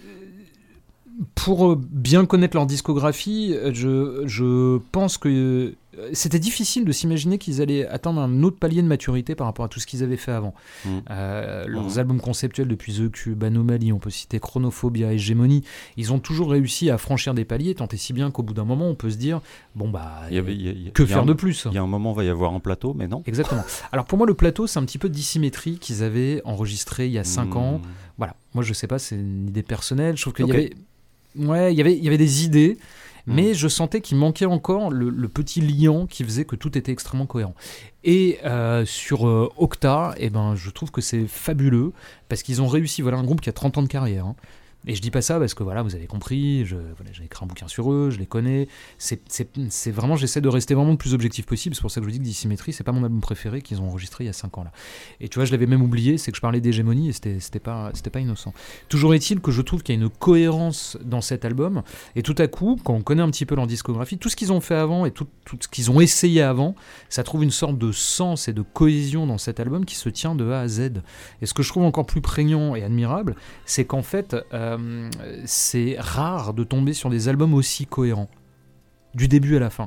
Speaker 2: pour bien connaître leur discographie, je, je pense que c'était difficile de s'imaginer qu'ils allaient atteindre un autre palier de maturité par rapport à tout ce qu'ils avaient fait avant. Mmh. Euh, leurs mmh. albums conceptuels depuis The Cube, Anomaly, on peut citer Chronophobia, Hégémonie, ils ont toujours réussi à franchir des paliers, tant et si bien qu'au bout d'un moment, on peut se dire, bon bah, y avait, y a, y a, que faire un, de plus ?
Speaker 4: Il y a un moment, il va y avoir un plateau, mais non.
Speaker 2: Exactement. Alors pour moi, le plateau, c'est un petit peu Dissymétrie qu'ils avaient enregistré il y a cinq mmh. ans. Voilà, moi je sais pas, c'est une idée personnelle, je trouve qu'il okay. y avait... Ouais, y avait, il y avait des idées, mais mmh. je sentais qu'il manquait encore le, le petit liant qui faisait que tout était extrêmement cohérent. Et euh, sur euh, Octa, eh ben, je trouve que c'est fabuleux, parce qu'ils ont réussi, voilà un groupe qui a trente ans de carrière, hein. Et je dis pas ça parce que voilà, vous avez compris, je, voilà, j'ai écrit un bouquin sur eux, je les connais. C'est, c'est, c'est vraiment, j'essaie de rester vraiment le plus objectif possible. C'est pour ça que je vous dis que Dissymétrie, c'est pas mon album préféré qu'ils ont enregistré il y a cinq ans là. Et tu vois, je l'avais même oublié, c'est que je parlais d'Hégémonie et c'était, c'était pas, c'était pas innocent. Toujours est-il que je trouve qu'il y a une cohérence dans cet album. Et tout à coup, quand on connaît un petit peu leur discographie, tout ce qu'ils ont fait avant et tout, tout ce qu'ils ont essayé avant, ça trouve une sorte de sens et de cohésion dans cet album qui se tient de A à Z. Et ce que je trouve encore plus prégnant et admirable, c'est qu'en fait, euh, c'est rare de tomber sur des albums aussi cohérents, du début à la fin.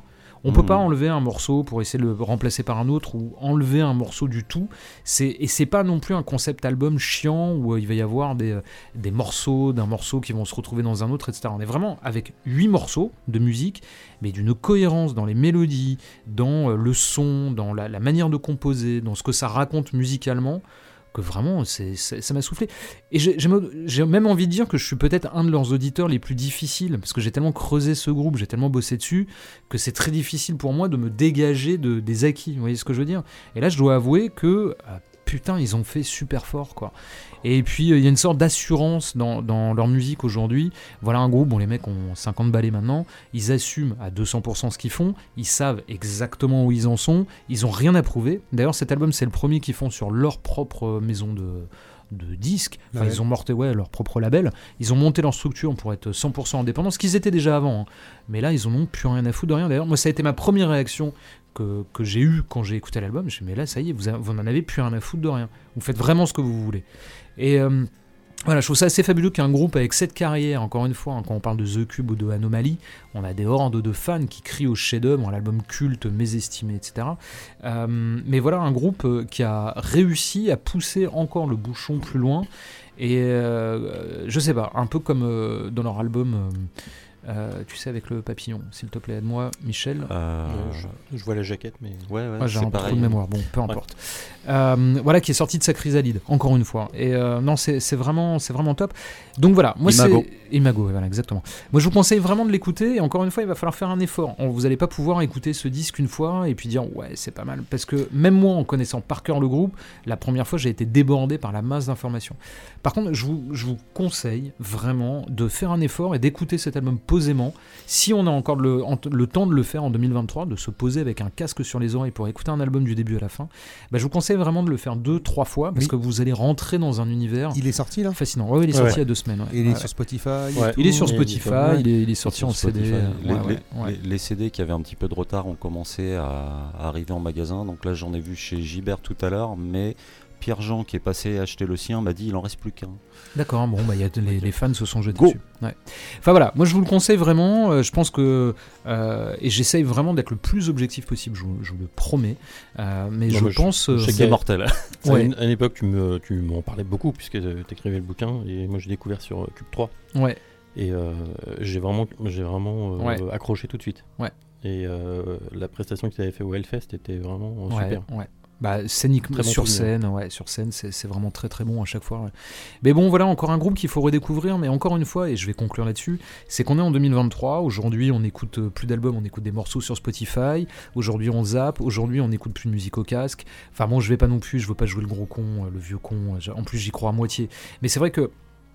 Speaker 2: On peut
Speaker 4: Mmh.
Speaker 2: pas enlever un morceau pour essayer de le remplacer par un autre ou enlever un morceau du tout. C'est, et c'est pas non plus un concept album chiant où euh, il va y avoir des, euh, des morceaux d'un morceau qui vont se retrouver dans un autre, et cetera. On est vraiment avec huit morceaux de musique, mais d'une cohérence dans les mélodies, dans euh, le son, dans la, la manière de composer, dans ce que ça raconte musicalement, que vraiment, c'est, c'est, ça m'a soufflé. Et j'ai, j'ai, j'ai même envie de dire que je suis peut-être un de leurs auditeurs les plus difficiles, parce que j'ai tellement creusé ce groupe, j'ai tellement bossé dessus, que c'est très difficile pour moi de me dégager de, des acquis, vous voyez ce que je veux dire ? Et là, je dois avouer que, euh, putain, ils ont fait super fort, quoi. Et puis, il euh, y a une sorte d'assurance dans, dans leur musique aujourd'hui. Voilà un groupe, bon, les mecs ont cinquante balais maintenant, ils assument à deux cents pour cent ce qu'ils font, ils savent exactement où ils en sont, ils ont rien à prouver. D'ailleurs, cet album, c'est le premier qu'ils font sur leur propre maison de... de disques, enfin,
Speaker 3: Ouais.
Speaker 2: ils ont monté ouais, leur propre label, ils ont monté leur structure pour être cent pour cent indépendants, ce qu'ils étaient déjà avant, hein. Mais là ils en ont plus rien à foutre de rien. D'ailleurs moi ça a été ma première réaction que, que j'ai eue quand j'ai écouté l'album, je me suis dit mais là ça y est, vous, a, vous n'en avez plus rien à foutre de rien, vous faites vraiment ce que vous voulez. Et euh, voilà, je trouve ça assez fabuleux qu'un groupe avec cette carrière, encore une fois, hein, quand on parle de The Cube ou de Anomaly, on a des hordes de fans qui crient au chef-d'œuvre, à l'album culte, mésestimé, et cetera. Euh, mais voilà un groupe euh, qui a réussi à pousser encore le bouchon plus loin, et euh, je sais pas, un peu comme euh, dans leur album, euh, euh, tu sais, avec le papillon, s'il te plaît, aide-moi, Michel.
Speaker 4: Euh,
Speaker 5: Euh, je, je vois la jaquette, mais.
Speaker 4: Ouais, ouais,
Speaker 2: Ah, j'ai
Speaker 4: c'est
Speaker 2: un
Speaker 4: pareil.
Speaker 2: trou de mémoire, bon, peu importe. Euh, voilà, qui est sorti de sa chrysalide, encore une fois. Et euh, non, c'est, c'est, vraiment, c'est vraiment top. Donc voilà, moi
Speaker 4: Imago.
Speaker 2: c'est. Imago, voilà, exactement. Moi je vous conseille vraiment de l'écouter, et encore une fois, il va falloir faire un effort. On- Vous n'allez pas pouvoir écouter ce disque une fois et puis dire ouais, c'est pas mal. Parce que même moi, en connaissant par cœur le groupe, la première fois, j'ai été débordé par la masse d'informations. Par contre, je vous, je vous conseille vraiment de faire un effort et d'écouter cet album posément. Si on a encore le, le temps de le faire en deux mille vingt-trois, de se poser avec un casque sur les oreilles pour écouter un album du début à la fin, bah, je vous conseille vraiment de le faire deux, trois fois, parce
Speaker 3: Oui.
Speaker 2: que vous allez rentrer dans un univers
Speaker 3: Il est sorti là
Speaker 2: fascinant. Ouais, il est sorti
Speaker 5: Ouais.
Speaker 2: il y a deux semaines. ouais.
Speaker 3: Et il est
Speaker 2: Ouais,
Speaker 3: sur Spotify.
Speaker 5: Ouais.
Speaker 2: il est sur
Speaker 5: Il est
Speaker 2: Spotify,
Speaker 5: disponible.
Speaker 2: il est, il est sorti
Speaker 4: Sur
Speaker 2: en C D.
Speaker 4: Spotify.
Speaker 2: euh,
Speaker 4: Les,
Speaker 2: ouais,
Speaker 4: les-
Speaker 2: ouais, ouais.
Speaker 4: les- les C D qui avaient un petit peu de retard ont commencé à, à arriver en magasin. Donc là, j'en ai vu chez Gibert tout à l'heure, mais Pierre-Jean qui est passé acheter le sien m'a dit il en reste plus qu'un.
Speaker 2: D'accord, bon, bah, y a, les, les fans se sont jetés
Speaker 4: Go.
Speaker 2: dessus. Ouais. Enfin voilà, moi je vous le conseille vraiment, euh, je pense que, euh, et j'essaye vraiment d'être le plus objectif possible, je vous, je vous le promets, euh, mais
Speaker 5: Non,
Speaker 2: je
Speaker 5: mais je-
Speaker 2: pense... euh,
Speaker 5: je sais
Speaker 4: C'est mortel.
Speaker 5: À
Speaker 2: ouais,
Speaker 5: une, à une époque, tu, me, tu m'en parlais beaucoup, puisque tu écrivais le bouquin, et moi j'ai découvert sur euh, Cube trois.
Speaker 2: ouais,
Speaker 5: Et euh, j'ai vraiment, j'ai vraiment euh,
Speaker 2: Ouais.
Speaker 5: accroché tout de suite.
Speaker 2: Ouais.
Speaker 5: Et euh, la prestation que tu avais fait au Hellfest était vraiment euh,
Speaker 2: ouais,
Speaker 5: super.
Speaker 2: ouais. Bah, scénique,
Speaker 5: Très bon
Speaker 2: sur
Speaker 5: souvenir.
Speaker 2: scène, ouais, sur scène, c'est, c'est vraiment très très bon à chaque fois. Ouais. Mais bon, voilà, encore un groupe qu'il faut redécouvrir, mais encore une fois, et je vais conclure là-dessus, c'est qu'on est en deux mille vingt-trois, aujourd'hui on écoute euh, plus d'albums, on écoute des morceaux sur Spotify, aujourd'hui on zappe, aujourd'hui on écoute plus de musique au casque. Enfin bon, je vais pas non plus, je veux pas jouer le gros con, euh, le vieux con, euh, en plus j'y crois à moitié. Mais c'est vrai que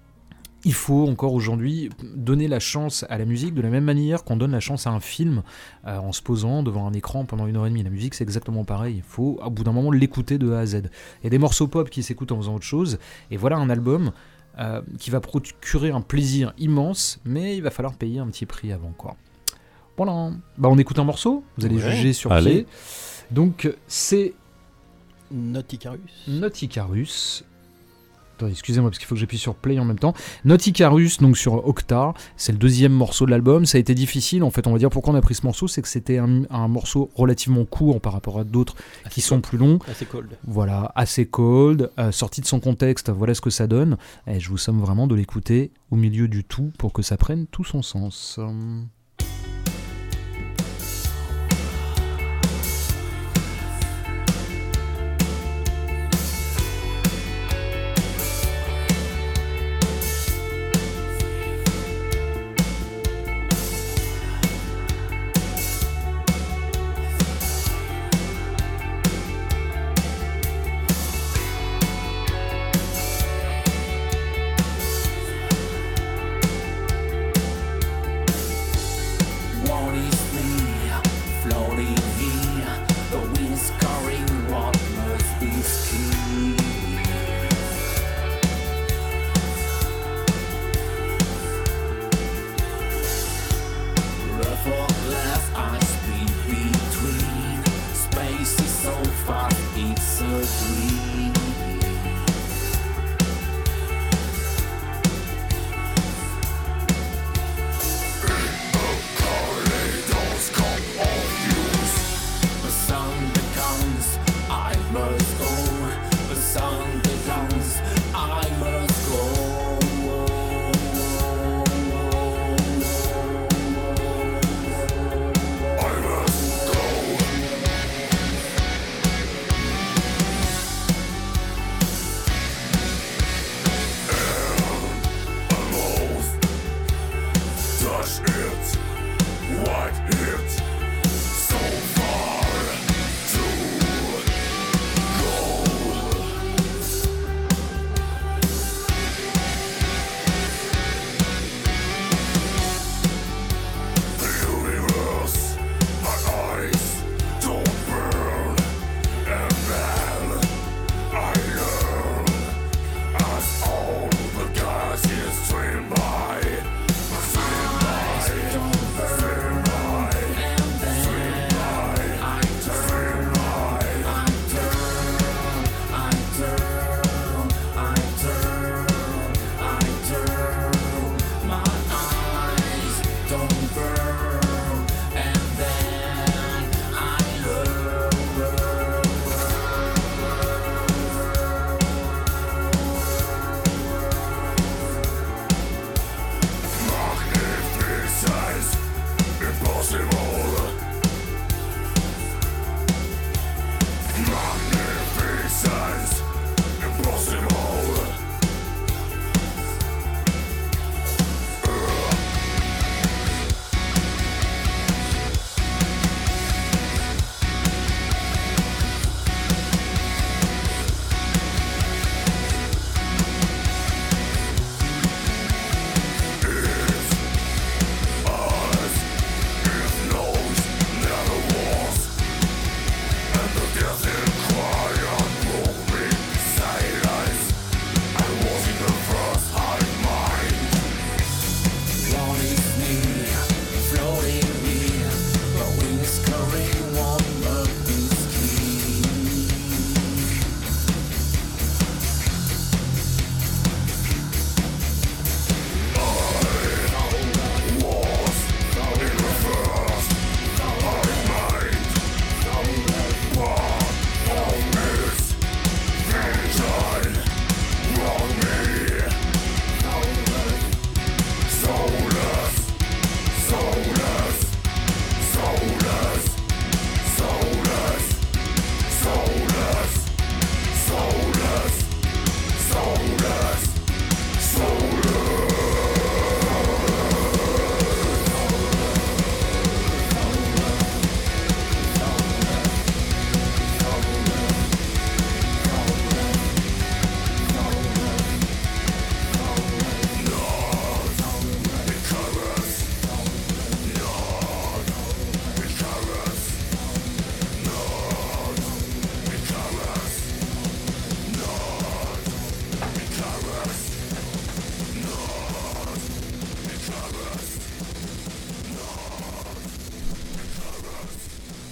Speaker 2: il faut encore aujourd'hui donner la chance à la musique de la même manière qu'on donne la chance à un film euh, en se posant devant un écran pendant une heure et demie. La musique c'est exactement pareil, il faut au bout d'un moment l'écouter de A à Z. Il y a des morceaux pop qui s'écoutent en faisant autre chose, et voilà un album euh, qui va procurer un plaisir immense, mais il va falloir payer un petit prix avant quoi. Voilà, bah on écoute un morceau, vous allez
Speaker 5: Ouais.
Speaker 2: juger sur
Speaker 4: Allez.
Speaker 2: pied. Donc c'est
Speaker 5: Nauticarus.
Speaker 2: Nauticarus. Attendez, excusez-moi parce qu'il faut que j'appuie sur play en même temps. Nauticarus, donc sur Octa, c'est le deuxième morceau de l'album. Ça a été difficile, en fait, on va dire pourquoi on a pris ce morceau, c'est que c'était un, un morceau relativement court par rapport à d'autres qui sont plus longs.
Speaker 5: Assez cold.
Speaker 2: Voilà, assez cold, euh, sorti de son contexte, voilà ce que ça donne. Et je vous somme vraiment de l'écouter au milieu du tout pour que ça prenne tout son sens.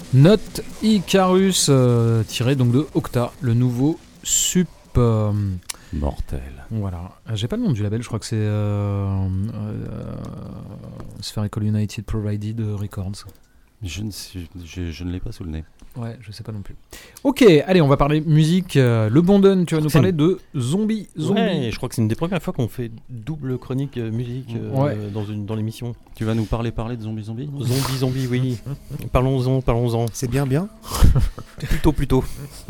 Speaker 2: Note Icarus, euh, tiré donc de Octa, le nouveau Sup. euh,
Speaker 4: Mortel.
Speaker 2: Voilà. Euh, J'ai pas le nom du label, je crois que c'est euh, euh, Spherical United Provided Records.
Speaker 4: Je ne, sais- je, je ne l'ai pas sous le nez.
Speaker 2: Ouais, je sais pas non plus. Ok, allez, on va parler musique. Euh, le Bondon, tu vas nous
Speaker 5: C'est
Speaker 2: parler de Zombie. Zombie.
Speaker 5: Ouais, je crois que c'est une des premières fois qu'on fait double chronique euh, musique euh,
Speaker 2: Ouais.
Speaker 5: dans, une, dans l'émission.
Speaker 4: Tu vas nous parler parler de Zombie Zombie non
Speaker 5: Zombie, zombie, oui. Parlons-en, parlons-en.
Speaker 3: C'est bien, bien.
Speaker 5: Plutôt, plutôt.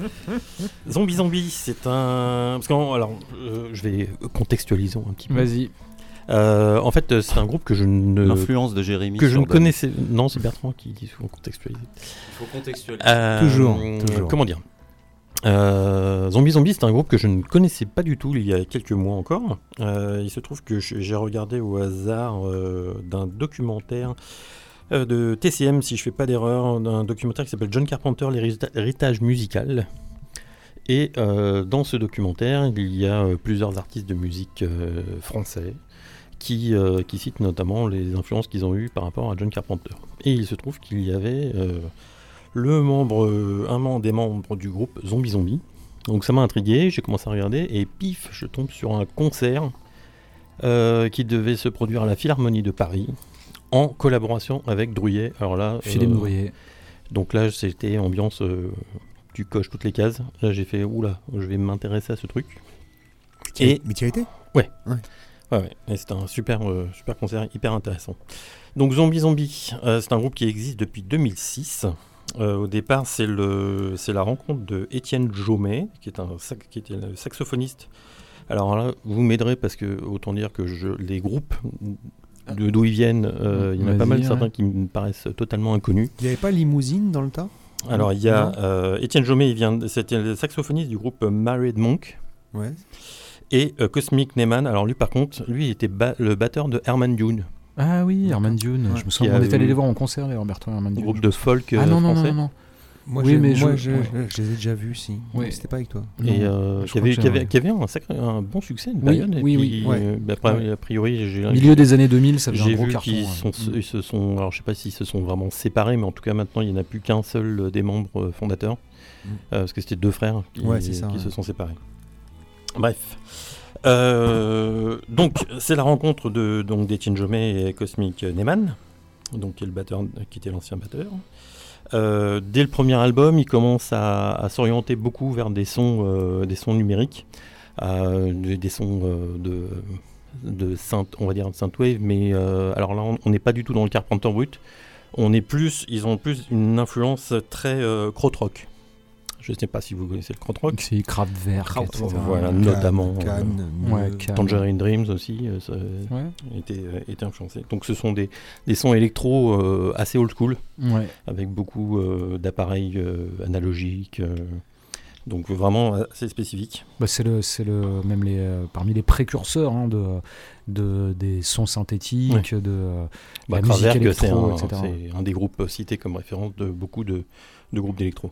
Speaker 5: Zombie, zombie, c'est un. Parce que, alors, euh, je vais contextualiser un petit peu.
Speaker 2: Vas-y.
Speaker 5: Euh, en fait, c'est un groupe que je ne.
Speaker 4: L'influence de Jérémy.
Speaker 5: que je
Speaker 4: sur
Speaker 5: ne
Speaker 4: Dan.
Speaker 5: connaissais. Non, c'est Bertrand qui dit faut contextualiser.
Speaker 4: Il faut contextualiser.
Speaker 5: Euh,
Speaker 3: Toujours, toujours.
Speaker 5: Comment dire euh, Zombie Zombie, c'est un groupe que je ne connaissais pas du tout il y a quelques mois encore. Euh, il se trouve que je- j'ai regardé au hasard euh, d'un documentaire euh, de T C M, si je fais pas d'erreur, d'un documentaire qui s'appelle John Carpenter, l'hérita- l'héritage musical. Et euh, dans ce documentaire, il y a euh, plusieurs artistes de musique euh, français qui, euh, qui citent notamment les influences qu'ils ont eues par rapport à John Carpenter. Et il se trouve qu'il y avait euh, le membre, euh, un membre des membres du groupe Zombie Zombie. Donc ça m'a intrigué, j'ai commencé à regarder et pif, je tombe sur un concert euh, qui devait se produire à la Philharmonie de Paris en collaboration avec Drouillet. Alors là,
Speaker 2: Philippe
Speaker 5: euh,
Speaker 2: Drouillet.
Speaker 5: donc là c'était ambiance, euh, tu coches toutes les cases. Là j'ai fait oula, je vais m'intéresser à ce truc. Et
Speaker 3: Mais tu y as été
Speaker 5: Ouais, ouais. Et c'était un super, euh, super concert, hyper intéressant. Donc Zombie Zombie, euh, c'est un groupe qui existe depuis deux mille six. Euh, au départ, c'est, le, c'est la rencontre de Étienne Jomet, qui, est un, sac- qui était le saxophoniste. Alors là, vous m'aiderez parce que, autant dire que je, les groupes, de, d'où ils viennent, euh, il y en a pas
Speaker 2: Vas-y,
Speaker 5: mal
Speaker 2: ouais.
Speaker 5: certains qui me paraissent totalement inconnus.
Speaker 3: Il n'y avait pas Limousine dans le tas
Speaker 5: Alors il y a
Speaker 3: Non.
Speaker 5: euh, Étienne Jomet, il vient, c'était le saxophoniste du groupe Married Monk.
Speaker 3: Ouais.
Speaker 5: Et euh, Cosmic Neyman, alors lui par contre, lui il était ba- le batteur de Herman Dune,
Speaker 2: Ah oui, Herman Dune.
Speaker 3: Ouais.
Speaker 2: Je me souviens,
Speaker 5: Qui
Speaker 2: on
Speaker 5: a
Speaker 2: est allé
Speaker 5: eu-
Speaker 2: les voir en concert, les Roberto et Herman
Speaker 5: un
Speaker 2: Dune.
Speaker 5: groupe de folk
Speaker 2: Ah
Speaker 5: euh,
Speaker 2: non, non,
Speaker 5: français.
Speaker 2: non, non.
Speaker 3: Moi,
Speaker 2: Oui,
Speaker 3: j'ai-
Speaker 2: mais
Speaker 3: moi,
Speaker 2: je-
Speaker 3: je,
Speaker 2: ouais.
Speaker 3: je- je les ai déjà vus, si.
Speaker 2: Oui.
Speaker 3: Mais c'était pas avec toi.
Speaker 5: Et
Speaker 2: Non,
Speaker 5: euh,
Speaker 2: je
Speaker 5: qui,
Speaker 2: crois
Speaker 5: avait,
Speaker 2: que
Speaker 5: qui, avait,
Speaker 2: j'ai-
Speaker 5: qui avait un, sacré, un bon succès, une
Speaker 2: Oui,
Speaker 5: période. et
Speaker 2: oui,
Speaker 5: puis,
Speaker 2: oui.
Speaker 5: euh, bah, après,
Speaker 2: Ouais.
Speaker 5: a priori, j'ai,
Speaker 2: Milieu des années deux mille, ça faisait
Speaker 5: j'ai
Speaker 2: un gros
Speaker 5: vu
Speaker 2: carton.
Speaker 5: qu'ils
Speaker 2: ouais.
Speaker 5: sont,
Speaker 2: Mm.
Speaker 5: ils se sont, alors je sais pas s'ils se sont vraiment séparés, mais en tout cas maintenant il n'y en a plus qu'un seul euh, des membres euh, fondateurs,
Speaker 3: Mm.
Speaker 5: euh, parce que c'était deux frères qui,
Speaker 3: Ouais, c'est ça,
Speaker 5: qui
Speaker 3: ouais.
Speaker 5: se sont séparés. Bref. Euh, donc c'est la rencontre de, donc, d'Étienne Jomet et Cosmic Neyman, donc, qui, est le batteur, qui était l'ancien batteur. Euh, dès le premier album, il commence à, à s'orienter beaucoup vers des sons, euh, des sons numériques, euh, des, des sons euh, de, de synth, on va dire synthwave, mais euh, alors là, on n'est pas du tout dans le Carpenter brut. On est plus, ils ont plus une influence très euh, krautrock. Je ne sais pas si vous connaissez le krautrock.
Speaker 2: C'est Kraftwerk, et cetera.
Speaker 5: Voilà,
Speaker 3: Cannes,
Speaker 5: notamment.
Speaker 3: Cannes,
Speaker 2: euh, ouais,
Speaker 3: Neu.
Speaker 2: Cannes.
Speaker 5: Tangerine Dreams aussi. euh, ça,
Speaker 2: Ouais.
Speaker 5: était, euh, était influencé. Donc ce sont des, des sons électro euh, assez old school,
Speaker 2: Ouais.
Speaker 5: avec beaucoup euh, d'appareils euh, analogiques. euh, donc vraiment assez spécifique.
Speaker 2: Bah, c'est le, c'est le, même les, euh, parmi les précurseurs hein, de, de, des sons synthétiques, de euh,
Speaker 5: Bah,
Speaker 2: la musique
Speaker 5: Kraftwerk, c'est
Speaker 2: électro,
Speaker 5: un,
Speaker 2: et cetera.
Speaker 5: c'est un des groupes cités comme référence de beaucoup de, de groupes d'électro.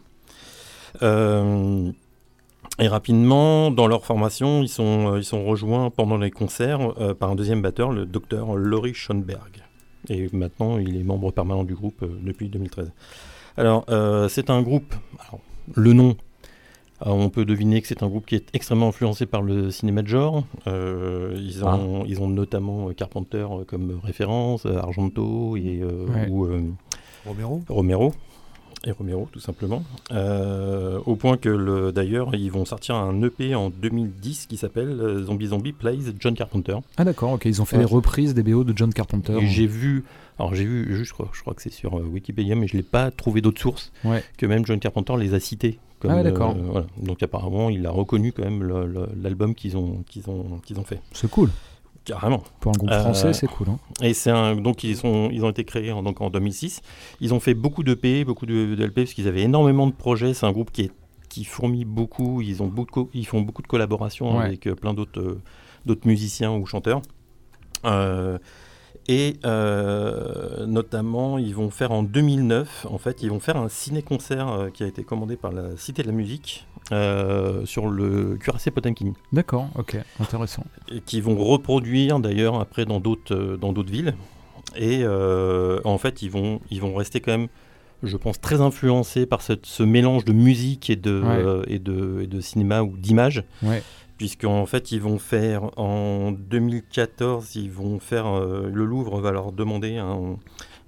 Speaker 5: Euh, et rapidement, dans leur formation, ils sont, euh, ils sont rejoints pendant les concerts euh, par un deuxième batteur, le docteur Laurie Schoenberg. Et maintenant, il est membre permanent du groupe euh, depuis deux mille treize. Alors, euh, c'est un groupe... Alors, le nom, euh, on peut deviner que c'est un groupe qui est extrêmement influencé par le cinéma de genre. Euh, ils, ont, ils ont notamment euh, Carpenter euh, comme référence, euh, Argento et, euh,
Speaker 2: Ouais.
Speaker 5: ou euh,
Speaker 3: Romero.
Speaker 5: Romero. Et Romero, tout simplement. Euh, au point que, le, d'ailleurs, ils vont sortir un E P en deux mille dix qui s'appelle euh, Zombie Zombie Plays John Carpenter.
Speaker 2: Ah d'accord, ok, ils ont fait
Speaker 5: Ouais.
Speaker 2: les reprises des B O de John Carpenter.
Speaker 5: Et j'ai vu, alors j'ai vu, juste, je crois, je crois que c'est sur euh, Wikipédia, mais je ne l'ai pas trouvé d'autres sources
Speaker 2: Ouais.
Speaker 5: que même John Carpenter les a cités. Comme,
Speaker 2: Ah ouais, d'accord.
Speaker 5: euh, voilà. Donc apparemment, il a reconnu quand même le- le- l'album qu'ils ont, qu'ils ont, qu'ils ont fait.
Speaker 2: C'est cool.
Speaker 5: Carrément.
Speaker 2: Pour un groupe
Speaker 5: Euh,
Speaker 2: français, c'est cool. Hein.
Speaker 5: Et c'est un, donc ils, sont, ils ont été créés en, donc en deux mille six. Ils ont fait beaucoup d'E P, beaucoup de, de L P, parce qu'ils avaient énormément de projets. C'est un groupe qui, est, qui fourmille beaucoup. Ils, ont beaucoup ils font beaucoup de collaborations
Speaker 2: Ouais.
Speaker 5: avec euh, plein d'autres, euh, d'autres musiciens ou chanteurs. Euh, et euh, notamment, ils vont faire en deux mille neuf, en fait, ils vont faire un ciné-concert euh, qui a été commandé par la Cité de la Musique euh, sur le Cuirassé Potemkin.
Speaker 2: D'accord, ok, intéressant.
Speaker 5: Et qui vont reproduire d'ailleurs après dans d'autres euh, dans d'autres villes. Et euh, en fait, ils vont ils vont rester quand même je pense, très influencé par cette, ce mélange de musique et de,
Speaker 2: Ouais.
Speaker 5: euh, et de, et de cinéma ou d'image.
Speaker 2: Ouais.
Speaker 5: Puisqu'en fait, ils vont faire, en deux mille quatorze, ils vont faire, euh, le Louvre va leur demander un,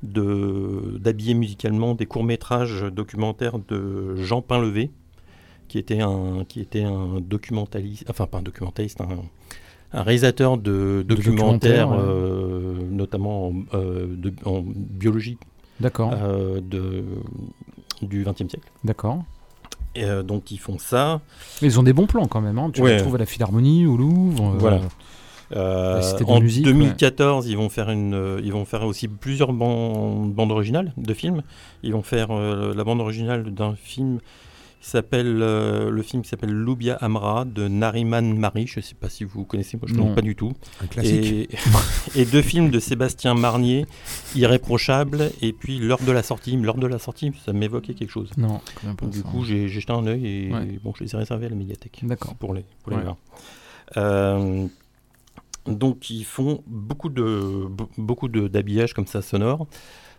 Speaker 5: de, d'habiller musicalement des courts-métrages documentaires de Jean Painlevé, qui était un, qui était un documentaliste, enfin pas un documentaliste, un, un réalisateur de,
Speaker 2: De
Speaker 5: documentaires,
Speaker 2: documentaires, ouais.
Speaker 5: euh, notamment en, euh, de, en biologie
Speaker 2: D'accord,
Speaker 5: euh, de, du vingtième siècle.
Speaker 2: d'accord.
Speaker 5: Et, euh, donc ils font ça.
Speaker 2: Mais ils ont des bons plans quand même, hein. Tu
Speaker 5: Ouais.
Speaker 2: les retrouves à la Philharmonie, au Louvre. euh,
Speaker 5: Voilà. Euh,
Speaker 2: La Cité de
Speaker 5: en
Speaker 2: musique,
Speaker 5: deux mille quatorze, ils vont faire une, euh, ils vont faire aussi plusieurs ban- bandes originales de films. Ils vont faire euh, la bande originale d'un film qui s'appelle euh, le film qui s'appelle Loubia Amra de Nariman Mari. Je ne sais pas si vous connaissez, moi je ne
Speaker 2: Non.
Speaker 5: connais pas du tout.
Speaker 3: Un classique.
Speaker 5: Et, et deux films de Sébastien Marnier, Irréprochable, et puis L'heure de la sortie. L'heure de la sortie, ça m'évoquait quelque chose.
Speaker 2: Non, quand même pas
Speaker 5: Du
Speaker 2: ça.
Speaker 5: coup, j'ai, j'ai jeté un œil et
Speaker 2: Ouais.
Speaker 5: bon, je les ai réservés à la médiathèque
Speaker 2: D'accord.
Speaker 5: pour les, pour les
Speaker 2: Ouais.
Speaker 5: voir. Euh, donc ils font beaucoup de be- beaucoup de, d'habillage comme ça sonore.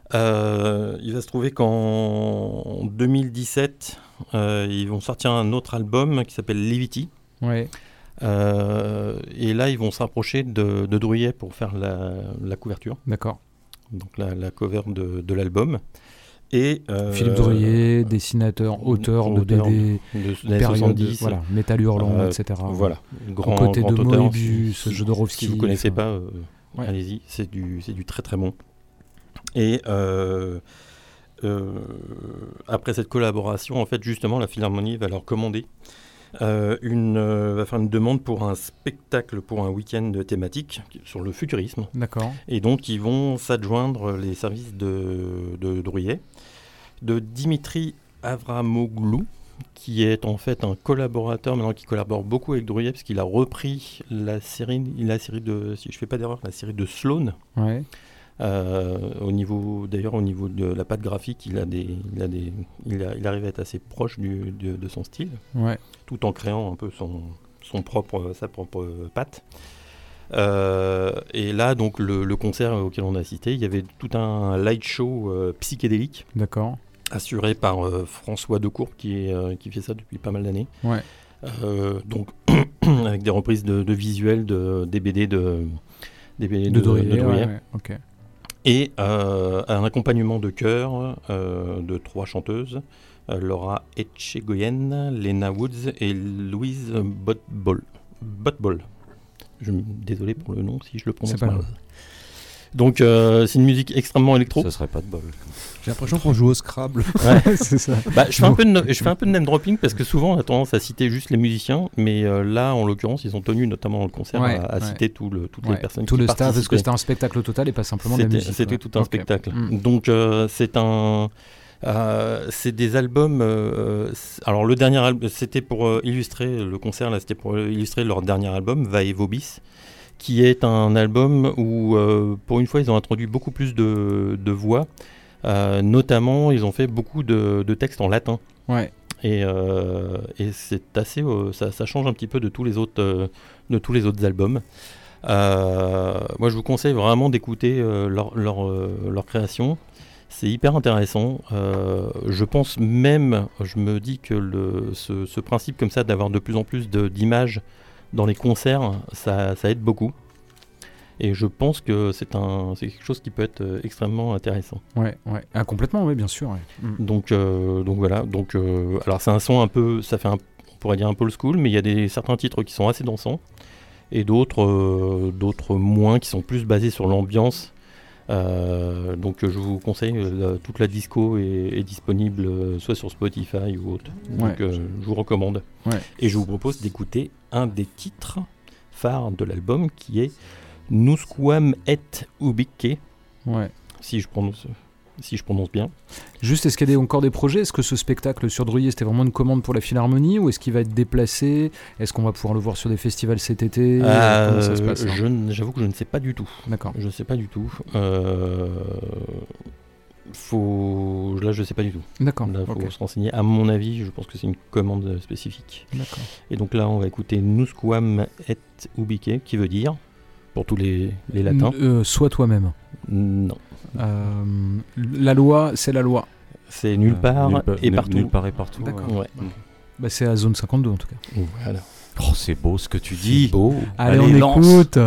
Speaker 5: Euh, il va se trouver qu'en deux mille dix-sept, euh, ils vont sortir un autre album qui s'appelle Levity.
Speaker 2: Ouais.
Speaker 5: Euh, et là, ils vont se rapprocher de, de Drouillet pour faire la, la couverture,
Speaker 2: D'accord.
Speaker 5: donc la, la cover de, de l'album. Et euh,
Speaker 2: Philippe Drouillet, dessinateur, auteur de
Speaker 5: auteur
Speaker 2: B D,
Speaker 5: de, des années
Speaker 2: période,
Speaker 5: soixante-dix.
Speaker 2: voilà, Métal Hurlant,
Speaker 5: Euh,
Speaker 2: et cetera.
Speaker 5: Voilà, grand,
Speaker 2: Aux côtés
Speaker 5: grand
Speaker 2: de
Speaker 5: auteur.
Speaker 2: Moebius,
Speaker 5: Si-
Speaker 2: Jodorowsky,
Speaker 5: Si vous ne connaissez
Speaker 2: enfin,
Speaker 5: pas, euh,
Speaker 2: ouais.
Speaker 5: allez-y, c'est du, c'est du très très bon. Et euh, euh, après cette collaboration, en fait, justement, la Philharmonie va leur commander euh, une, euh, va faire une demande pour un spectacle, pour un week-end thématique sur le futurisme.
Speaker 2: D'accord.
Speaker 5: Et donc, ils vont s'adjoindre les services de, de Drouillet, de Dimitri Avramoglou, qui est en fait un collaborateur maintenant qui collabore beaucoup avec Drouillet, parce qu'il a repris la série, la série de, si je ne fais pas d'erreur, la série de Sloan.
Speaker 2: Ouais.
Speaker 5: Euh, au niveau, d'ailleurs, au niveau de la patte graphique, il a des, il a des, il, a- il arrive à être assez proche du, de, de son style,
Speaker 2: Ouais.
Speaker 5: tout en créant un peu son, son propre, sa propre patte. Euh, et là, donc, le, le concert auquel on a assisté, il y avait tout un light show euh, psychédélique
Speaker 2: D'accord.
Speaker 5: assuré par euh, François Decourbe, qui, est, euh, qui fait ça depuis pas mal d'années.
Speaker 2: Ouais.
Speaker 5: Euh, donc, avec des reprises de, de visuels, de, des B D de, des B D
Speaker 2: De Drouillet.
Speaker 5: de Drouillet.
Speaker 2: ouais, ouais. Ok.
Speaker 5: Et euh, un accompagnement de chœur euh, de trois chanteuses, euh, Laura Etchegoyen, Lena Woods et Louise Botbol. Botbol. Je, désolé pour le nom si je le prononce
Speaker 2: C'est pas
Speaker 5: mal.
Speaker 2: grave.
Speaker 5: Donc euh, c'est une musique extrêmement électro.
Speaker 4: Ce serait pas de bol.
Speaker 3: J'ai l'impression qu'on joue au Scrabble.
Speaker 2: C'est ça.
Speaker 5: Bah, je, fais un peu de, no- je fais un peu de name dropping parce que souvent on a tendance à citer juste les musiciens, mais euh, là en l'occurrence ils ont tenu notamment dans le concert
Speaker 2: Ouais,
Speaker 5: à, à
Speaker 2: ouais.
Speaker 5: citer tout le, toutes
Speaker 2: Ouais.
Speaker 5: les personnes
Speaker 2: Tout
Speaker 5: qui
Speaker 2: le staff, parce que
Speaker 5: participaient.
Speaker 2: c'était un spectacle total et pas simplement de la
Speaker 5: C'était,
Speaker 2: musique.
Speaker 5: c'était
Speaker 2: ouais.
Speaker 5: tout un
Speaker 2: Ok.
Speaker 5: spectacle.
Speaker 2: Mm.
Speaker 5: Donc euh, c'est un, euh, c'est des albums. euh, c'est- alors le dernier album, c'était pour euh, illustrer le concert là, c'était pour euh, illustrer leur dernier album, Va et Vobis, qui est un album où euh, pour une fois ils ont introduit beaucoup plus de, de voix. Euh, notamment, ils ont fait beaucoup de, de textes en latin.
Speaker 2: Ouais.
Speaker 5: Et, euh, et c'est assez, euh, ça, ça change un petit peu de tous les autres, euh, de tous les autres albums. Euh, moi, je vous conseille vraiment d'écouter euh, leur, leur, euh, leur création. C'est hyper intéressant. Euh, je pense même, je me dis que le, ce, ce principe comme ça d'avoir de plus en plus de, d'images dans les concerts, ça, ça aide beaucoup. Et je pense que c'est, un, c'est quelque chose qui peut être euh, extrêmement intéressant.
Speaker 2: Ouais, ouais. Ah, complètement, oui, bien sûr. Ouais. Mm.
Speaker 5: Donc, euh, donc voilà. Donc, euh, alors c'est un son un peu, ça fait un, on pourrait dire un peu old school, mais il y a des certains titres qui sont assez dansants et d'autres, euh, d'autres moins qui sont plus basés sur l'ambiance. Euh, donc je vous conseille, euh, la- toute la disco est, est disponible euh, soit sur Spotify ou autre. Donc
Speaker 2: Ouais.
Speaker 5: euh, je vous recommande.
Speaker 2: Ouais.
Speaker 5: Et je vous propose d'écouter un des titres phares de l'album qui est Nusquam et Ubique,
Speaker 2: Ouais.
Speaker 5: si je prononce, si je prononce bien.
Speaker 2: Juste, est-ce qu'il y a des- encore des projets? Est-ce que ce spectacle sur Drouillet, c'était vraiment une commande pour la Philharmonie ou est-ce qu'il va être déplacé? Est-ce qu'on va pouvoir le voir sur des festivals cet été?
Speaker 5: Euh,
Speaker 2: Comment ça se passe hein
Speaker 5: je n- J'avoue que je ne sais pas du tout.
Speaker 2: D'accord.
Speaker 5: Je ne sais pas du tout. Euh, faut... Là, je ne sais pas du tout.
Speaker 2: D'accord.
Speaker 5: Là, il faut
Speaker 2: ok.
Speaker 5: se renseigner. À mon avis, je pense que c'est une commande spécifique.
Speaker 2: D'accord.
Speaker 5: Et donc là, on va écouter Nusquam et Ubique, qui veut dire, pour tous les, les latins,
Speaker 2: N- euh, sois toi-même.
Speaker 5: non.
Speaker 2: Euh, la loi, c'est la loi.
Speaker 5: C'est nulle part
Speaker 4: nulle, pa-
Speaker 5: et
Speaker 4: nulle-
Speaker 5: partout.
Speaker 4: Nulle part et partout.
Speaker 2: D'accord.
Speaker 4: ouais.
Speaker 5: Ouais.
Speaker 2: Bah, c'est à zone cinquante-deux en tout cas.
Speaker 5: Voilà.
Speaker 4: Oh, c'est beau ce que tu dis.
Speaker 5: Beau.
Speaker 2: Allez,
Speaker 4: Allez,
Speaker 2: on
Speaker 4: lance.
Speaker 2: écoute.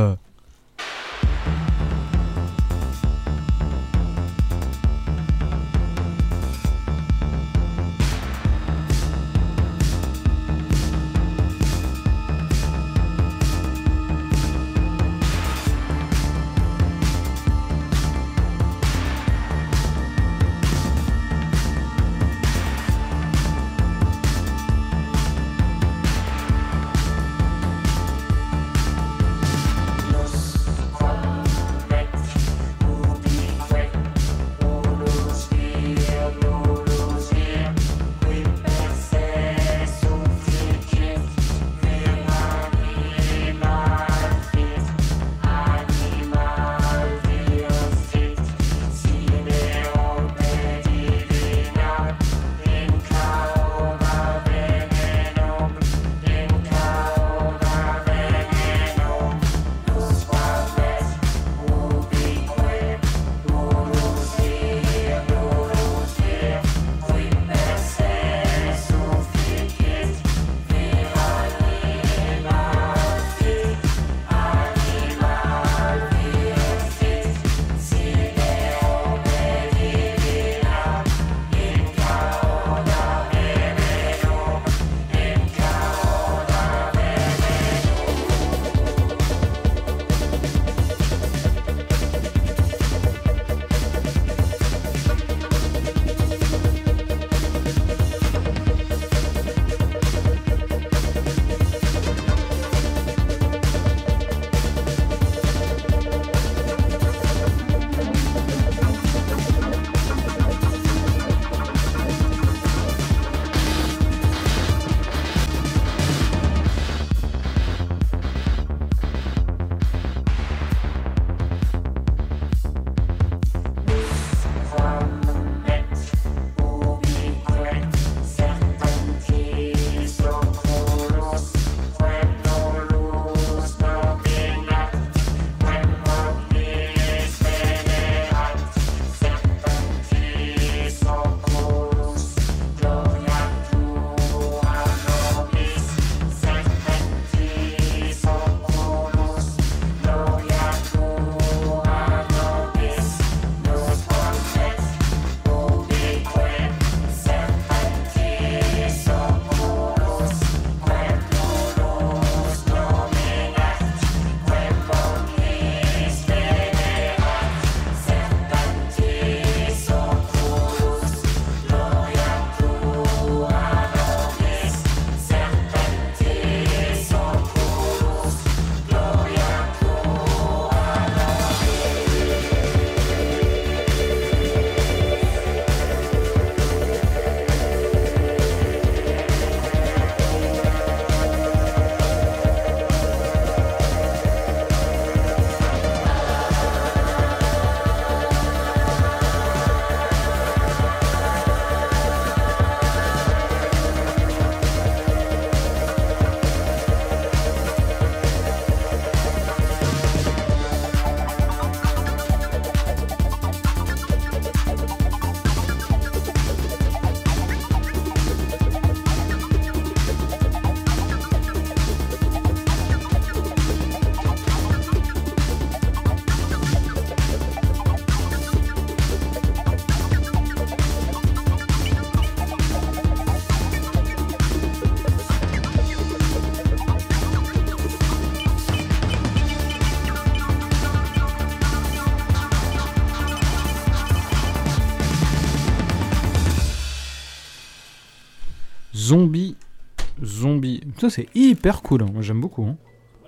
Speaker 2: Zombie. Zombie. Ça, c'est hyper cool. Hein. Moi, j'aime beaucoup. Hein.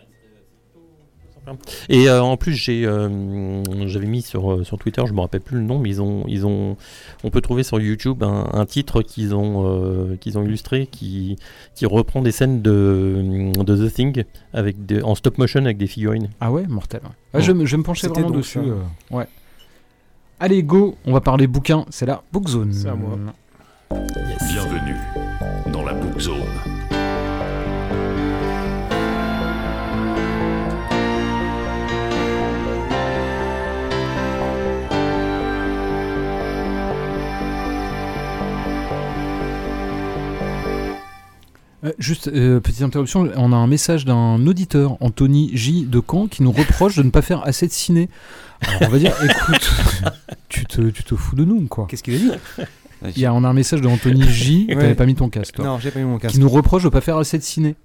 Speaker 5: Et euh, en plus, j'ai, euh, j'avais mis sur, sur Twitter, je me rappelle plus le nom, mais ils ont, ils ont, on peut trouver sur YouTube un, un titre qu'ils ont, euh, qu'ils ont illustré qui, qui reprend des scènes de, de The Thing avec des, en stop motion avec des figurines.
Speaker 2: Ah ouais, mortel. Ouais. Ah, je, je vais me pencher
Speaker 6: C'était
Speaker 2: vraiment
Speaker 6: donc
Speaker 2: dessus.
Speaker 6: ça.
Speaker 2: euh, ouais. Allez, go, on va parler bouquin. C'est la Book Zone.
Speaker 6: C'est à moi.
Speaker 5: Yes.
Speaker 1: Bienvenue dans la Book Zone.
Speaker 2: Euh, juste, euh, petite interruption, on a un message d'un auditeur, Anthony J. de Caen, qui nous reproche de ne pas faire assez de ciné. Alors on va dire, écoute, tu te, tu te fous de nous, quoi.
Speaker 3: Qu'est-ce qu'il a dit?
Speaker 2: Il y a, on a un message de Anthony J,
Speaker 3: Ouais.
Speaker 2: t'avais pas mis ton casque, toi,
Speaker 3: Non, j'ai pas mis mon casque.
Speaker 2: qui nous reproche de pas faire assez de ciné.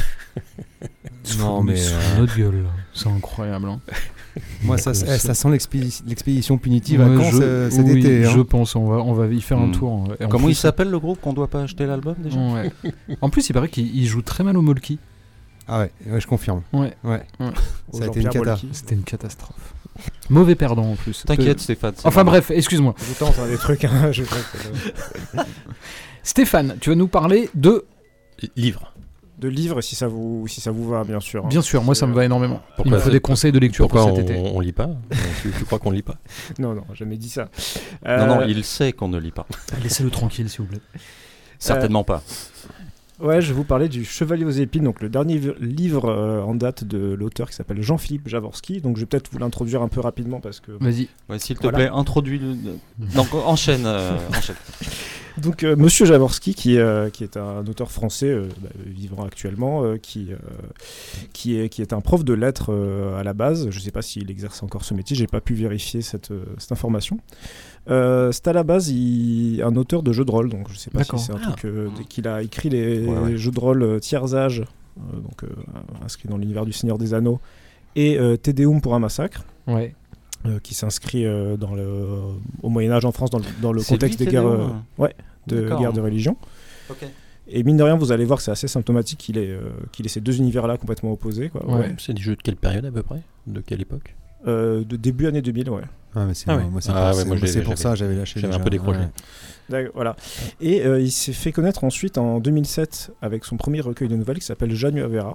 Speaker 3: Non, mais,
Speaker 2: sur
Speaker 3: euh,
Speaker 2: notre gueule, là. C'est incroyable. Hein.
Speaker 3: Moi, ça,
Speaker 2: Donc,
Speaker 3: eh,
Speaker 2: euh,
Speaker 3: ça sent l'expédi- l'expédition punitive à
Speaker 2: Ouais,
Speaker 3: Caen
Speaker 2: je-
Speaker 3: ce- cet
Speaker 2: oui,
Speaker 3: été. hein.
Speaker 2: je pense, on va, on va y faire un
Speaker 4: Hmm.
Speaker 2: tour. Et en
Speaker 4: Comment
Speaker 2: plus,
Speaker 4: il s'appelle le groupe qu'on doit pas acheter l'album déjà?
Speaker 2: Ouais. En plus, il paraît qu'il il joue très mal au molki.
Speaker 3: Ah ouais, ouais, je confirme.
Speaker 2: Ouais.
Speaker 3: Ouais.
Speaker 6: Au
Speaker 3: Ça a été une
Speaker 6: Jean-Pierre
Speaker 3: cata.
Speaker 6: Molki.
Speaker 2: C'était une catastrophe. Mauvais perdant en plus.
Speaker 4: T'inquiète
Speaker 2: Euh,
Speaker 4: Stéphane. c'est
Speaker 2: Enfin
Speaker 4: normal.
Speaker 2: bref, excuse-moi.
Speaker 6: Je tente hein, des trucs. Hein, je crois que, euh,
Speaker 2: Stéphane, tu vas nous parler de...
Speaker 5: Livre.
Speaker 6: de livres, si ça vous, si ça vous va, bien sûr. hein.
Speaker 2: Bien sûr, moi ça me va énormément. Il
Speaker 5: Pourquoi
Speaker 2: me faut
Speaker 5: c'est-
Speaker 2: des conseils de lecture
Speaker 5: Pourquoi
Speaker 2: pour cet
Speaker 5: on,
Speaker 2: été.
Speaker 5: on lit pas tu, tu crois qu'on lit pas?
Speaker 6: Non, non, jamais dit ça.
Speaker 4: Non, non,
Speaker 6: Euh,
Speaker 4: il sait qu'on ne lit pas.
Speaker 2: Laissez-le tranquille, s'il vous plaît.
Speaker 4: Certainement pas.
Speaker 6: Ouais, je vais vous parler du Chevalier aux épines, donc le dernier vi- livre euh, en date de l'auteur qui s'appelle Jean-Philippe Javorski. Donc je vais peut-être vous l'introduire un peu rapidement parce que.
Speaker 2: Vas-y.
Speaker 4: Ouais, S'il te
Speaker 6: Voilà.
Speaker 4: plaît, introduis le. Donc enchaîne. euh, enchaîne.
Speaker 6: Donc euh, Monsieur Javorski, qui, euh, qui est un auteur français euh, bah, vivant actuellement, euh, qui, euh, qui, est, qui est un prof de lettres euh, à la base. Je ne sais pas s'il exerce encore ce métier, j'ai pas pu vérifier cette, euh, cette information. Euh, c'est à la base il, un auteur de jeux de rôle, donc je ne sais pas si
Speaker 2: D'accord.
Speaker 6: c'est un
Speaker 5: Ah.
Speaker 6: truc euh, qu'il a écrit les,
Speaker 4: Ouais, ouais.
Speaker 6: les jeux de rôle euh, tiers âge, euh, donc euh, inscrits dans l'univers du Seigneur des Anneaux, et euh, Te Deum pour un massacre.
Speaker 2: Ouais.
Speaker 6: euh, qui s'inscrit euh, dans le, au Moyen-Âge en France dans le, dans le
Speaker 4: C'est
Speaker 6: contexte
Speaker 4: lui,
Speaker 6: des guerres,
Speaker 4: Théo,
Speaker 6: euh,
Speaker 4: hein
Speaker 6: ouais, de
Speaker 4: D'accord.
Speaker 6: guerre de religion.
Speaker 4: Ok.
Speaker 6: Et mine de rien, vous allez voir que c'est assez symptomatique qu'il ait, euh, qu'il ait ces deux univers-là complètement opposés. Quoi,
Speaker 2: Ouais.
Speaker 6: ouais.
Speaker 5: C'est des jeux de quelle période à peu près? De quelle époque?
Speaker 6: Euh, de début année deux mille, ouais.
Speaker 3: Ah, mais c'est
Speaker 5: Ah
Speaker 3: moi,
Speaker 5: ouais.
Speaker 3: moi, c'est
Speaker 5: Ah
Speaker 3: pour,
Speaker 5: ouais,
Speaker 3: c'est-
Speaker 5: moi, j'ai-
Speaker 3: c'est pour
Speaker 5: j'avais-
Speaker 3: ça j'avais lâché.
Speaker 5: j'avais
Speaker 3: déjà.
Speaker 5: un peu décroché.
Speaker 3: Ouais.
Speaker 6: D'accord, voilà. Et euh, il s'est fait connaître ensuite en deux mille sept avec son premier recueil de nouvelles qui s'appelle Januavera,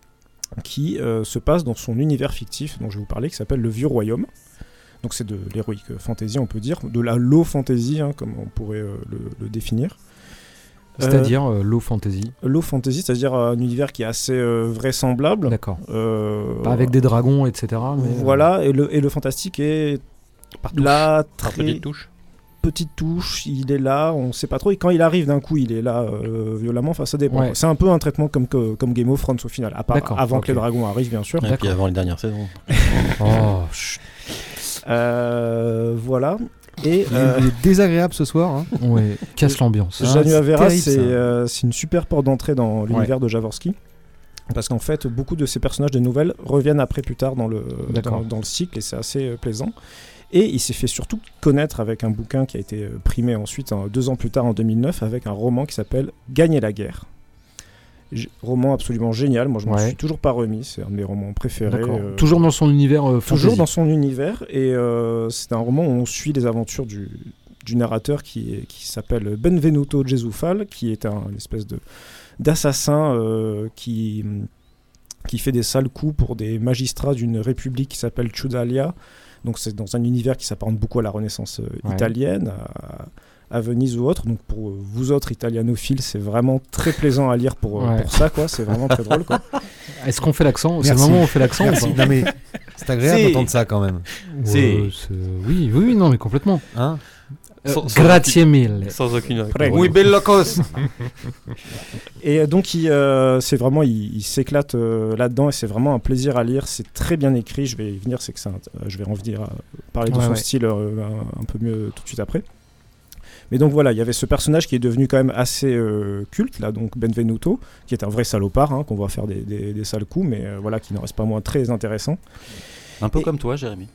Speaker 6: qui euh, se passe dans son univers fictif dont je vais vous parler, qui s'appelle Le Vieux Royaume. Donc c'est de l'héroïque fantasy, on peut dire, de la low fantasy, hein, comme on pourrait euh, le, le définir.
Speaker 2: C'est-à-dire euh, low fantasy.
Speaker 6: Low fantasy, c'est-à-dire un univers qui est assez euh, vraisemblable.
Speaker 2: D'accord.
Speaker 6: Euh,
Speaker 2: Pas avec des dragons, et cetera. Mais, euh,
Speaker 6: Voilà, et le, et le fantastique est
Speaker 5: Par touche.
Speaker 6: là,
Speaker 5: Par
Speaker 6: très
Speaker 5: petite touche.
Speaker 6: petite touche, il est là, on sait pas trop, et quand il arrive d'un coup, il est là euh, violemment, enfin ça dépend.
Speaker 2: Ouais.
Speaker 6: C'est un peu un traitement comme, que- comme Game of Thrones au final, à part
Speaker 2: D'accord,
Speaker 6: avant
Speaker 2: ok.
Speaker 6: que les dragons arrivent, bien sûr.
Speaker 5: Et puis
Speaker 2: D'accord.
Speaker 5: avant les dernières saisons.
Speaker 2: Oh, chut.
Speaker 6: Euh, voilà. Et
Speaker 3: Il est-
Speaker 6: euh,
Speaker 3: il est désagréable ce soir. hein.
Speaker 2: Ouais, casse l'ambiance.
Speaker 3: Ah,
Speaker 6: Januavera,
Speaker 3: c'est
Speaker 6: c'est
Speaker 3: terrible, ça.
Speaker 6: euh, c'est une super porte d'entrée dans l'univers de Javorski. Parce qu'en fait, beaucoup de ces personnages des nouvelles reviennent après plus tard dans le,
Speaker 2: D'accord.
Speaker 6: dans, dans le cycle et c'est assez euh, plaisant. Et il s'est fait surtout connaître avec un bouquin qui a été euh, primé ensuite, hein, deux ans plus tard en deux mille neuf, avec un roman qui s'appelle Gagner la guerre. G- roman absolument génial, moi je m'en
Speaker 2: Ouais.
Speaker 6: suis toujours pas remis, c'est un de mes romans préférés.
Speaker 2: D'accord.
Speaker 6: euh,
Speaker 2: Toujours dans son univers euh, fantasy.
Speaker 6: Toujours dans son univers, et euh, c'est un roman où on suit les aventures du, du narrateur qui, est- qui s'appelle Benvenuto Gesufal, qui est un une espèce de d'assassin euh, qui, qui fait des sales coups pour des magistrats d'une république qui s'appelle Ciudalia. Donc c'est dans un univers qui s'apparente beaucoup à la Renaissance euh,
Speaker 2: Ouais.
Speaker 6: italienne, à, à Venise ou autre. Donc pour euh, vous autres italianophiles, c'est vraiment très plaisant à lire pour, euh,
Speaker 2: Ouais.
Speaker 6: pour ça, quoi. C'est vraiment très drôle, quoi.
Speaker 2: Est-ce qu'on fait l'accent? C'est le
Speaker 3: Merci.
Speaker 2: moment où on fait l'accent ou
Speaker 3: Merci.
Speaker 2: pas
Speaker 3: Non, mais c'est agréable
Speaker 6: Si.
Speaker 3: d'entendre ça quand même.
Speaker 2: Ouais, c'est- oui, oui, oui, non, mais complètement.
Speaker 3: Hein
Speaker 2: Euh,
Speaker 5: Sans- sans
Speaker 2: grazie mille.
Speaker 5: Sans aucune.
Speaker 6: Prego.
Speaker 4: Oui, bello cos.
Speaker 6: Et euh, donc, il, euh, c'est vraiment, il, il s'éclate euh, là-dedans et c'est vraiment un plaisir à lire. C'est très bien écrit. Je vais y venir, c'est que c'est un- euh, je vais en venir à parler de
Speaker 2: Ouais,
Speaker 6: son
Speaker 2: ouais.
Speaker 6: style euh, un, un peu mieux tout de suite après. Mais donc voilà, il y avait ce personnage qui est devenu quand même assez euh, culte, là, donc Benvenuto, qui est un vrai salopard, hein, qu'on voit faire des, des, des sales coups, mais euh, voilà, qui n'en reste pas moins très intéressant.
Speaker 4: Un peu
Speaker 6: Et-
Speaker 4: comme toi, Jérémy.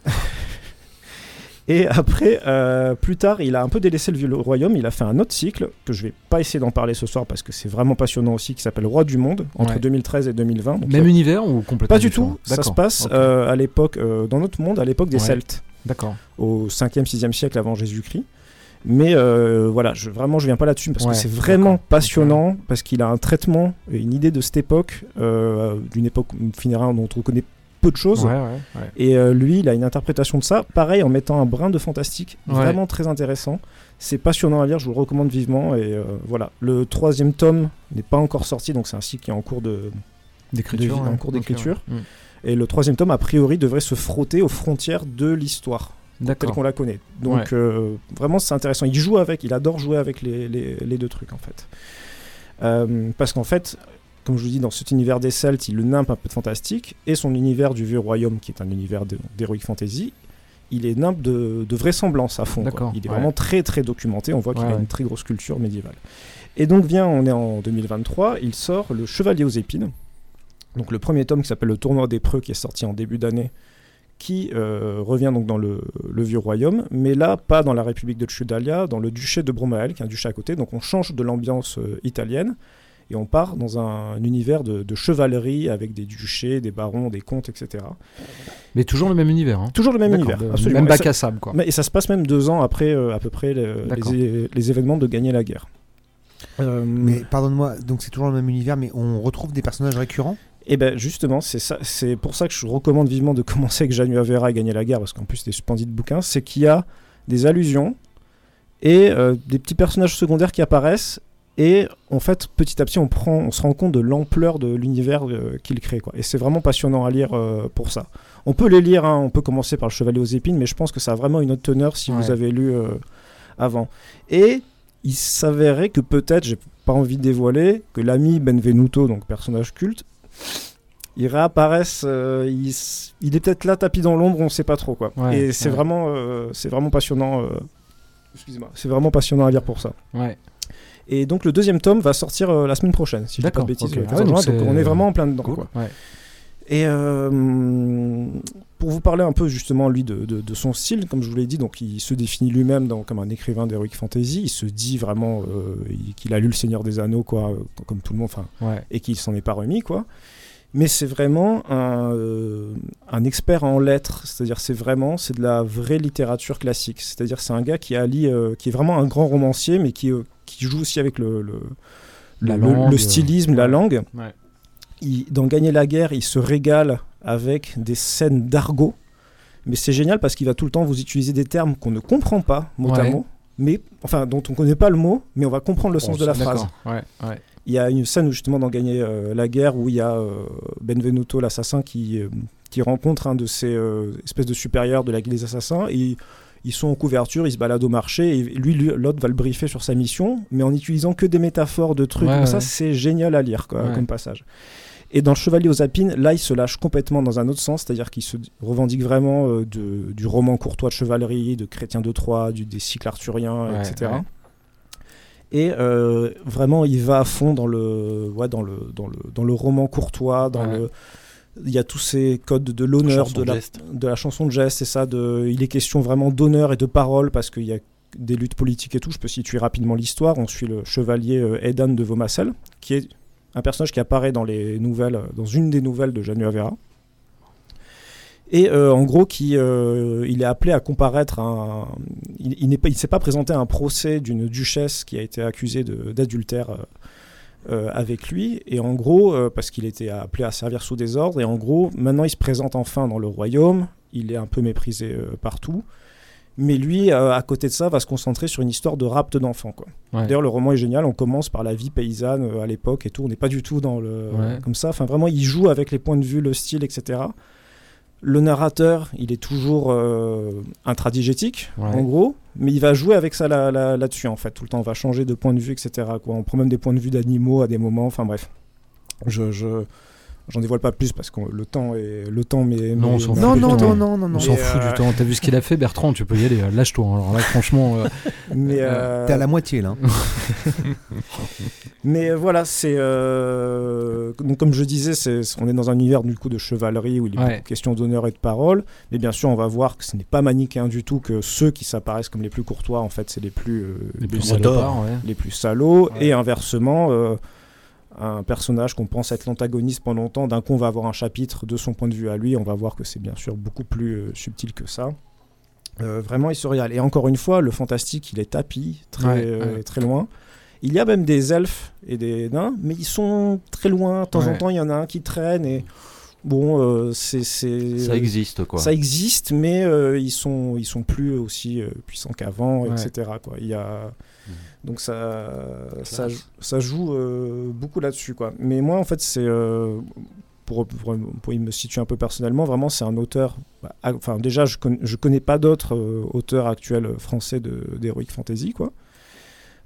Speaker 6: Et après, euh, plus tard, il a un peu délaissé le vieux royaume. Il a fait un autre cycle que je vais pas essayer d'en parler ce soir parce que c'est vraiment passionnant aussi, qui s'appelle Roi du Monde entre
Speaker 2: Ouais.
Speaker 6: deux mille treize et deux mille vingt. Donc,
Speaker 2: Même
Speaker 6: euh,
Speaker 2: univers ou complètement
Speaker 6: pas du
Speaker 2: différent
Speaker 6: tout. Ça
Speaker 2: D'accord.
Speaker 6: se passe
Speaker 2: Ok.
Speaker 6: euh, à l'époque, euh, dans notre monde, à l'époque des
Speaker 2: Ouais.
Speaker 6: Celtes,
Speaker 2: D'accord.
Speaker 6: au cinquième, sixième siècle avant Jésus-Christ. Mais euh, voilà, je, vraiment, je viens pas là-dessus parce
Speaker 2: Ouais,
Speaker 6: que c'est vraiment
Speaker 2: d'accord.
Speaker 6: passionnant, parce qu'il a un traitement et une idée de cette époque, euh, d'une époque finira dont on connaît peu de choses.
Speaker 2: Ouais, ouais, ouais.
Speaker 6: Et euh, lui, il a une interprétation de ça, pareil, en mettant un brin de fantastique,
Speaker 2: Ouais.
Speaker 6: vraiment très intéressant. C'est passionnant à lire, je vous le recommande vivement. Et euh, voilà, le troisième tome n'est pas encore sorti, donc c'est un cycle qui est en cours de,
Speaker 2: D'écriture.
Speaker 6: de-
Speaker 2: ouais.
Speaker 6: en cours
Speaker 2: Ok,
Speaker 6: d'écriture.
Speaker 2: ouais. Mm.
Speaker 6: Et le troisième tome, a priori, devrait se frotter aux frontières de l'histoire, telle
Speaker 2: D'accord.
Speaker 6: qu'on la connaît. Donc
Speaker 2: Ouais.
Speaker 6: euh, vraiment, c'est intéressant. Il joue avec, il adore jouer avec les, les, les deux trucs, en fait. Euh, parce qu'en fait, comme je vous dis, dans cet univers des Celtes, il le nimpe un peu de fantastique, et son univers du Vieux Royaume, qui est un univers d'Heroic Fantasy, il est nimpe de, de vraisemblance à fond. Quoi. Il est ouais. vraiment très très documenté, on voit qu'il ouais, a une très grosse culture médiévale. Et donc vient, on est en deux mille vingt-trois, il sort Le Chevalier aux épines, donc le premier tome qui s'appelle Le Tournoi des Preux, qui est sorti en début d'année, qui euh, revient donc dans le, le Vieux Royaume, mais là, pas dans la République de Tchudalia, dans le duché de Bromael, qui est un duché à côté, donc on change de l'ambiance euh, italienne, et on part dans un, un univers de, de chevalerie, avec des duchés, des barons, des comtes, et cetera.
Speaker 2: Mais toujours le même univers. Hein.
Speaker 6: Toujours le même univers,
Speaker 2: de,
Speaker 6: absolument.
Speaker 2: Même bac à sable, quoi.
Speaker 6: Mais, et ça se passe même deux ans après, euh, à peu près, le, les, les événements de Gagner la guerre.
Speaker 3: Euh, mais pardonne-moi, donc c'est toujours le même univers, mais on retrouve des personnages récurrents ?
Speaker 6: Et bien justement, c'est, ça, c'est pour ça que je recommande vivement de commencer avec Januavera et Gagner la guerre, parce qu'en plus c'est des splendides bouquins, c'est qu'il y a des allusions et euh, des petits personnages secondaires qui apparaissent, et en fait petit à petit on, prend, on se rend compte de l'ampleur de l'univers euh, qu'il crée, quoi. Et c'est vraiment passionnant à lire euh, pour ça. On peut les lire, hein, on peut commencer par Le Chevalier aux épines, mais je pense que ça a vraiment une autre teneur si ouais. vous avez lu euh, avant. Et il s'avérait que peut-être, j'ai pas envie de dévoiler, que l'ami Benvenuto, donc personnage culte, il réapparaisse, euh, il, il est peut-être là tapis dans l'ombre, on sait pas trop quoi. Ouais, et c'est ouais. vraiment, euh, c'est vraiment passionnant. Euh, excusez-moi, c'est vraiment passionnant à lire pour ça.
Speaker 2: Ouais.
Speaker 6: Et donc le deuxième tome va sortir euh, la semaine prochaine, si je dis pas de bêtises. Okay. Ah ouais, donc, donc on est vraiment en plein dedans.
Speaker 2: Cool.
Speaker 6: Quoi.
Speaker 2: Ouais.
Speaker 6: Et euh, pour vous parler un peu justement lui de, de, de son style, comme je vous l'ai dit, donc il se définit lui-même dans, comme un écrivain d'Heroic Fantasy. Il se dit vraiment euh, qu'il a lu Le Seigneur des Anneaux, quoi, comme tout le monde, ouais. et qu'il s'en est pas remis, quoi. Mais c'est vraiment un, euh, un expert en lettres, c'est-à-dire c'est vraiment c'est de la vraie littérature classique. C'est-à-dire c'est un gars qui a li, euh, qui est vraiment un grand romancier, mais qui euh, qui joue aussi avec le le,
Speaker 2: la
Speaker 6: le,
Speaker 2: langue,
Speaker 6: le stylisme,
Speaker 2: ouais.
Speaker 6: la langue.
Speaker 2: Ouais.
Speaker 6: Il, dans Gagner la guerre, il se régale avec des scènes d'argot, mais c'est génial parce qu'il va tout le temps vous utiliser des termes qu'on ne comprend pas mot ouais. à mot, mais enfin dont on ne connaît pas le mot, mais on va comprendre le sens on de la phrase.
Speaker 2: Ouais, ouais.
Speaker 6: Il y a une scène où, justement dans Gagner euh, la guerre où il y a euh, Benvenuto l'assassin qui, euh, qui rencontre un de ces euh, espèces de supérieurs de la guilde des assassins, et ils sont en couverture, ils se baladent au marché, et lui, lui l'autre va le briefer sur sa mission, mais en utilisant que des métaphores de trucs ouais, comme ouais. ça, c'est génial à lire quoi, ouais. comme passage. Et dans Le Chevalier aux épines, là il se lâche complètement dans un autre sens, c'est-à-dire qu'il se revendique vraiment euh, de, du roman courtois de chevalerie, de Chrétien de Troyes, du, des cycles arthuriens, ouais, et cetera. Ouais. Et euh, vraiment, il va à fond dans le, ouais, dans le, dans le, dans le roman courtois, dans ouais. le... Il y a tous ces codes de l'honneur, de la, de la chanson de geste, c'est ça. De, il est question vraiment d'honneur et de parole, parce qu'il y a des luttes politiques et tout. Je peux situer rapidement l'histoire. On suit le chevalier euh, Aidan de Vaumassel, qui est un personnage qui apparaît dans les nouvelles, dans une des nouvelles de Januavera. Et euh, en gros, qui, euh, il est appelé à comparaître à un... Il, il, n'est pas, il ne s'est pas présenté à un procès d'une duchesse qui a été accusée de, d'adultère euh, euh, avec lui. Et en gros, euh, parce qu'il était appelé à servir sous des ordres. Et en gros, maintenant, il se présente enfin dans le royaume. Il est un peu méprisé euh, partout. Mais lui, euh, à côté de ça, va se concentrer sur une histoire de rapt d'enfants, quoi. Ouais. D'ailleurs, le roman est génial. On commence par la vie paysanne euh, à l'époque et tout. On n'est pas du tout dans le... Ouais. Comme ça. Enfin, vraiment, il joue avec les points de vue, le style, et cetera. Le narrateur, il est toujours euh, intradigétique, ouais. en gros, mais il va jouer avec ça là, là, là-dessus, en fait. Tout le temps, on va changer de point de vue, et cetera, quoi. On prend même des points de vue d'animaux à des moments, enfin bref. Je, je, j'en dévoile pas plus parce que le temps est... Le temps mais,
Speaker 2: non,
Speaker 6: mais,
Speaker 2: on s'en fout
Speaker 3: non,
Speaker 2: du
Speaker 3: non,
Speaker 2: temps.
Speaker 3: Non, non, non,
Speaker 2: on s'en fout euh... du temps. T'as vu ce qu'il a fait, Bertrand, tu peux y aller, lâche-toi. Hein. Alors là, franchement... Euh...
Speaker 6: mais euh...
Speaker 3: T'es à la moitié, là.
Speaker 6: Mais voilà, c'est... Euh... Donc, comme je disais, c'est... on est dans un univers du coup de chevalerie où il est ouais. beaucoup question d'honneur et de parole. Mais bien sûr, on va voir que ce n'est pas manichéen du tout, que ceux qui s'apparaissent comme les plus courtois, en fait, c'est les plus... Euh,
Speaker 2: les, plus salopards, ouais.
Speaker 6: les plus salauds. Ouais. Et inversement... Euh, un personnage qu'on pense être l'antagoniste pendant longtemps, d'un coup on va avoir un chapitre de son point de vue à lui, on va voir que c'est bien sûr beaucoup plus euh, subtil que ça. Euh, vraiment il se régale. Et encore une fois, le fantastique il est tapis très, ouais, euh, ouais. très loin. Il y a même des elfes et des nains, mais ils sont très loin. De temps ouais. en temps il y en a un qui traîne et bon, euh, c'est, c'est
Speaker 4: ça existe quoi.
Speaker 6: Ça existe, mais euh, ils sont ils sont plus aussi euh, puissants qu'avant,
Speaker 2: ouais.
Speaker 6: et cetera quoi. Il y a Donc ça, ça, ça joue euh, beaucoup là-dessus, quoi. Mais moi, en fait, c'est euh, pour, pour, pour me situer un peu personnellement, vraiment, c'est un auteur. Bah, enfin, déjà, je connais, je connais pas d'autres euh, auteurs actuels français de d'Heroic Fantasy, quoi.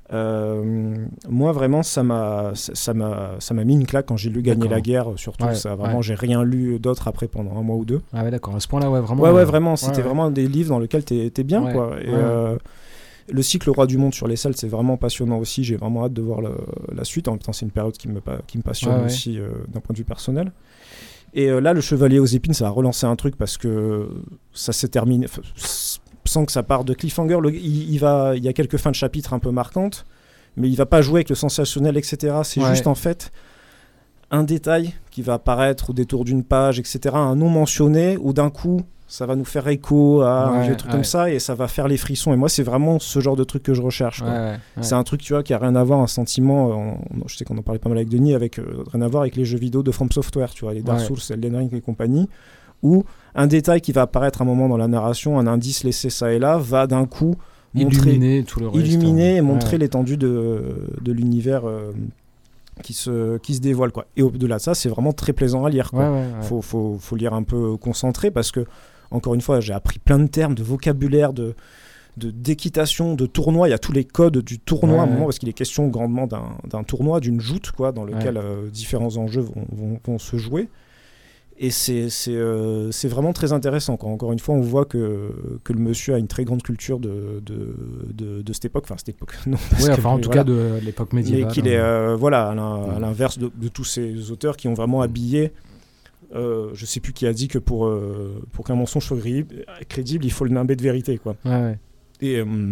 Speaker 6: Euh, moi vraiment ça m'a ça m'a ça m'a mis une claque quand j'ai lu Gagner
Speaker 2: D'accord.
Speaker 6: la guerre, surtout
Speaker 2: Ouais,
Speaker 6: ça vraiment
Speaker 2: ouais.
Speaker 6: j'ai rien lu d'autre après pendant un mois ou deux.
Speaker 2: Ah ouais, d'accord. À ce point-là, ouais, vraiment.
Speaker 6: Ouais ouais
Speaker 2: euh,
Speaker 6: vraiment c'était
Speaker 2: ouais.
Speaker 6: vraiment des livres dans lesquels t'es t'es bien
Speaker 2: Ouais,
Speaker 6: quoi. Et
Speaker 2: ouais.
Speaker 6: euh, le cycle Roi du Monde sur les Celtes c'est vraiment passionnant aussi, j'ai vraiment hâte de voir le- la suite. En même temps c'est une période qui me pa- qui me passionne
Speaker 2: Ouais, ouais.
Speaker 6: aussi euh, d'un point de vue personnel. Et euh, là le Chevalier aux épines ça a relancé un truc parce que ça s'est terminé enfin, sans que ça parte de cliffhanger. Le- il, il va il y a quelques fins de chapitre un peu marquantes, mais il va pas jouer avec le sensationnel, et cetera. C'est
Speaker 2: Ouais.
Speaker 6: juste en fait un détail qui va apparaître au détour d'une page, et cetera. Un nom mentionné, où d'un coup, ça va nous faire écho à un
Speaker 2: Ouais,
Speaker 6: vieux truc
Speaker 2: ouais.
Speaker 6: comme ça, et ça va faire les frissons. Et moi, c'est vraiment ce genre de truc que je recherche.
Speaker 2: Ouais,
Speaker 6: quoi.
Speaker 2: ouais, ouais.
Speaker 6: C'est un truc, tu vois, qui a rien à voir, un sentiment. euh, on- je sais qu'on en parlait pas mal avec Denis, avec euh, rien à voir avec les jeux vidéo de From Software, tu vois, les Dark
Speaker 2: Ouais.
Speaker 6: Souls, Elden Ring et compagnie, où un détail qui va apparaître à un moment dans la narration, un indice laissé ça et là, va d'un coup montrer
Speaker 2: Illuminer tout le reste.
Speaker 6: illuminer et
Speaker 2: hein.
Speaker 6: montrer
Speaker 2: Ouais.
Speaker 6: l'étendue de, de l'univers euh, qui, se, qui se dévoile. Quoi. Et au-delà de ça, c'est vraiment très plaisant à lire.
Speaker 2: Ouais,
Speaker 6: Quoi.
Speaker 2: ouais, ouais.
Speaker 6: Faut, faut, faut lire un peu concentré parce que, encore une fois, j'ai appris plein de termes, de vocabulaire, de, de, d'équitation, de tournoi. Il y a tous les codes du tournoi
Speaker 2: Ouais,
Speaker 6: à un moment
Speaker 2: ouais.
Speaker 6: parce qu'il est question grandement d'un, d'un tournoi, d'une joute, quoi, dans lequel
Speaker 2: Ouais.
Speaker 6: euh, différents enjeux vont, vont, vont se jouer. Et c'est, c'est, euh, c'est vraiment très intéressant. Quoi. Encore une fois, on voit que, que le monsieur a une très grande culture de, de, de, de cette époque. Enfin, cette époque, non. parce
Speaker 2: Ouais,
Speaker 6: que-
Speaker 2: enfin, en
Speaker 6: mais
Speaker 2: tout
Speaker 6: voilà.
Speaker 2: cas de l'époque médiévale.
Speaker 6: Mais qu'il est,
Speaker 2: hein.
Speaker 6: euh, voilà, à l'in- à l'inverse de, de tous ces auteurs qui ont vraiment habillé. Euh, je sais plus qui a dit que pour, euh, pour qu'un mensonge soit gri- crédible, il faut le nimber de vérité. Quoi.
Speaker 2: Ouais, ouais.
Speaker 6: Et, euh,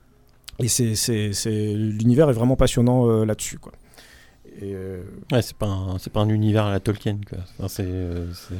Speaker 6: et c'est, c'est, c'est, l'univers est vraiment passionnant euh, là-dessus. Quoi. Et, euh,
Speaker 5: Ouais, c'est pas un, c'est pas un univers à la Tolkien, quoi. Enfin, c'est, euh, c'est...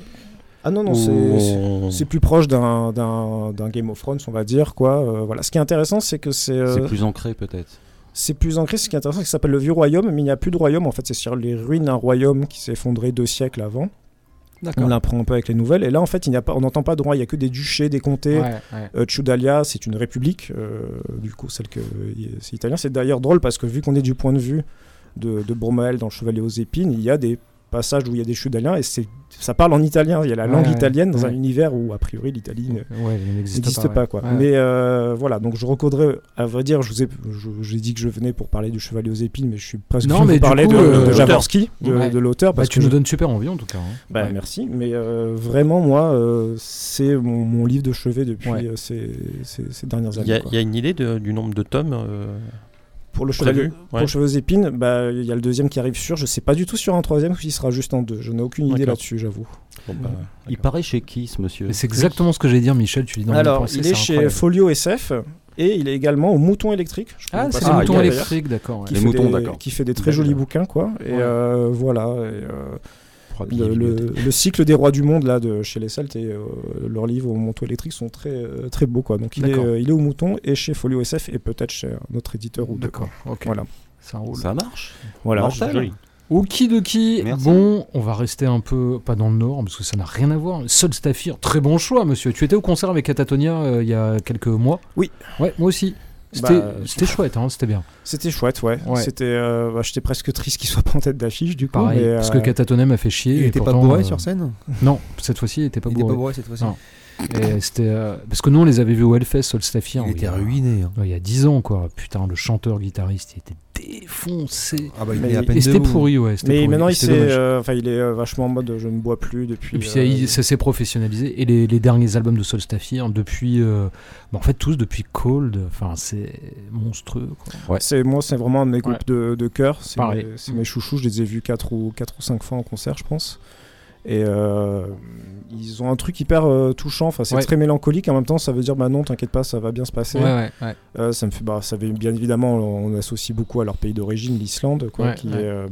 Speaker 6: Ah non, non,
Speaker 5: Où
Speaker 6: c'est, c'est-
Speaker 5: on-
Speaker 6: c'est plus proche d'un, d'un, d'un Game of Thrones, on va dire. Quoi. Euh, voilà. Ce qui est intéressant, c'est que c'est, euh,
Speaker 4: C'est plus ancré peut-être.
Speaker 6: c'est plus ancré. Ce qui est intéressant, c'est que ça s'appelle le Vieux Royaume, mais il n'y a plus de royaume. En fait, c'est sur les ruines d'un royaume qui s'est effondré deux siècles avant.
Speaker 2: D'accord.
Speaker 6: On l'apprend un peu avec les nouvelles. Et là, en fait, il n'y a pas, on n'entend pas de roi. Il n'y a que des duchés, des comtés.
Speaker 2: Ouais, ouais.
Speaker 6: Euh, Ciudalia, c'est une république. euh, du coup, celle que c'est italien. C'est d'ailleurs drôle parce que vu qu'on est du point de vue de, de Bromael dans le Chevalier aux épines, il y a des passages où il y a des Ciudaliens et c'est, ça parle en italien. Il y a la
Speaker 2: Ouais,
Speaker 6: langue
Speaker 2: ouais,
Speaker 6: italienne dans
Speaker 2: ouais.
Speaker 6: un univers où, a priori, l'Italie ne-
Speaker 2: Ouais, il n'existe,
Speaker 6: n'existe
Speaker 2: pas,
Speaker 6: pas.
Speaker 2: ouais.
Speaker 6: Quoi.
Speaker 2: Ouais.
Speaker 6: Mais euh, voilà, donc je recoderai, à vrai dire, je vous ai, je- j'ai dit que je venais pour parler du Chevalier aux épines, mais je suis presque
Speaker 2: Non,
Speaker 6: venu
Speaker 2: mais
Speaker 6: pour
Speaker 2: du
Speaker 6: parler
Speaker 2: coup,
Speaker 6: de,
Speaker 2: euh,
Speaker 6: de
Speaker 2: l'auteur.
Speaker 6: Jaworski, de,
Speaker 2: Ouais.
Speaker 6: de l'auteur.
Speaker 2: Bah,
Speaker 6: Parce
Speaker 2: tu
Speaker 6: que
Speaker 2: nous
Speaker 6: je-
Speaker 2: donnes super envie en tout cas. hein.
Speaker 6: bah,
Speaker 2: Ouais.
Speaker 6: merci, mais euh, vraiment, moi, euh, c'est mon, mon livre de chevet depuis
Speaker 2: Ouais.
Speaker 6: euh, ces, ces- ces dernières
Speaker 5: Il
Speaker 6: années.
Speaker 5: y, a-
Speaker 6: quoi.
Speaker 5: il y a une idée de- du nombre de tomes euh,
Speaker 6: Pour le Chevalier,
Speaker 5: prévu
Speaker 6: pour
Speaker 5: ouais.
Speaker 6: le Chevalier aux épines, bah, il y a le deuxième qui arrive sûr. Je sais pas du tout sur un troisième ou s'il sera juste en deux. Je n'ai aucune idée
Speaker 5: D'accord.
Speaker 6: là-dessus, j'avoue.
Speaker 5: Bon, bah,
Speaker 4: Il
Speaker 5: d'accord.
Speaker 4: paraît chez qui ce monsieur?
Speaker 2: Mais c'est exactement ce que j'allais dire, Michel. Tu lis dans mes
Speaker 6: Alors,
Speaker 2: pensées,
Speaker 6: il
Speaker 2: c'est
Speaker 6: est chez
Speaker 2: incroyable.
Speaker 6: Folio S F et il est également au Mouton électrique. Je peux
Speaker 2: Ah,
Speaker 6: vous
Speaker 2: c'est
Speaker 6: passer
Speaker 2: les
Speaker 4: Ah,
Speaker 2: moutons
Speaker 4: il y a-
Speaker 2: électriques, d'accord. ouais.
Speaker 6: qui
Speaker 4: Les
Speaker 6: fait
Speaker 4: moutons,
Speaker 6: des-
Speaker 4: d'accord.
Speaker 6: qui fait des très
Speaker 2: Belle.
Speaker 6: jolis bouquins, quoi. Et
Speaker 2: Ouais.
Speaker 6: euh, voilà. Et, euh,
Speaker 4: Oh,
Speaker 6: le, le- le cycle des rois du monde là de chez les Celtes et euh, leurs livres au Mouton électrique sont très euh, très beaux, quoi. Donc il est,
Speaker 2: D'accord.
Speaker 6: euh, il est au Mouton et chez Folio S F et peut-être chez un autre éditeur ou deux.
Speaker 2: D'accord, ok.
Speaker 6: Voilà.
Speaker 2: Ça roule.
Speaker 4: Ça marche.
Speaker 6: Voilà.
Speaker 4: Mortel.
Speaker 5: Joli.
Speaker 2: Okidoki,
Speaker 4: Merci.
Speaker 2: bon, on va rester un peu, pas dans le nord, parce que ça n'a rien à voir. Solstafir, très bon choix, monsieur. Tu étais au concert avec Katatonia euh, il y a quelques mois?
Speaker 6: Oui.
Speaker 2: Ouais, moi aussi. C'était
Speaker 6: Bah,
Speaker 2: c'était chouette, hein, c'était bien.
Speaker 6: C'était chouette, ouais.
Speaker 2: Ouais.
Speaker 6: C'était, euh, bah, j'étais presque triste qu'il soit pas en tête d'affiche, du coup.
Speaker 2: Pareil,
Speaker 6: mais,
Speaker 2: parce
Speaker 6: euh,
Speaker 2: que Katatonia m'a fait chier.
Speaker 3: Il
Speaker 2: et
Speaker 3: était pas
Speaker 2: pourtant,
Speaker 3: bourré
Speaker 2: euh,
Speaker 3: sur scène
Speaker 2: Non, cette fois-ci, il était pas
Speaker 3: Il était pas
Speaker 2: bourré.
Speaker 3: bourré cette fois-ci.
Speaker 2: Non. Et c'était, euh, parce que nous, on les avait vus au Hellfest, Solstafir.
Speaker 3: Il
Speaker 2: oui,
Speaker 3: était
Speaker 2: euh,
Speaker 3: ruiné. hein.
Speaker 2: ouais, il y a dix ans, quoi. Putain, le chanteur-guitariste, il était défoncé.
Speaker 3: Ah bah il
Speaker 6: Mais
Speaker 3: est à
Speaker 6: il-
Speaker 3: peine
Speaker 2: Et c'était
Speaker 3: debout.
Speaker 2: pourri, ouais. c'était
Speaker 6: Mais
Speaker 2: pourri.
Speaker 6: maintenant, il,
Speaker 2: C'était
Speaker 6: s'est,
Speaker 2: dommage.
Speaker 6: euh, enfin, il est euh, vachement en mode je ne bois plus depuis.
Speaker 2: Et puis ça,
Speaker 6: euh,
Speaker 2: il- ça s'est professionnalisé. Et les, les derniers albums de Solstafir, depuis. euh, bah, en fait, tous depuis Cold, enfin, c'est monstrueux, quoi.
Speaker 6: c'est, moi, c'est vraiment un de mes groupes
Speaker 2: Ouais.
Speaker 6: de, de cœur. C'est,
Speaker 2: Pareil.
Speaker 6: mes, c'est mes chouchous. Je les ai vus quatre ou, quatre ou cinq fois en concert, je pense. Et euh, ils ont un truc hyper euh, touchant. Enfin, c'est
Speaker 2: Ouais.
Speaker 6: très mélancolique. En même temps, ça veut dire bah non, t'inquiète pas, ça va bien se passer.
Speaker 2: Ouais, ouais, ouais.
Speaker 6: Euh, ça me fait, bah, ça fait bien évidemment, on associe beaucoup à leur pays d'origine, l'Islande, quoi,
Speaker 2: Ouais,
Speaker 6: qui
Speaker 2: ouais.
Speaker 6: est. euh,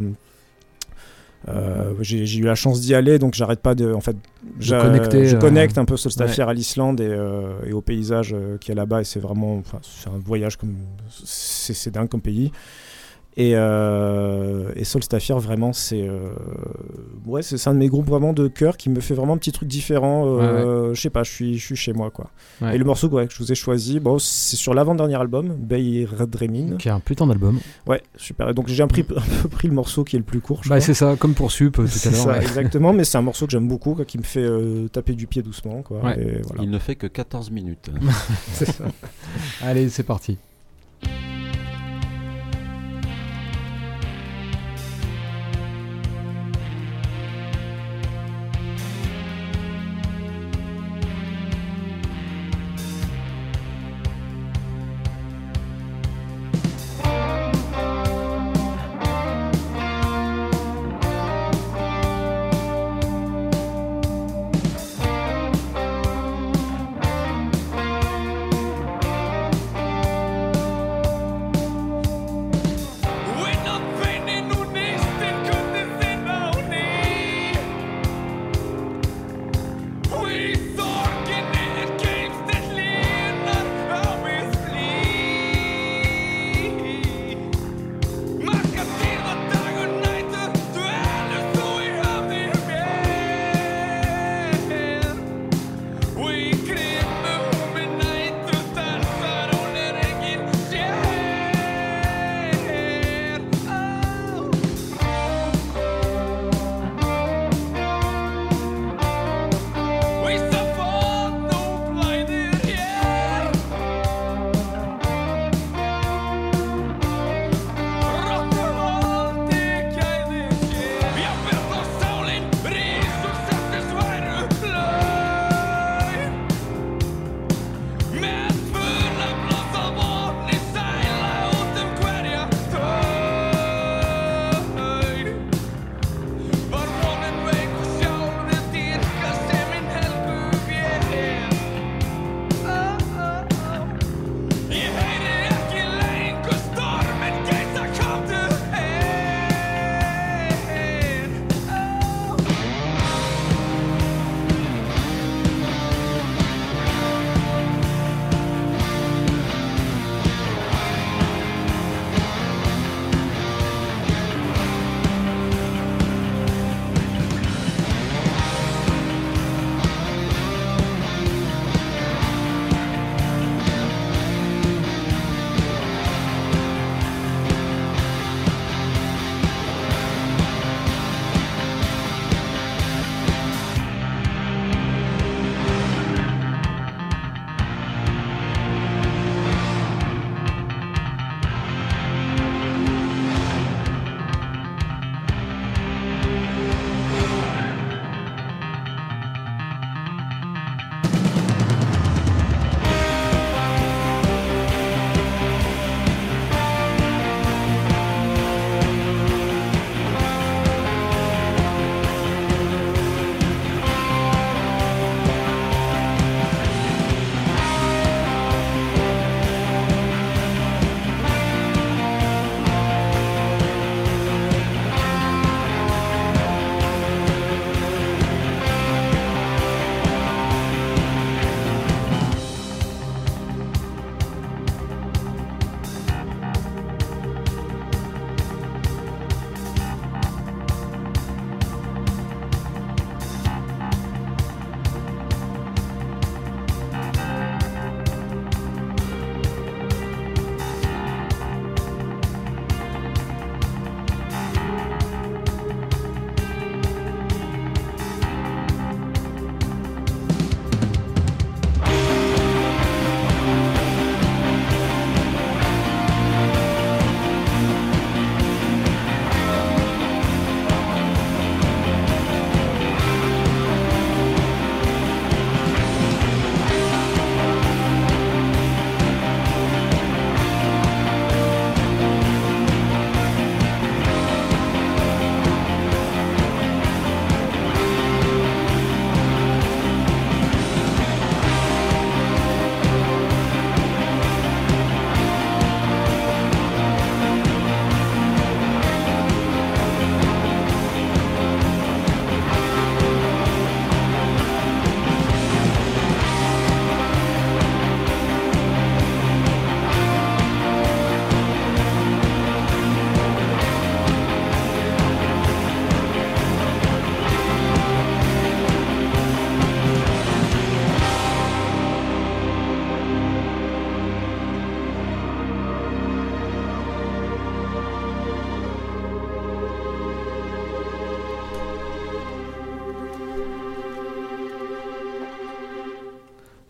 Speaker 6: euh, j'ai, j'ai eu la chance d'y aller, donc j'arrête pas de, en fait, j'a-
Speaker 2: connecter,
Speaker 6: je
Speaker 2: euh,
Speaker 6: connecte un peu Solstafir à l'Islande et, euh, et au paysage euh, qu'il y a là-bas, et c'est vraiment, enfin, c'est un voyage comme, c'est, c'est dingue comme pays. Et, euh, et Solstafir, vraiment, c'est, euh, ouais, c'est, c'est un de mes groupes vraiment de cœur qui me fait vraiment un petit truc différent. Euh, Je sais pas, je suis, je suis chez moi, quoi.
Speaker 2: Ouais.
Speaker 6: Et le morceau ouais, que je vous ai choisi, bon, c'est sur l'avant-dernier album, Beiradremin.
Speaker 2: Qui est un putain d'album.
Speaker 6: Ouais, super. Et donc j'ai un, prix- un peu pris le morceau qui est le plus court, je
Speaker 2: Bah,
Speaker 6: crois.
Speaker 2: c'est ça, comme pour Sup euh, tout
Speaker 6: C'est
Speaker 2: à l'heure.
Speaker 6: ça,
Speaker 2: ouais.
Speaker 6: exactement, mais c'est un morceau que j'aime beaucoup, quoi, qui me fait euh, taper du pied doucement, quoi.
Speaker 2: Ouais.
Speaker 6: Et voilà.
Speaker 4: Il ne fait que quatorze minutes.
Speaker 2: C'est ça. Allez, c'est parti.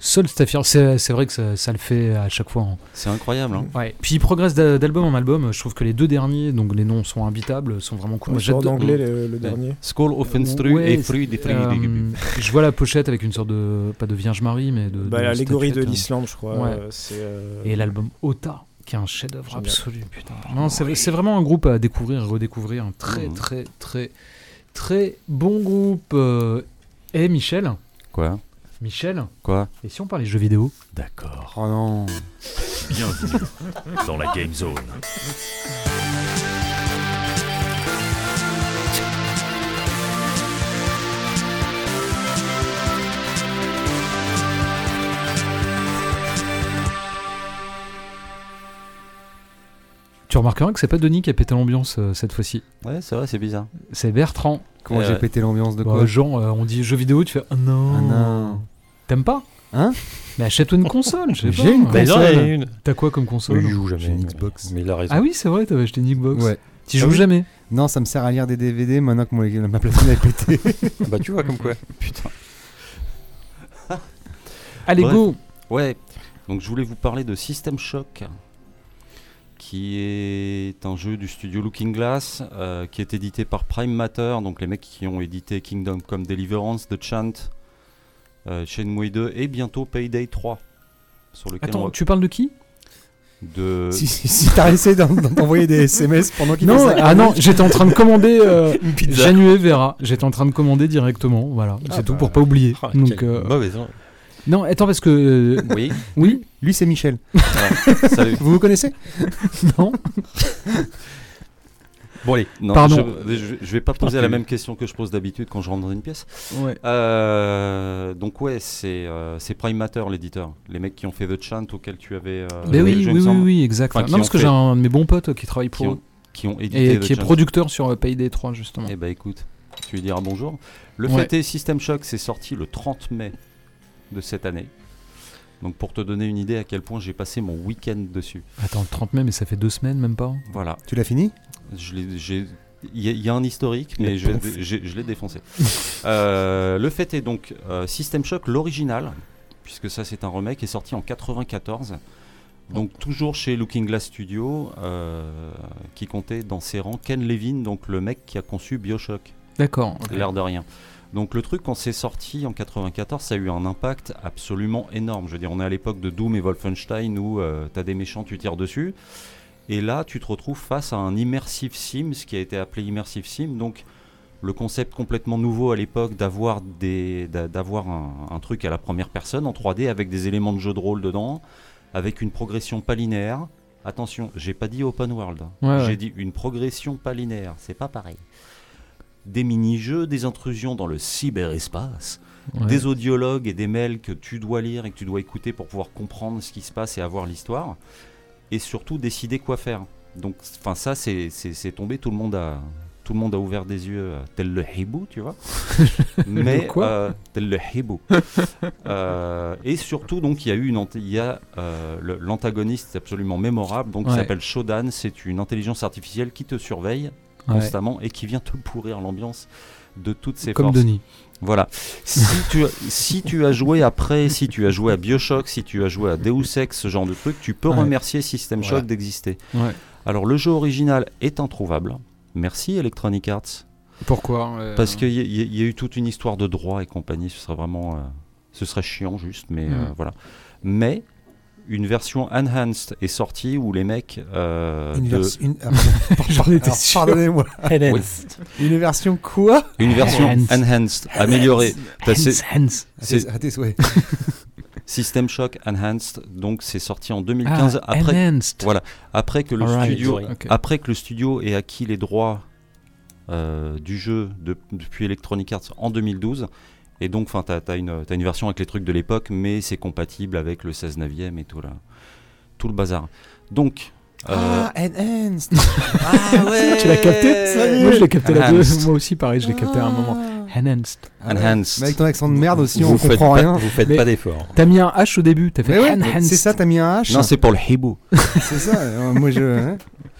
Speaker 2: Solstafir, c'est, c'est vrai que ça, ça le fait à chaque fois. Hein.
Speaker 4: C'est incroyable. Hein.
Speaker 2: Ouais. Puis il progresse d'a- d'album en album. Je trouve que les deux derniers, donc les noms sont imbitables, sont vraiment cool. Moi,
Speaker 6: C'est en
Speaker 2: j'adore-
Speaker 6: anglais le, le dernier.
Speaker 4: Skål Offenstru
Speaker 2: Ouais,
Speaker 4: et fruits des fruits
Speaker 2: Euh,
Speaker 4: des
Speaker 2: je vois la pochette avec une sorte de, pas de Vierge Marie, mais de,
Speaker 6: Bah,
Speaker 2: de
Speaker 6: l'allégorie de
Speaker 2: statuette, hein.
Speaker 6: l'Islande, je crois.
Speaker 2: Ouais.
Speaker 6: euh, c'est, euh,
Speaker 2: Et l'album Ota, qui est un chef-d'œuvre
Speaker 6: Génial.
Speaker 2: absolu, putain. Non, c'est, c'est vraiment un groupe à découvrir et redécouvrir. Un très,
Speaker 4: Mhm.
Speaker 2: très, très, très bon groupe. Euh, Et Michel,
Speaker 4: Quoi
Speaker 2: Michel,
Speaker 4: Quoi
Speaker 2: et si on parlait jeux vidéo?
Speaker 1: D'accord.
Speaker 3: Oh non.
Speaker 1: Bienvenue dans la Game Zone.
Speaker 2: Tu remarqueras que c'est pas Denis qui a pété l'ambiance euh, cette fois-ci.
Speaker 4: Ouais, c'est vrai, c'est bizarre.
Speaker 2: C'est Bertrand.
Speaker 3: Comment
Speaker 4: Euh,
Speaker 3: j'ai pété l'ambiance de
Speaker 2: Bah,
Speaker 3: quoi
Speaker 2: genre, euh, on dit jeux vidéo, tu fais ah non.
Speaker 3: Ah non.
Speaker 2: T'aimes pas?
Speaker 3: Hein?
Speaker 2: Mais achète-toi une console, je sais
Speaker 3: J'ai
Speaker 2: pas.
Speaker 3: une
Speaker 5: Bah, il en
Speaker 3: console.
Speaker 5: a une.
Speaker 2: T'as quoi comme
Speaker 5: Mais
Speaker 2: console?
Speaker 5: il joue jamais.
Speaker 3: J'ai une Xbox.
Speaker 5: Mais il a raison.
Speaker 2: Ah oui, c'est vrai, t'avais acheté une Xbox.
Speaker 3: Ouais.
Speaker 2: Tu
Speaker 5: Ah
Speaker 2: joues
Speaker 5: oui.
Speaker 2: jamais.
Speaker 3: Non, ça me sert à lire des D V D maintenant que mon- ma platine a pété.
Speaker 5: Bah tu vois comme quoi.
Speaker 4: Putain.
Speaker 2: Allez,
Speaker 4: Bref.
Speaker 2: go.
Speaker 4: Ouais, donc je voulais vous parler de System Shock, qui est un jeu du studio Looking Glass, euh, qui est édité par Prime Matter, donc les mecs qui ont édité Kingdom Come Deliverance, The Chant, euh, Shenmue deux et bientôt Payday trois. Sur lequel
Speaker 2: Attends,
Speaker 4: on va-
Speaker 2: tu parles de qui?
Speaker 4: de...
Speaker 3: si si, si t'as essayé d'en- d'envoyer des S M S pendant qu'il
Speaker 2: Non,
Speaker 3: fait ça.
Speaker 2: ah non, j'étais en train de commander euh,
Speaker 3: Une pizza.
Speaker 2: Janue Vera. J'étais en train de commander directement, voilà.
Speaker 3: Ah
Speaker 2: c'est tout
Speaker 3: bah.
Speaker 2: pour pas oublier.
Speaker 5: Ah,
Speaker 2: Donc,
Speaker 5: quelle
Speaker 2: euh,
Speaker 5: mauvaise, hein.
Speaker 2: non, attends parce que euh,
Speaker 4: Oui,
Speaker 2: oui,
Speaker 3: Lui, c'est Michel.
Speaker 4: voilà. Salut.
Speaker 3: Vous vous connaissez?
Speaker 2: non.
Speaker 5: Bon allez.
Speaker 4: Non,
Speaker 2: Pardon.
Speaker 4: Je, je, je vais pas poser la même question que je pose d'habitude quand je rentre dans une pièce.
Speaker 2: Ouais.
Speaker 4: Euh, donc ouais, c'est euh, c'est Prime Matter l'éditeur, les mecs qui ont fait The Chant auquel tu avais. Euh,
Speaker 2: Mais
Speaker 4: joué,
Speaker 2: oui,
Speaker 4: il
Speaker 2: oui,
Speaker 4: me
Speaker 2: oui,
Speaker 4: semble,
Speaker 2: oui, exact.
Speaker 4: Enfin, qui
Speaker 2: non, parce
Speaker 4: ont
Speaker 2: que
Speaker 4: fait-
Speaker 2: j'ai un de mes bons potes qui travaille
Speaker 4: qui
Speaker 2: pour
Speaker 4: ont,
Speaker 2: eux
Speaker 4: qui ont édité
Speaker 2: et
Speaker 4: The
Speaker 2: qui est
Speaker 4: Chant.
Speaker 2: producteur sur euh, Payday trois justement.
Speaker 4: Eh bah écoute, tu lui diras bonjour. Le
Speaker 2: Ouais.
Speaker 4: fait est, System Shock c'est sorti le trente mai de cette année. Donc pour te donner une idée à quel point j'ai passé mon week-end dessus.
Speaker 2: Attends, le trente mai, mais ça fait deux semaines même pas.
Speaker 4: Voilà.
Speaker 3: Tu l'as fini?
Speaker 4: Je l'ai- j'ai- Il y, a- il y a un historique, mais je, vais- j'ai- je l'ai défoncé. Euh, le fait est donc euh, System Shock, l'original, puisque ça c'est un remake, est sorti en quatre-vingt-quatorze. Donc toujours chez Looking Glass Studio, euh, qui comptait dans ses rangs Ken Levine, donc le mec qui a conçu BioShock.
Speaker 2: D'accord. ok.
Speaker 4: L'air de rien. Donc le truc, quand c'est sorti en quatre-vingt-quatorze, ça a eu un impact absolument énorme. Je veux dire, on est à l'époque de Doom et Wolfenstein où euh, t'as des méchants, tu tires dessus. Et là, tu te retrouves face à un immersive sim, ce qui a été appelé immersive sim. Donc le concept complètement nouveau à l'époque d'avoir, des, d'a- d'avoir un, un truc à la première personne en trois D avec des éléments de jeu de rôle dedans, avec une progression pas linéaire. Attention, j'ai pas dit open world, hein.
Speaker 2: Ouais,
Speaker 4: j'ai
Speaker 2: ouais.
Speaker 4: dit une progression pas linéaire, c'est pas pareil. Des mini-jeux, des intrusions dans le cyberespace,
Speaker 2: Ouais.
Speaker 4: des audiologues et des mails que tu dois lire et que tu dois écouter pour pouvoir comprendre ce qui se passe et avoir l'histoire, et surtout décider quoi faire. Donc, enfin ça, c'est, c'est, c'est tombé, tout le monde a, tout le monde a ouvert des yeux, euh, tel le hibou, tu vois. Mais
Speaker 2: Le quoi
Speaker 4: euh, tel le hibou. Euh, et surtout, donc, il y a eu une, ant- il y a euh, le- l'antagoniste absolument mémorable, donc qui
Speaker 2: Ouais.
Speaker 4: s'appelle Shodan. C'est une intelligence artificielle qui te surveille
Speaker 2: Ouais.
Speaker 4: constamment et qui vient te pourrir l'ambiance de toutes ses
Speaker 2: Comme
Speaker 4: forces.
Speaker 2: Denis.
Speaker 4: Voilà. Si tu, si tu as joué après, si tu as joué à BioShock, si tu as joué à Deus Ex, ce genre de truc, tu peux
Speaker 2: Ouais.
Speaker 4: remercier System
Speaker 2: Voilà.
Speaker 4: Shock d'exister.
Speaker 2: Ouais.
Speaker 4: Alors le jeu original est introuvable. Merci Electronic Arts.
Speaker 2: Pourquoi euh,
Speaker 4: Parce qu'il y, a- il y a eu toute une histoire de droit et compagnie. Ce serait vraiment, euh, ce serait chiant juste, mais
Speaker 2: Mm.
Speaker 4: euh, voilà. Mais une version enhanced est sortie où les mecs euh,
Speaker 3: Une
Speaker 4: de-
Speaker 3: version. une- ah, pardon.
Speaker 2: J'en étais
Speaker 3: Alors,
Speaker 2: sûr.
Speaker 3: Pardonnez-moi. Une version quoi?
Speaker 4: une version
Speaker 2: Enhanced.
Speaker 4: enhanced améliorée. T'as- c'est-
Speaker 2: Hans, Hans.
Speaker 4: c'est-
Speaker 3: Ah, t'es- ouais.
Speaker 4: System Shock Enhanced, donc c'est sorti en deux mille quinze
Speaker 2: Ah,
Speaker 4: après,
Speaker 2: enhanced.
Speaker 4: voilà, après que le
Speaker 2: Alright,
Speaker 4: studio,
Speaker 2: sorry. Ok.
Speaker 4: après que le studio ait acquis les droits euh, du jeu de- depuis Electronic Arts en deux mille douze. Et donc, enfin, t'as, t'as une, t'as une version avec les trucs de l'époque, mais c'est compatible avec le seize neuvième et tout là, tout le bazar. Donc, euh,
Speaker 3: Ah, Enhanced.
Speaker 4: ah ouais,
Speaker 2: Tu l'as capté
Speaker 3: Ça y est.
Speaker 2: Moi je l'ai capté là
Speaker 4: Enhanced.
Speaker 2: Moi aussi pareil, je l'ai capté à un moment. Enhanced.
Speaker 3: Ah ouais.
Speaker 4: Enhanced.
Speaker 3: Mais avec ton accent de merde aussi,
Speaker 5: vous
Speaker 3: on
Speaker 5: faites
Speaker 3: comprend
Speaker 5: pas,
Speaker 3: rien.
Speaker 5: Vous faites
Speaker 2: Mais-
Speaker 5: pas d'effort.
Speaker 2: T'as mis un H au début, t'as fait
Speaker 3: Mais ouais,
Speaker 2: enhanced.
Speaker 3: c'est ça, t'as mis un H.
Speaker 4: Non, c'est pour le hibou.
Speaker 3: C'est ça. euh, Moi, je. hein.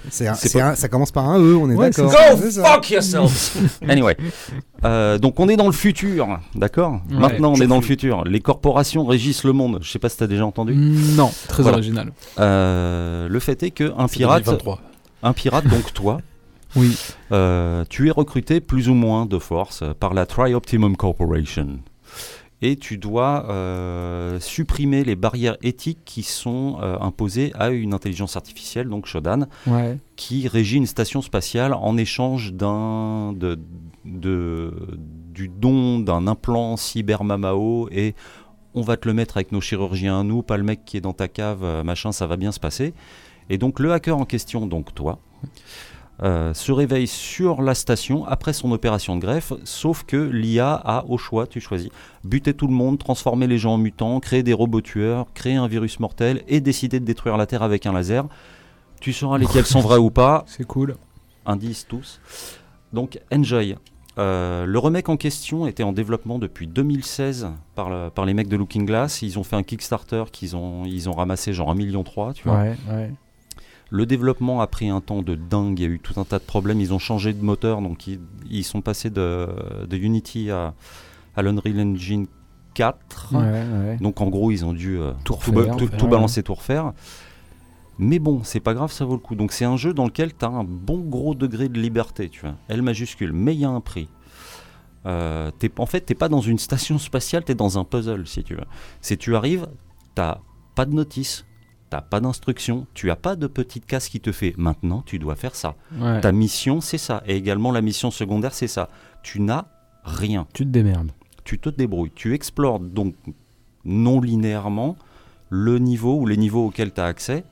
Speaker 3: C'est un-
Speaker 4: C'est
Speaker 3: c'est
Speaker 4: pas-
Speaker 3: un- ça commence par un E, on est
Speaker 2: Ouais,
Speaker 3: d'accord.
Speaker 2: c'est
Speaker 4: Go
Speaker 3: C'est ça.
Speaker 4: fuck yourselves. Anyway, Euh, donc on est dans le futur, d'accord.
Speaker 2: Ouais,
Speaker 4: Maintenant on est dans le
Speaker 6: toujours.
Speaker 4: futur. Les corporations régissent le monde. Je sais pas si t'as déjà entendu.
Speaker 2: Non, très
Speaker 4: Voilà.
Speaker 2: original.
Speaker 4: Euh, le fait est que un
Speaker 5: C'est
Speaker 4: pirate,
Speaker 5: deux mille vingt-trois.
Speaker 4: un pirate donc toi,
Speaker 2: Oui.
Speaker 4: euh, tu es recruté plus ou moins de force euh, par la Tri-Optimum Corporation. Et tu dois euh, supprimer les barrières éthiques qui sont euh, imposées à une intelligence artificielle, donc Shodan,
Speaker 2: Ouais.
Speaker 4: qui régit une station spatiale en échange d'un de, de- du don d'un implant cybermamao, et on va te le mettre avec nos chirurgiens à nous, pas le mec qui est dans ta cave, euh, machin, ça va bien se passer. Et donc le hacker en question, donc toi, euh, se réveille sur la station après son opération de greffe, sauf que l'I A a au choix, tu choisis, buter tout le monde, transformer les gens en mutants, créer des robots tueurs, créer un virus mortel et décider de détruire la Terre avec un laser. Tu sauras lesquels sont vrais ou pas,
Speaker 2: C'est cool.
Speaker 4: indice tous. Donc enjoy. Euh, le remake en question était en développement depuis deux mille seize par, le- par les mecs de Looking Glass. Ils ont fait un Kickstarter qu'ils ont, ils ont ramassé genre un million trois, tu vois.
Speaker 2: Ouais, ouais.
Speaker 4: Le développement a pris un temps de dingue, il y a eu tout un tas de problèmes, ils ont changé de moteur, donc ils, ils sont passés de, de Unity à, à l'Unreal Engine quatre.
Speaker 2: Ouais, ouais.
Speaker 4: Donc en gros, ils ont dû euh,
Speaker 2: Tout
Speaker 4: tout,
Speaker 2: refaire,
Speaker 4: ba- tout-
Speaker 2: refaire,
Speaker 4: tout
Speaker 2: ouais.
Speaker 4: balancer, tout refaire. Mais bon, c'est pas grave, ça vaut le coup. Donc c'est un jeu dans lequel tu as un bon gros degré de liberté, tu vois. L majuscule, mais il y a un prix. Euh, t'es- en fait, t'es pas dans une station spatiale, t'es dans un puzzle, si tu veux. Si tu arrives, t'as pas de notice, t'as pas d'instruction, tu as pas de petite case qui te fait maintenant tu dois faire ça.
Speaker 2: Ouais.
Speaker 4: Ta mission c'est ça, et également la mission secondaire c'est ça. Tu n'as rien,
Speaker 2: Tu te démerdes.
Speaker 4: tu te débrouilles, tu explores donc non linéairement le niveau ou les niveaux auxquels tu as accès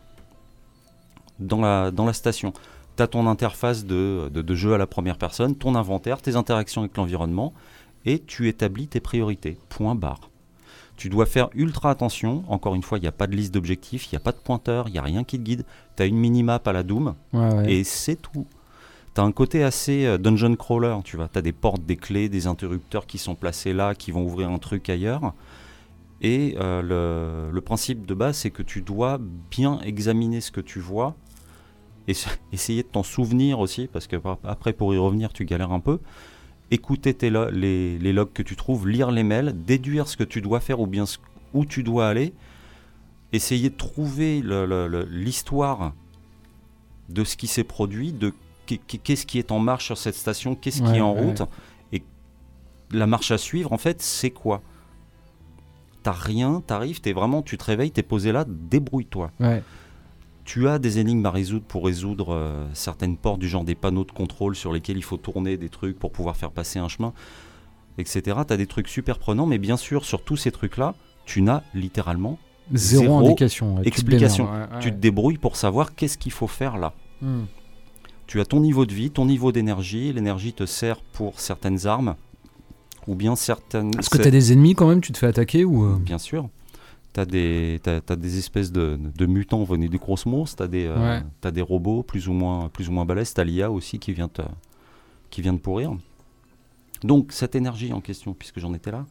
Speaker 4: dans la, dans la station. Tu as ton interface de, de, de jeu à la première personne, ton inventaire, tes interactions avec l'environnement, et tu établis tes priorités. Point barre. Tu dois faire ultra attention. Encore une fois, il n'y a pas de liste d'objectifs, il n'y a pas de pointeur, il n'y a rien qui te guide. Tu as une minimap à la Doom,
Speaker 2: Ouais, ouais.
Speaker 4: et c'est tout. Tu as un côté assez euh, dungeon crawler, tu vois. Tu as des portes, des clés, des interrupteurs qui sont placés là, qui vont ouvrir un truc ailleurs. Et euh, le, le principe de base, c'est que tu dois bien examiner ce que tu vois et s- essayer de t'en souvenir aussi, parce que par- après, pour y revenir, tu galères un peu. Écouter tes lo- les, les logs que tu trouves, lire les mails, déduire ce que tu dois faire ou bien ce- où tu dois aller, essayer de trouver le- le- le- l'histoire de ce qui s'est produit, de qu'est- qu'est-ce qui est en marche sur cette station, qu'est-ce qui
Speaker 2: Ouais,
Speaker 4: est en
Speaker 2: ouais.
Speaker 4: route, et la marche à suivre, en fait, c'est quoi? T'as rien, t'arrives, t'es vraiment, tu te réveilles, t'es posé là, débrouille-toi.
Speaker 2: Ouais.
Speaker 4: Tu as des énigmes à résoudre pour résoudre euh, certaines portes, du genre des panneaux de contrôle sur lesquels il faut tourner des trucs pour pouvoir faire passer un chemin, et cetera. Tu as des trucs super prenants, mais bien sûr, sur tous ces trucs-là, tu n'as littéralement
Speaker 2: Zéro,
Speaker 4: Zéro
Speaker 2: indication. ouais, tu te
Speaker 4: explication.
Speaker 2: démerdes, ouais, ouais.
Speaker 4: Tu te débrouilles pour savoir qu'est-ce qu'il faut faire là.
Speaker 2: Hmm.
Speaker 4: Tu as ton niveau de vie, ton niveau d'énergie. L'énergie te sert pour certaines armes, ou bien certaines...
Speaker 2: Est-ce que t'as des ennemis quand même? Tu te fais attaquer ou euh,
Speaker 4: Bien sûr. T'as des, t'as, t'as des espèces de, de mutants venus du cosmos, t'as des, euh,
Speaker 2: Ouais.
Speaker 4: t'as des robots plus ou moins, plus ou moins balèzes, t'as l'I A aussi qui vient, te, qui vient de pourrir. Donc cette énergie en question, puisque j'en étais là,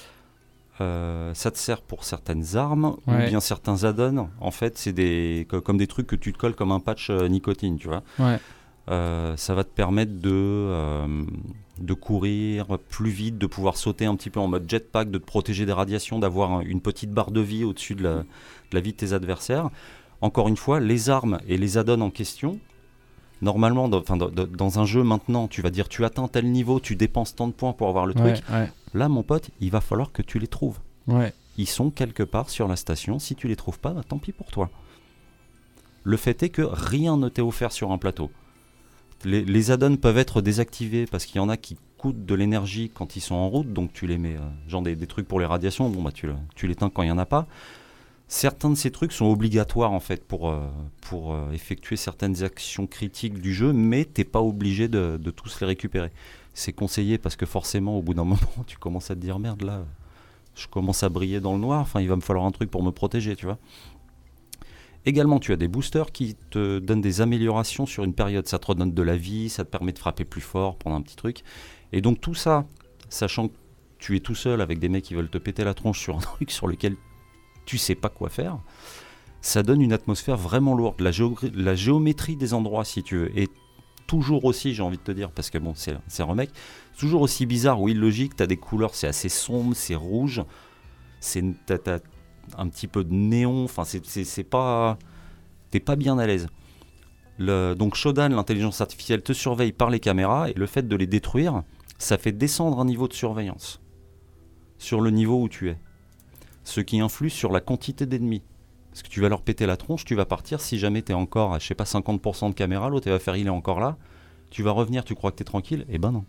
Speaker 4: euh, ça te sert pour certaines armes
Speaker 2: Ouais.
Speaker 4: ou bien certains add-ons. En fait, c'est des, co- comme des trucs que tu te colles comme un patch euh, nicotine, tu vois.
Speaker 2: Ouais.
Speaker 4: Euh, ça va te permettre de, euh, de courir plus vite, de pouvoir sauter un petit peu en mode jetpack, de te protéger des radiations, d'avoir un- une petite barre de vie au-dessus de la, de la vie de tes adversaires. Encore une fois, les armes et les add-ons en question, normalement, dans, enfin, dans, dans- dans un jeu maintenant, tu vas dire tu atteins tel niveau, tu dépenses tant de points pour avoir le
Speaker 2: Ouais,
Speaker 4: truc.
Speaker 2: ouais,
Speaker 4: Là, mon pote, il va falloir que tu les trouves.
Speaker 2: ouais.
Speaker 4: Ils sont quelque part sur la station. Si tu les trouves pas, bah, tant pis pour toi. Le fait est que rien ne t'est offert sur un plateau. Les, les add-ons peuvent être désactivés parce qu'il y en a qui coûtent de l'énergie quand ils sont en route, donc tu les mets, euh, genre des, des trucs pour les radiations, bon bah tu, le- tu l'éteins quand il n'y en a pas. Certains de ces trucs sont obligatoires en fait pour, euh, pour euh, effectuer certaines actions critiques du jeu, mais t'es pas obligé de, de tous les récupérer. C'est conseillé parce que forcément au bout d'un moment tu commences à te dire merde là, je commence à briller dans le noir, enfin il va me falloir un truc pour me protéger, tu vois. Également, tu as des boosters qui te donnent des améliorations sur une période. Ça te redonne de la vie, ça te permet de frapper plus fort, prendre un petit truc. Et donc tout ça, sachant que tu es tout seul avec des mecs qui veulent te péter la tronche sur un truc sur lequel tu sais pas quoi faire, ça donne une atmosphère vraiment lourde. La, géo- la géométrie des endroits, si tu veux, est toujours aussi, j'ai envie de te dire, parce que bon, c'est, c'est un remake, toujours aussi bizarre ou illogique. T'as des couleurs, c'est assez sombre, c'est rouge, c'est, t'as, t'as un petit peu de néon, enfin, c'est, c'est, c'est pas... T'es pas bien à l'aise. Le, donc Shodan, l'intelligence artificielle, te surveille par les caméras, et le fait de les détruire, ça fait descendre un niveau de surveillance sur le niveau où tu es. Ce qui influe sur la quantité d'ennemis. Parce que tu vas leur péter la tronche, tu vas partir, si jamais tu es encore à, je sais pas, cinquante pour cent de caméra, l'autre va faire il est encore là, tu vas revenir, tu crois que tu es tranquille, et ben non.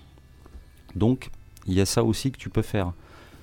Speaker 4: Donc, il y a ça aussi que tu peux faire.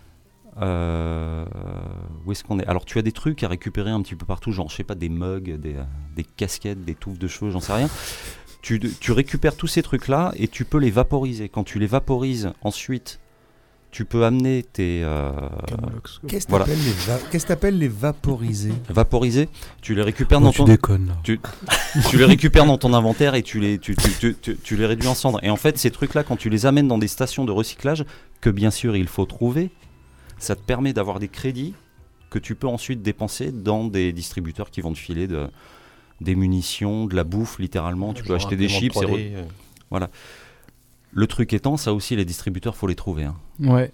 Speaker 4: Euh, où est-ce qu'on est ? Alors, tu as des trucs à récupérer un petit peu partout, genre, je sais pas, des mugs, des, des casquettes, des touffes de cheveux, j'en sais rien. Tu, tu récupères tous ces trucs-là et tu peux les vaporiser. Quand tu les vaporises, ensuite, tu peux amener tes... Euh,
Speaker 3: Qu'est-ce que
Speaker 4: voilà.
Speaker 3: t'appelles les, va- qu'est-ce que t'appelles les vaporiser ?
Speaker 4: Vaporiser, tu les récupères
Speaker 2: Oh,
Speaker 4: dans
Speaker 2: tu
Speaker 4: ton...
Speaker 2: déconnes.
Speaker 4: Tu, tu les récupères dans ton inventaire et tu les, tu, tu, tu, tu, tu les réduis en cendres. Et en fait, ces trucs-là, quand tu les amènes dans des stations de recyclage, que bien sûr il faut trouver, ça te permet d'avoir des crédits que tu peux ensuite dépenser dans des distributeurs qui vont te filer de, des munitions, de la bouffe, littéralement. Tu peux
Speaker 5: Genre
Speaker 4: acheter des
Speaker 5: imprimante
Speaker 4: chips. Et
Speaker 5: trois
Speaker 4: re-
Speaker 5: D, euh.
Speaker 4: Voilà. Le truc étant, ça aussi, les distributeurs, faut les trouver. Hein.
Speaker 2: Ouais.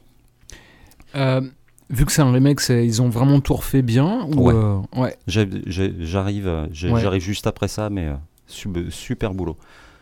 Speaker 2: Euh, vu que c'est un remake, c'est, ils ont vraiment tout refait bien ou
Speaker 4: Ouais.
Speaker 2: euh, ouais.
Speaker 4: J'ai- j'ai- J'arrive, euh, j'ai-
Speaker 2: Ouais.
Speaker 4: j'arrive juste après ça, mais euh, sub- super boulot.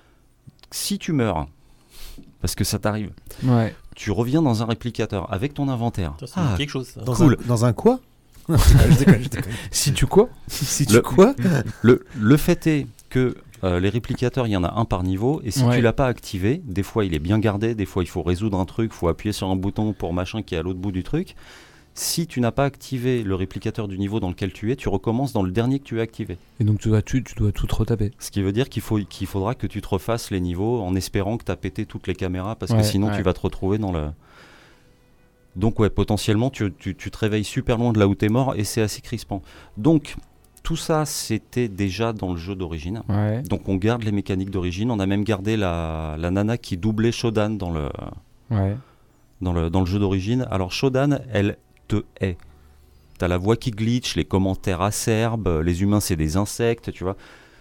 Speaker 4: Si tu meurs, parce que ça t'arrive,
Speaker 2: Ouais.
Speaker 4: tu reviens dans un réplicateur avec ton inventaire.
Speaker 5: Ça, ça me
Speaker 4: Ah,
Speaker 5: dit quelque chose. Ça.
Speaker 3: Dans,
Speaker 4: Cool.
Speaker 3: un, dans un quoi ? Non, je déconne, je déconne, je déconne.
Speaker 2: Si tu quoi
Speaker 3: Si tu
Speaker 4: Le-
Speaker 3: quoi ?
Speaker 4: le, le fait est que euh, les réplicateurs, il y en a un par niveau, et si
Speaker 2: Ouais.
Speaker 4: tu l'as pas activé, des fois il est bien gardé, des fois il faut résoudre un truc, il faut appuyer sur un bouton pour machin qui est à l'autre bout du truc. Si tu n'as pas activé le réplicateur du niveau dans lequel tu es, tu recommences dans le dernier que tu as activé.
Speaker 2: Et donc tu dois, tu, tu dois tout te retaper.
Speaker 4: Ce qui veut dire qu'il, faut, qu'il faudra que tu te refasses les niveaux en espérant que tu as pété toutes les caméras, parce
Speaker 2: Ouais,
Speaker 4: que sinon
Speaker 2: ouais.
Speaker 4: tu vas te retrouver dans le... Donc ouais, potentiellement tu, tu, tu te réveilles super loin de là où tu es mort, et c'est assez crispant. Donc tout ça, c'était déjà dans le jeu d'origine.
Speaker 2: Ouais.
Speaker 4: Donc on garde les mécaniques d'origine, on a même gardé la, la nana qui doublait Shodan dans le,
Speaker 2: Ouais.
Speaker 4: dans le, dans le jeu d'origine. Alors Shodan, elle te hait. T'as la voix qui glitch, les commentaires acerbes, les humains c'est des insectes, tu vois.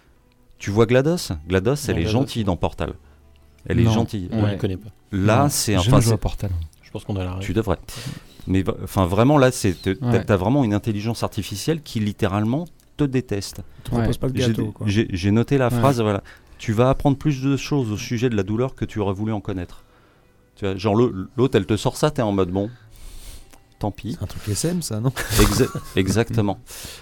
Speaker 4: Tu vois GLaDOS ? GLaDOS, elle
Speaker 5: Non,
Speaker 4: est
Speaker 5: GLaDOS.
Speaker 4: gentille dans Portal. Elle
Speaker 2: Non.
Speaker 4: est gentille.
Speaker 5: On ne
Speaker 2: Ouais.
Speaker 5: le connaît pas.
Speaker 4: Là,
Speaker 2: Non,
Speaker 4: c'est...
Speaker 2: je
Speaker 4: Enfin,
Speaker 2: ne joue
Speaker 4: c'est-
Speaker 2: à Portal.
Speaker 5: Je pense qu'on a la règle.
Speaker 4: tu devrais. Mais va- enfin, vraiment, là, c'est, t'as,
Speaker 2: Ouais.
Speaker 4: t'as vraiment une intelligence artificielle qui littéralement te déteste.
Speaker 6: Tu proposes pas de
Speaker 4: J'ai,
Speaker 6: gâteau, quoi.
Speaker 4: j'ai- j'ai noté la
Speaker 2: Ouais.
Speaker 4: phrase, voilà. Tu vas apprendre plus de choses au sujet de la douleur que tu aurais voulu en connaître. Tu vois, genre, le- l'autre, elle te sort ça, t'es en mode bon, tant pis.
Speaker 3: C'est un truc S M, ça, non ?
Speaker 4: Exa- exactement.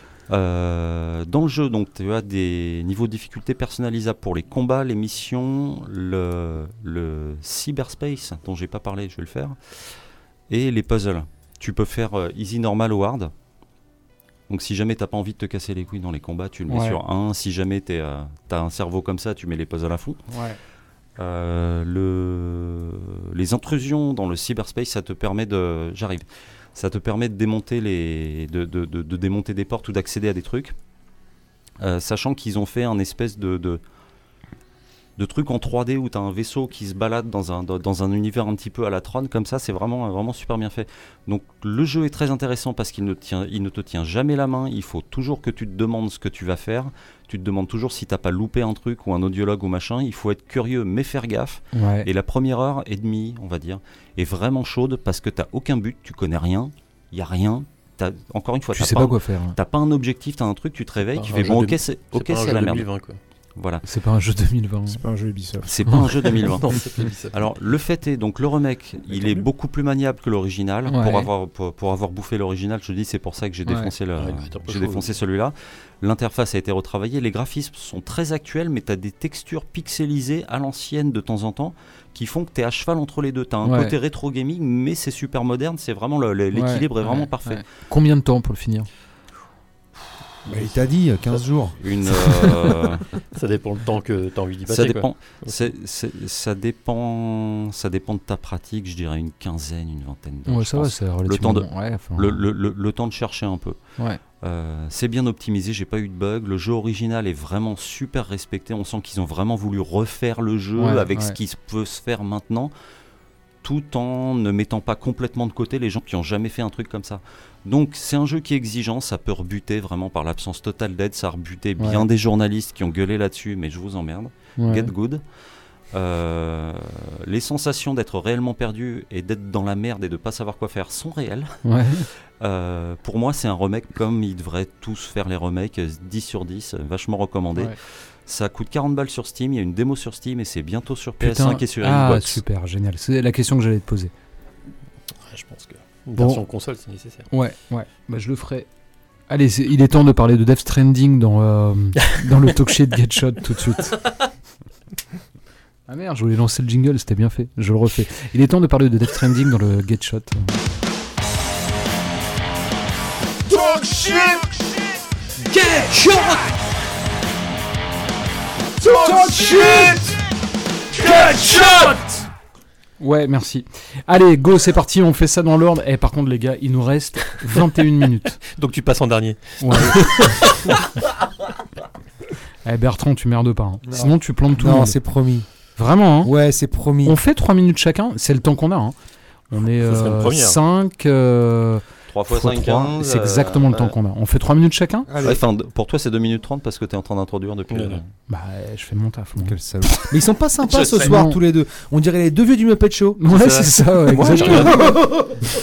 Speaker 4: Euh, dans le jeu, donc, tu as des niveaux de difficulté personnalisables pour les combats, les missions, le, le cyberspace, dont j'ai pas parlé, je vais le faire, et les puzzles. Tu peux faire euh, easy, normal ou hard. Donc si jamais t'as pas envie de te casser les couilles dans les combats, tu le mets
Speaker 2: Ouais.
Speaker 4: sur un. Si jamais t'es, euh, t'as un cerveau comme ça, tu mets les puzzles à fond.
Speaker 2: Ouais.
Speaker 4: Euh, le... Les intrusions dans le cyberspace, ça te permet de... J'arrive. Ça te permet de démonter, les... de, de, de, de démonter des portes ou d'accéder à des trucs. Euh, sachant qu'ils ont fait un espèce de, de, de truc en trois D où tu as un vaisseau qui se balade dans un, dans, dans un univers un petit peu à la Tron, comme ça, c'est vraiment, vraiment super bien fait. Donc le jeu est très intéressant parce qu'il ne, tient, il ne te tient jamais la main, il faut toujours que tu te demandes ce que tu vas faire, tu te demandes toujours si t'as pas loupé un truc ou un audiologue ou machin, il faut être curieux mais faire gaffe.
Speaker 2: Ouais.
Speaker 4: Et la première heure et demie, on va dire, est vraiment chaude parce que t'as aucun but, tu connais rien, il y a rien. T'as, encore une fois,
Speaker 2: Tu
Speaker 4: t'as
Speaker 2: sais
Speaker 4: pas,
Speaker 2: pas quoi faire. hein.
Speaker 4: t'as pas un objectif, t'as un truc, tu te réveilles,
Speaker 5: pas
Speaker 4: tu
Speaker 5: un
Speaker 4: fais
Speaker 5: jeu
Speaker 4: bon,
Speaker 5: de-
Speaker 4: ok, c'est,
Speaker 5: C'est
Speaker 4: ok,
Speaker 5: pas un
Speaker 4: c'est
Speaker 5: jeu
Speaker 4: la merde.
Speaker 5: deux mille vingt, quoi.
Speaker 4: Voilà,
Speaker 2: C'est pas un jeu deux mille vingt.
Speaker 6: C'est pas un jeu Ubisoft.
Speaker 4: c'est pas un jeu deux mille vingt.
Speaker 5: Non, c'est pas Ubisoft.
Speaker 4: Alors le fait est, donc le remake, il
Speaker 6: tant
Speaker 4: est
Speaker 6: mieux.
Speaker 4: beaucoup plus maniable que l'original.
Speaker 2: Ouais.
Speaker 4: Pour avoir pour, pour avoir bouffé l'original, je te dis, c'est pour ça que j'ai
Speaker 2: Ouais.
Speaker 4: défoncé le,
Speaker 5: Ouais, il doit être un peu
Speaker 4: j'ai
Speaker 5: chaud,
Speaker 4: défoncé
Speaker 5: oui.
Speaker 4: celui-là. L'interface a été retravaillée, les graphismes sont très actuels, mais tu as des textures pixelisées à l'ancienne de temps en temps qui font que tu es à cheval entre les deux. Tu as un
Speaker 2: Ouais.
Speaker 4: côté rétro gaming, mais c'est super moderne, c'est vraiment le- le- l'équilibre
Speaker 2: Ouais,
Speaker 4: est vraiment
Speaker 2: ouais,
Speaker 4: parfait.
Speaker 2: ouais. Combien de temps pour le finir ?
Speaker 3: Bah, il t'a dit euh, quinze jours.
Speaker 4: Une euh,
Speaker 5: Ça dépend le temps que tu as envie d'y passer.
Speaker 4: ça
Speaker 5: quoi.
Speaker 4: dépend, c'est- c'est- ça dépend, ça dépend de ta pratique. Je dirais une quinzaine, une vingtaine d'heures.
Speaker 2: Ouais,
Speaker 4: je
Speaker 2: ça va,
Speaker 4: pense.
Speaker 2: c'est relativement.
Speaker 4: temps de-
Speaker 2: ouais, enfin,
Speaker 4: Le, le- le- le temps de chercher un peu.
Speaker 2: Ouais.
Speaker 4: Euh, c'est bien optimisé, j'ai pas eu de bug. Le jeu original est vraiment super respecté. On sent qu'ils ont vraiment voulu refaire le jeu
Speaker 2: Ouais,
Speaker 4: avec
Speaker 2: ouais.
Speaker 4: ce qui se peut se faire maintenant. tout en ne mettant pas complètement de côté les gens qui ont jamais fait un truc comme ça. Donc c'est un jeu qui est exigeant, ça peut rebuter vraiment par l'absence totale d'aide, ça a rebuté bien
Speaker 2: Ouais.
Speaker 4: des journalistes qui ont gueulé là-dessus, mais je vous emmerde.
Speaker 2: Ouais.
Speaker 4: Get good. Euh, les sensations d'être réellement perdu et d'être dans la merde et de pas savoir quoi faire sont réelles.
Speaker 2: Ouais.
Speaker 4: Euh, pour moi, c'est un remake comme ils devraient tous faire les remakes, dix sur dix, vachement recommandé.
Speaker 2: Ouais.
Speaker 4: Ça coûte quarante balles sur Steam, il y a une démo sur Steam et c'est bientôt sur P S
Speaker 2: Putain.
Speaker 4: cinq et sur
Speaker 2: Ah,
Speaker 4: Xbox.
Speaker 2: super, génial. C'est la question que j'allais te poser.
Speaker 5: Ouais, je pense que une
Speaker 2: Bon.
Speaker 5: version console, c'est nécessaire.
Speaker 2: Ouais, ouais. Bah, je le ferai. Allez, c'est- il est temps de parler de Death Stranding dans, euh, dans le talk shit Get Shot tout de suite. Ah merde, je voulais lancer le jingle, c'était bien fait. Je le refais. Il est temps de parler de Death Stranding dans le Get Shot.
Speaker 7: Talk shit!
Speaker 2: Get Shot!
Speaker 7: Talk shit! Get shot!
Speaker 2: Ouais, merci. Allez, go, c'est parti, on fait ça dans l'ordre. Et par contre, les gars, il nous reste vingt et une minutes.
Speaker 5: Donc tu passes en dernier.
Speaker 2: Ouais. Eh Bertrand, tu merdes pas. hein.
Speaker 3: Non.
Speaker 2: Sinon, tu plantes tout le
Speaker 3: Non,
Speaker 2: monde.
Speaker 3: c'est promis.
Speaker 2: Vraiment, hein.
Speaker 3: Ouais, c'est promis.
Speaker 2: On fait trois minutes chacun, c'est le temps qu'on a. Hein. On est
Speaker 5: Ce serait une première.
Speaker 2: cinq.
Speaker 4: trois fois cinq, quinze.
Speaker 2: C'est exactement le temps qu'on a. On fait trois minutes chacun.
Speaker 3: Allez.
Speaker 4: Ouais, enfin, d- pour toi, c'est deux minutes trente parce que tu es en train d'introduire depuis.
Speaker 5: Ouais,
Speaker 4: euh,
Speaker 5: ouais.
Speaker 2: Bah, je fais mon taf. moi.
Speaker 3: Quel salaud. Mais ils sont pas sympas
Speaker 2: Je
Speaker 3: ce
Speaker 2: sais,
Speaker 3: soir
Speaker 2: non.
Speaker 3: tous les deux. On dirait les deux vieux du Muppet Show.
Speaker 2: Ouais,
Speaker 5: C'est
Speaker 2: c'est
Speaker 5: ça.
Speaker 2: ça, ouais,
Speaker 5: Moi, j'ai
Speaker 2: exactement.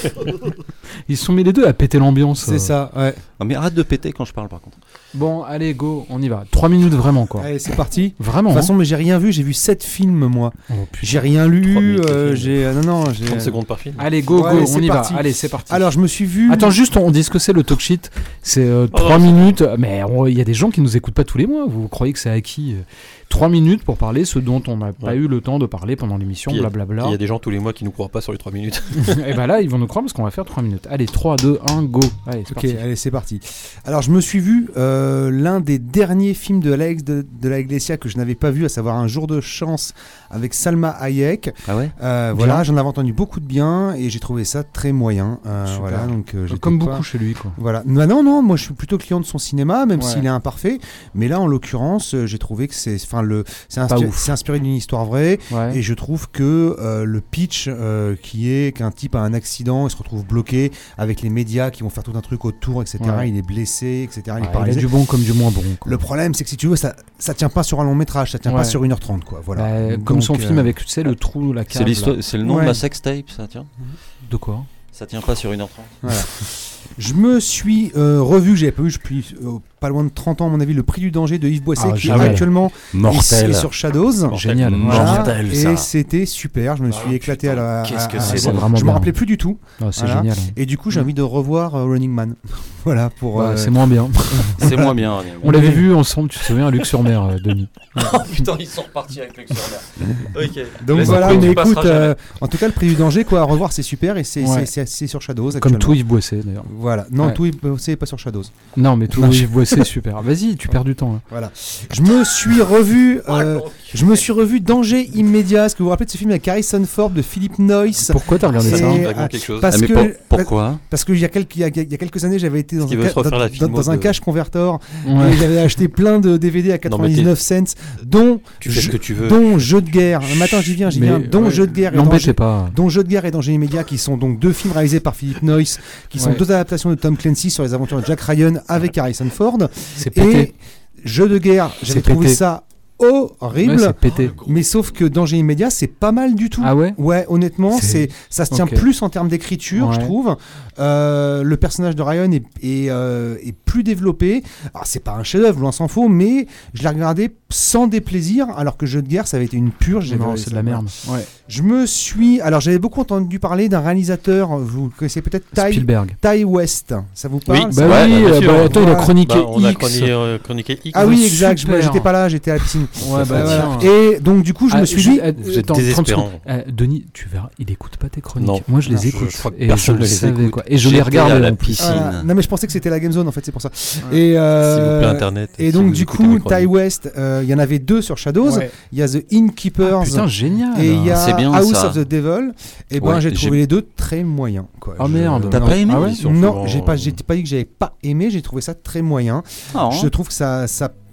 Speaker 2: Ils se sont mis les deux à péter l'ambiance.
Speaker 3: C'est ça, ouais.
Speaker 4: Non, mais arrête de péter quand je parle par contre.
Speaker 2: Bon, allez, go, on y va. trois minutes vraiment, quoi.
Speaker 3: Allez, c'est parti. De
Speaker 2: Vraiment.
Speaker 3: toute façon, mais j'ai rien vu, j'ai vu sept films moi.
Speaker 2: hein. Oh, putain.
Speaker 3: J'ai rien
Speaker 5: Trois
Speaker 3: lu,
Speaker 5: minutes de
Speaker 3: euh,
Speaker 5: film.
Speaker 3: j'ai euh, non non, j'ai
Speaker 5: trente secondes par film.
Speaker 2: Allez, go,
Speaker 3: Ouais,
Speaker 2: go,
Speaker 3: allez,
Speaker 2: on
Speaker 3: c'est
Speaker 2: y
Speaker 3: parti.
Speaker 2: va. Allez, c'est parti.
Speaker 3: Alors, je me suis vu
Speaker 2: Attends, juste, on dit ce que c'est le talk shit. C'est euh,
Speaker 5: Oh,
Speaker 2: trois
Speaker 5: non, c'est-
Speaker 2: minutes. Mais on- il y a des gens qui nous écoutent pas tous les mois. Vous croyez que c'est acquis euh, trois minutes pour parler ce dont on n'a pas
Speaker 5: Ouais.
Speaker 2: eu le temps de parler pendant l'émission,
Speaker 5: Puis, Il
Speaker 2: blablabla.
Speaker 5: y a des gens tous les mois qui nous croient pas sur les trois minutes.
Speaker 2: Et bah là, ils vont nous croire parce qu'on va faire trois minutes. Allez, trois, deux, un, go. Allez, c'est
Speaker 3: Ok,
Speaker 2: parti.
Speaker 3: allez, c'est parti. Alors, je me suis vu euh, l'un des derniers films de Alex de, de la Iglesia que je n'avais pas vu, à savoir Un jour de chance avec Salma Hayek.
Speaker 4: Ah ouais
Speaker 3: Euh, voilà, j'en avais entendu beaucoup de bien et j'ai trouvé ça très moyen. Euh,
Speaker 2: Super.
Speaker 3: voilà, donc euh, j'étais
Speaker 2: Comme
Speaker 3: pas-
Speaker 2: beaucoup chez lui, quoi.
Speaker 3: Voilà. Bah non, non, moi je suis plutôt client de son cinéma, même
Speaker 2: Ouais.
Speaker 3: s'il est imparfait. Mais là, en l'occurrence, euh, j'ai trouvé que c'est, enfin, le, c'est,
Speaker 2: Pas
Speaker 3: inspi-
Speaker 2: ouf.
Speaker 3: c'est inspiré d'une histoire vraie.
Speaker 2: Ouais.
Speaker 3: Et je trouve que euh, le pitch euh, qui est qu'un type a un accident, il se retrouve bloqué avec les médias qui vont faire tout un truc autour, et cetera.
Speaker 2: Ouais.
Speaker 3: Il est blessé, et cetera. Il est
Speaker 2: Ouais, il a
Speaker 3: paralysé.
Speaker 2: du bon comme du moins bon. quoi.
Speaker 3: Le problème, c'est que si tu veux, ça, ça tient pas sur un long métrage, ça tient
Speaker 2: Ouais.
Speaker 3: pas sur une heure trente, quoi. Voilà.
Speaker 2: Bah, comme
Speaker 3: Donc,
Speaker 2: son
Speaker 3: euh,
Speaker 2: film avec, tu sais, le trou, la cave.
Speaker 4: C'est l'histoire,
Speaker 2: là.
Speaker 4: c'est le nom
Speaker 3: Ouais.
Speaker 4: de ma sextape, ça tient.
Speaker 2: De quoi
Speaker 4: Ça tient pas sur une heure trente.
Speaker 3: Voilà. Je me suis euh, revu, j'avais pas vu depuis euh, pas loin de trente ans, à mon avis, Le Prix du danger de Yves Boisset,
Speaker 2: Ah,
Speaker 3: qui est
Speaker 2: génial.
Speaker 3: actuellement
Speaker 4: Mortel.
Speaker 3: ici sur Shadows.
Speaker 2: Génial.
Speaker 3: Voilà.
Speaker 4: Mortel,
Speaker 3: Et
Speaker 4: ça.
Speaker 3: c'était super, je me suis éclaté à la.
Speaker 4: qu'est-ce que
Speaker 3: à- à-
Speaker 4: c'est
Speaker 3: à-
Speaker 2: bon. Vraiment
Speaker 3: Je me
Speaker 2: bien.
Speaker 3: rappelais plus du tout.
Speaker 2: Ah, C'est
Speaker 3: Voilà.
Speaker 2: génial.
Speaker 3: Et du coup, j'ai envie de revoir euh, Running Man. voilà, pour.
Speaker 2: Bah,
Speaker 3: euh,
Speaker 2: C'est moins bien.
Speaker 4: C'est moins bien.
Speaker 2: On l'avait vu ensemble, tu te souviens, à Luxe-sur-Mer, euh, Denis.
Speaker 4: Oh putain, ils sont repartis avec Luc sur mer. Ok.
Speaker 3: Donc
Speaker 4: Laisse
Speaker 3: voilà,
Speaker 4: tomber, tu
Speaker 3: mais
Speaker 4: passeras
Speaker 3: écoute,
Speaker 4: jamais.
Speaker 3: euh, en tout cas, Le Prix du danger, quoi, à revoir, c'est super et c'est
Speaker 2: Ouais.
Speaker 3: c'est- c'est- c'est sur Shadows.
Speaker 2: Comme
Speaker 3: actuellement.
Speaker 2: tout Yves Boisset, d'ailleurs.
Speaker 3: Voilà, non,
Speaker 2: Ouais.
Speaker 3: tout c'est pas sur Shadows.
Speaker 2: Non, mais tout
Speaker 3: Non.
Speaker 2: Yves Boisset, super. Vas-y, tu perds du temps. là.
Speaker 3: Voilà. Je me suis revu. euh, je me suis revu Danger immédiat. Est-ce que vous vous rappelez de ce film avec Harrison Ford de Philippe Noyce?
Speaker 2: Pourquoi t'as regardé
Speaker 3: C'est-
Speaker 2: ça hein
Speaker 5: vaguement
Speaker 3: ah,
Speaker 5: quelque chose.
Speaker 3: parce
Speaker 4: Ah, mais
Speaker 3: que
Speaker 4: pour- pourquoi
Speaker 3: parce qu'il y a quelques il y a, il y a quelques années, j'avais été dans
Speaker 5: Parce qu'il
Speaker 3: un,
Speaker 5: veut
Speaker 3: ca-
Speaker 5: se refaire
Speaker 3: dans,
Speaker 5: la
Speaker 3: dans-
Speaker 5: filmo
Speaker 3: dans un
Speaker 5: de-
Speaker 3: cash convertor
Speaker 2: Ouais.
Speaker 3: et j'avais acheté plein de D V D à quatre-vingt-dix-neuf cents, dont
Speaker 5: Tu fais ce
Speaker 3: je-
Speaker 5: que tu veux.
Speaker 3: dont Jeu de guerre. Maintenant, j'y viens, j'y
Speaker 2: Mais,
Speaker 3: viens. Dont
Speaker 2: ouais,
Speaker 3: Jeu de guerre et
Speaker 2: L'embêtez
Speaker 3: Danger.
Speaker 2: pas.
Speaker 3: Dont Jeu de guerre et Danger immédiat, qui sont donc deux films réalisés par Philippe Noyce, qui sont
Speaker 2: Ouais.
Speaker 3: deux adaptations de Tom Clancy sur les aventures de Jack Ryan avec Harrison Ford.
Speaker 2: C'est pété.
Speaker 3: Et Jeu de guerre, j'avais
Speaker 2: C'est
Speaker 3: trouvé
Speaker 2: pété.
Speaker 3: ça
Speaker 2: Ouais,
Speaker 3: horrible.
Speaker 2: c'est pété.
Speaker 3: Mais sauf que Danger immédiat, c'est pas mal du tout.
Speaker 2: Ah ouais
Speaker 3: Ouais, honnêtement,
Speaker 2: C'est-
Speaker 3: c'est ça se tient
Speaker 2: Ok.
Speaker 3: plus en termes d'écriture, je
Speaker 2: Ouais.
Speaker 3: trouve. Euh, le personnage de Ryan est, est, euh, est plus développé. Alors, c'est pas un chef-d'œuvre, loin s'en faut, mais je l'ai regardé sans déplaisir, alors que Jeu de guerre, ça avait été une purge.
Speaker 2: Non,
Speaker 3: J'avais-
Speaker 2: c'est de la merde. Ouais.
Speaker 3: Je me suis. Alors, j'avais beaucoup entendu parler d'un réalisateur, vous connaissez peut-être Ty,
Speaker 2: Spielberg.
Speaker 3: Ty West. Ça vous parle
Speaker 5: Oui,
Speaker 3: ça
Speaker 2: Bah
Speaker 5: Ouais,
Speaker 2: oui,
Speaker 5: bah, bien
Speaker 2: euh,
Speaker 5: sûr.
Speaker 2: bah, attends, il a
Speaker 3: Voilà.
Speaker 2: chroniqué
Speaker 5: Bah, on a
Speaker 2: X.
Speaker 5: chroniqué, euh, chroniqué X.
Speaker 3: Ah oui,
Speaker 2: Ouais,
Speaker 3: exact. je-
Speaker 2: super.
Speaker 3: J'étais pas là, j'étais à la piscine.
Speaker 2: Ouais, bah
Speaker 3: Voilà.
Speaker 2: tiens.
Speaker 3: Et donc, du coup, je
Speaker 2: Ah,
Speaker 3: me suis
Speaker 2: je-
Speaker 3: dit.
Speaker 2: euh,
Speaker 5: vous êtes
Speaker 2: attends, trente
Speaker 5: désespérant.
Speaker 2: secondes. Euh, Denis, tu verras, il écoute pas tes chroniques.
Speaker 5: Non.
Speaker 2: Moi, je les
Speaker 5: Non, je-
Speaker 2: écoute.
Speaker 5: je crois que
Speaker 2: et
Speaker 5: personne
Speaker 2: je
Speaker 5: ne les
Speaker 2: savais,
Speaker 5: écoute.
Speaker 2: quoi. Et je les
Speaker 4: J'étais
Speaker 2: regardais
Speaker 4: à la
Speaker 2: en plus.
Speaker 4: piscine.
Speaker 3: Voilà. Non, mais je pensais que c'était la Game Zone, en fait, c'est pour ça.
Speaker 2: Ouais.
Speaker 3: Et, euh,
Speaker 5: S'il vous plaît, Internet.
Speaker 3: et
Speaker 5: si
Speaker 3: donc,
Speaker 5: vous
Speaker 3: du
Speaker 5: écoutez
Speaker 3: coup,
Speaker 5: mes chroniques.
Speaker 3: Ty West, euh, il y en avait deux sur Shadows.
Speaker 2: Ouais.
Speaker 3: Il y a The Innkeepers.
Speaker 2: Ah, putain, génial.
Speaker 3: Et il y a
Speaker 4: C'est bien,
Speaker 3: House
Speaker 4: ça.
Speaker 3: of the Devil. Et ben
Speaker 4: Ouais,
Speaker 3: j'ai
Speaker 4: j'ai-
Speaker 3: trouvé les deux très moyens. Quoi.
Speaker 2: Ah,
Speaker 3: Je-
Speaker 2: merde.
Speaker 4: T'as
Speaker 3: non.
Speaker 4: pas aimé
Speaker 2: Ah ouais
Speaker 5: Ils sont
Speaker 3: Non,
Speaker 5: souvent-
Speaker 3: j'ai pas, j'ai pas dit que j'avais pas aimé. J'ai trouvé ça très moyen.
Speaker 4: Ah,
Speaker 3: Je trouve que ça, ça,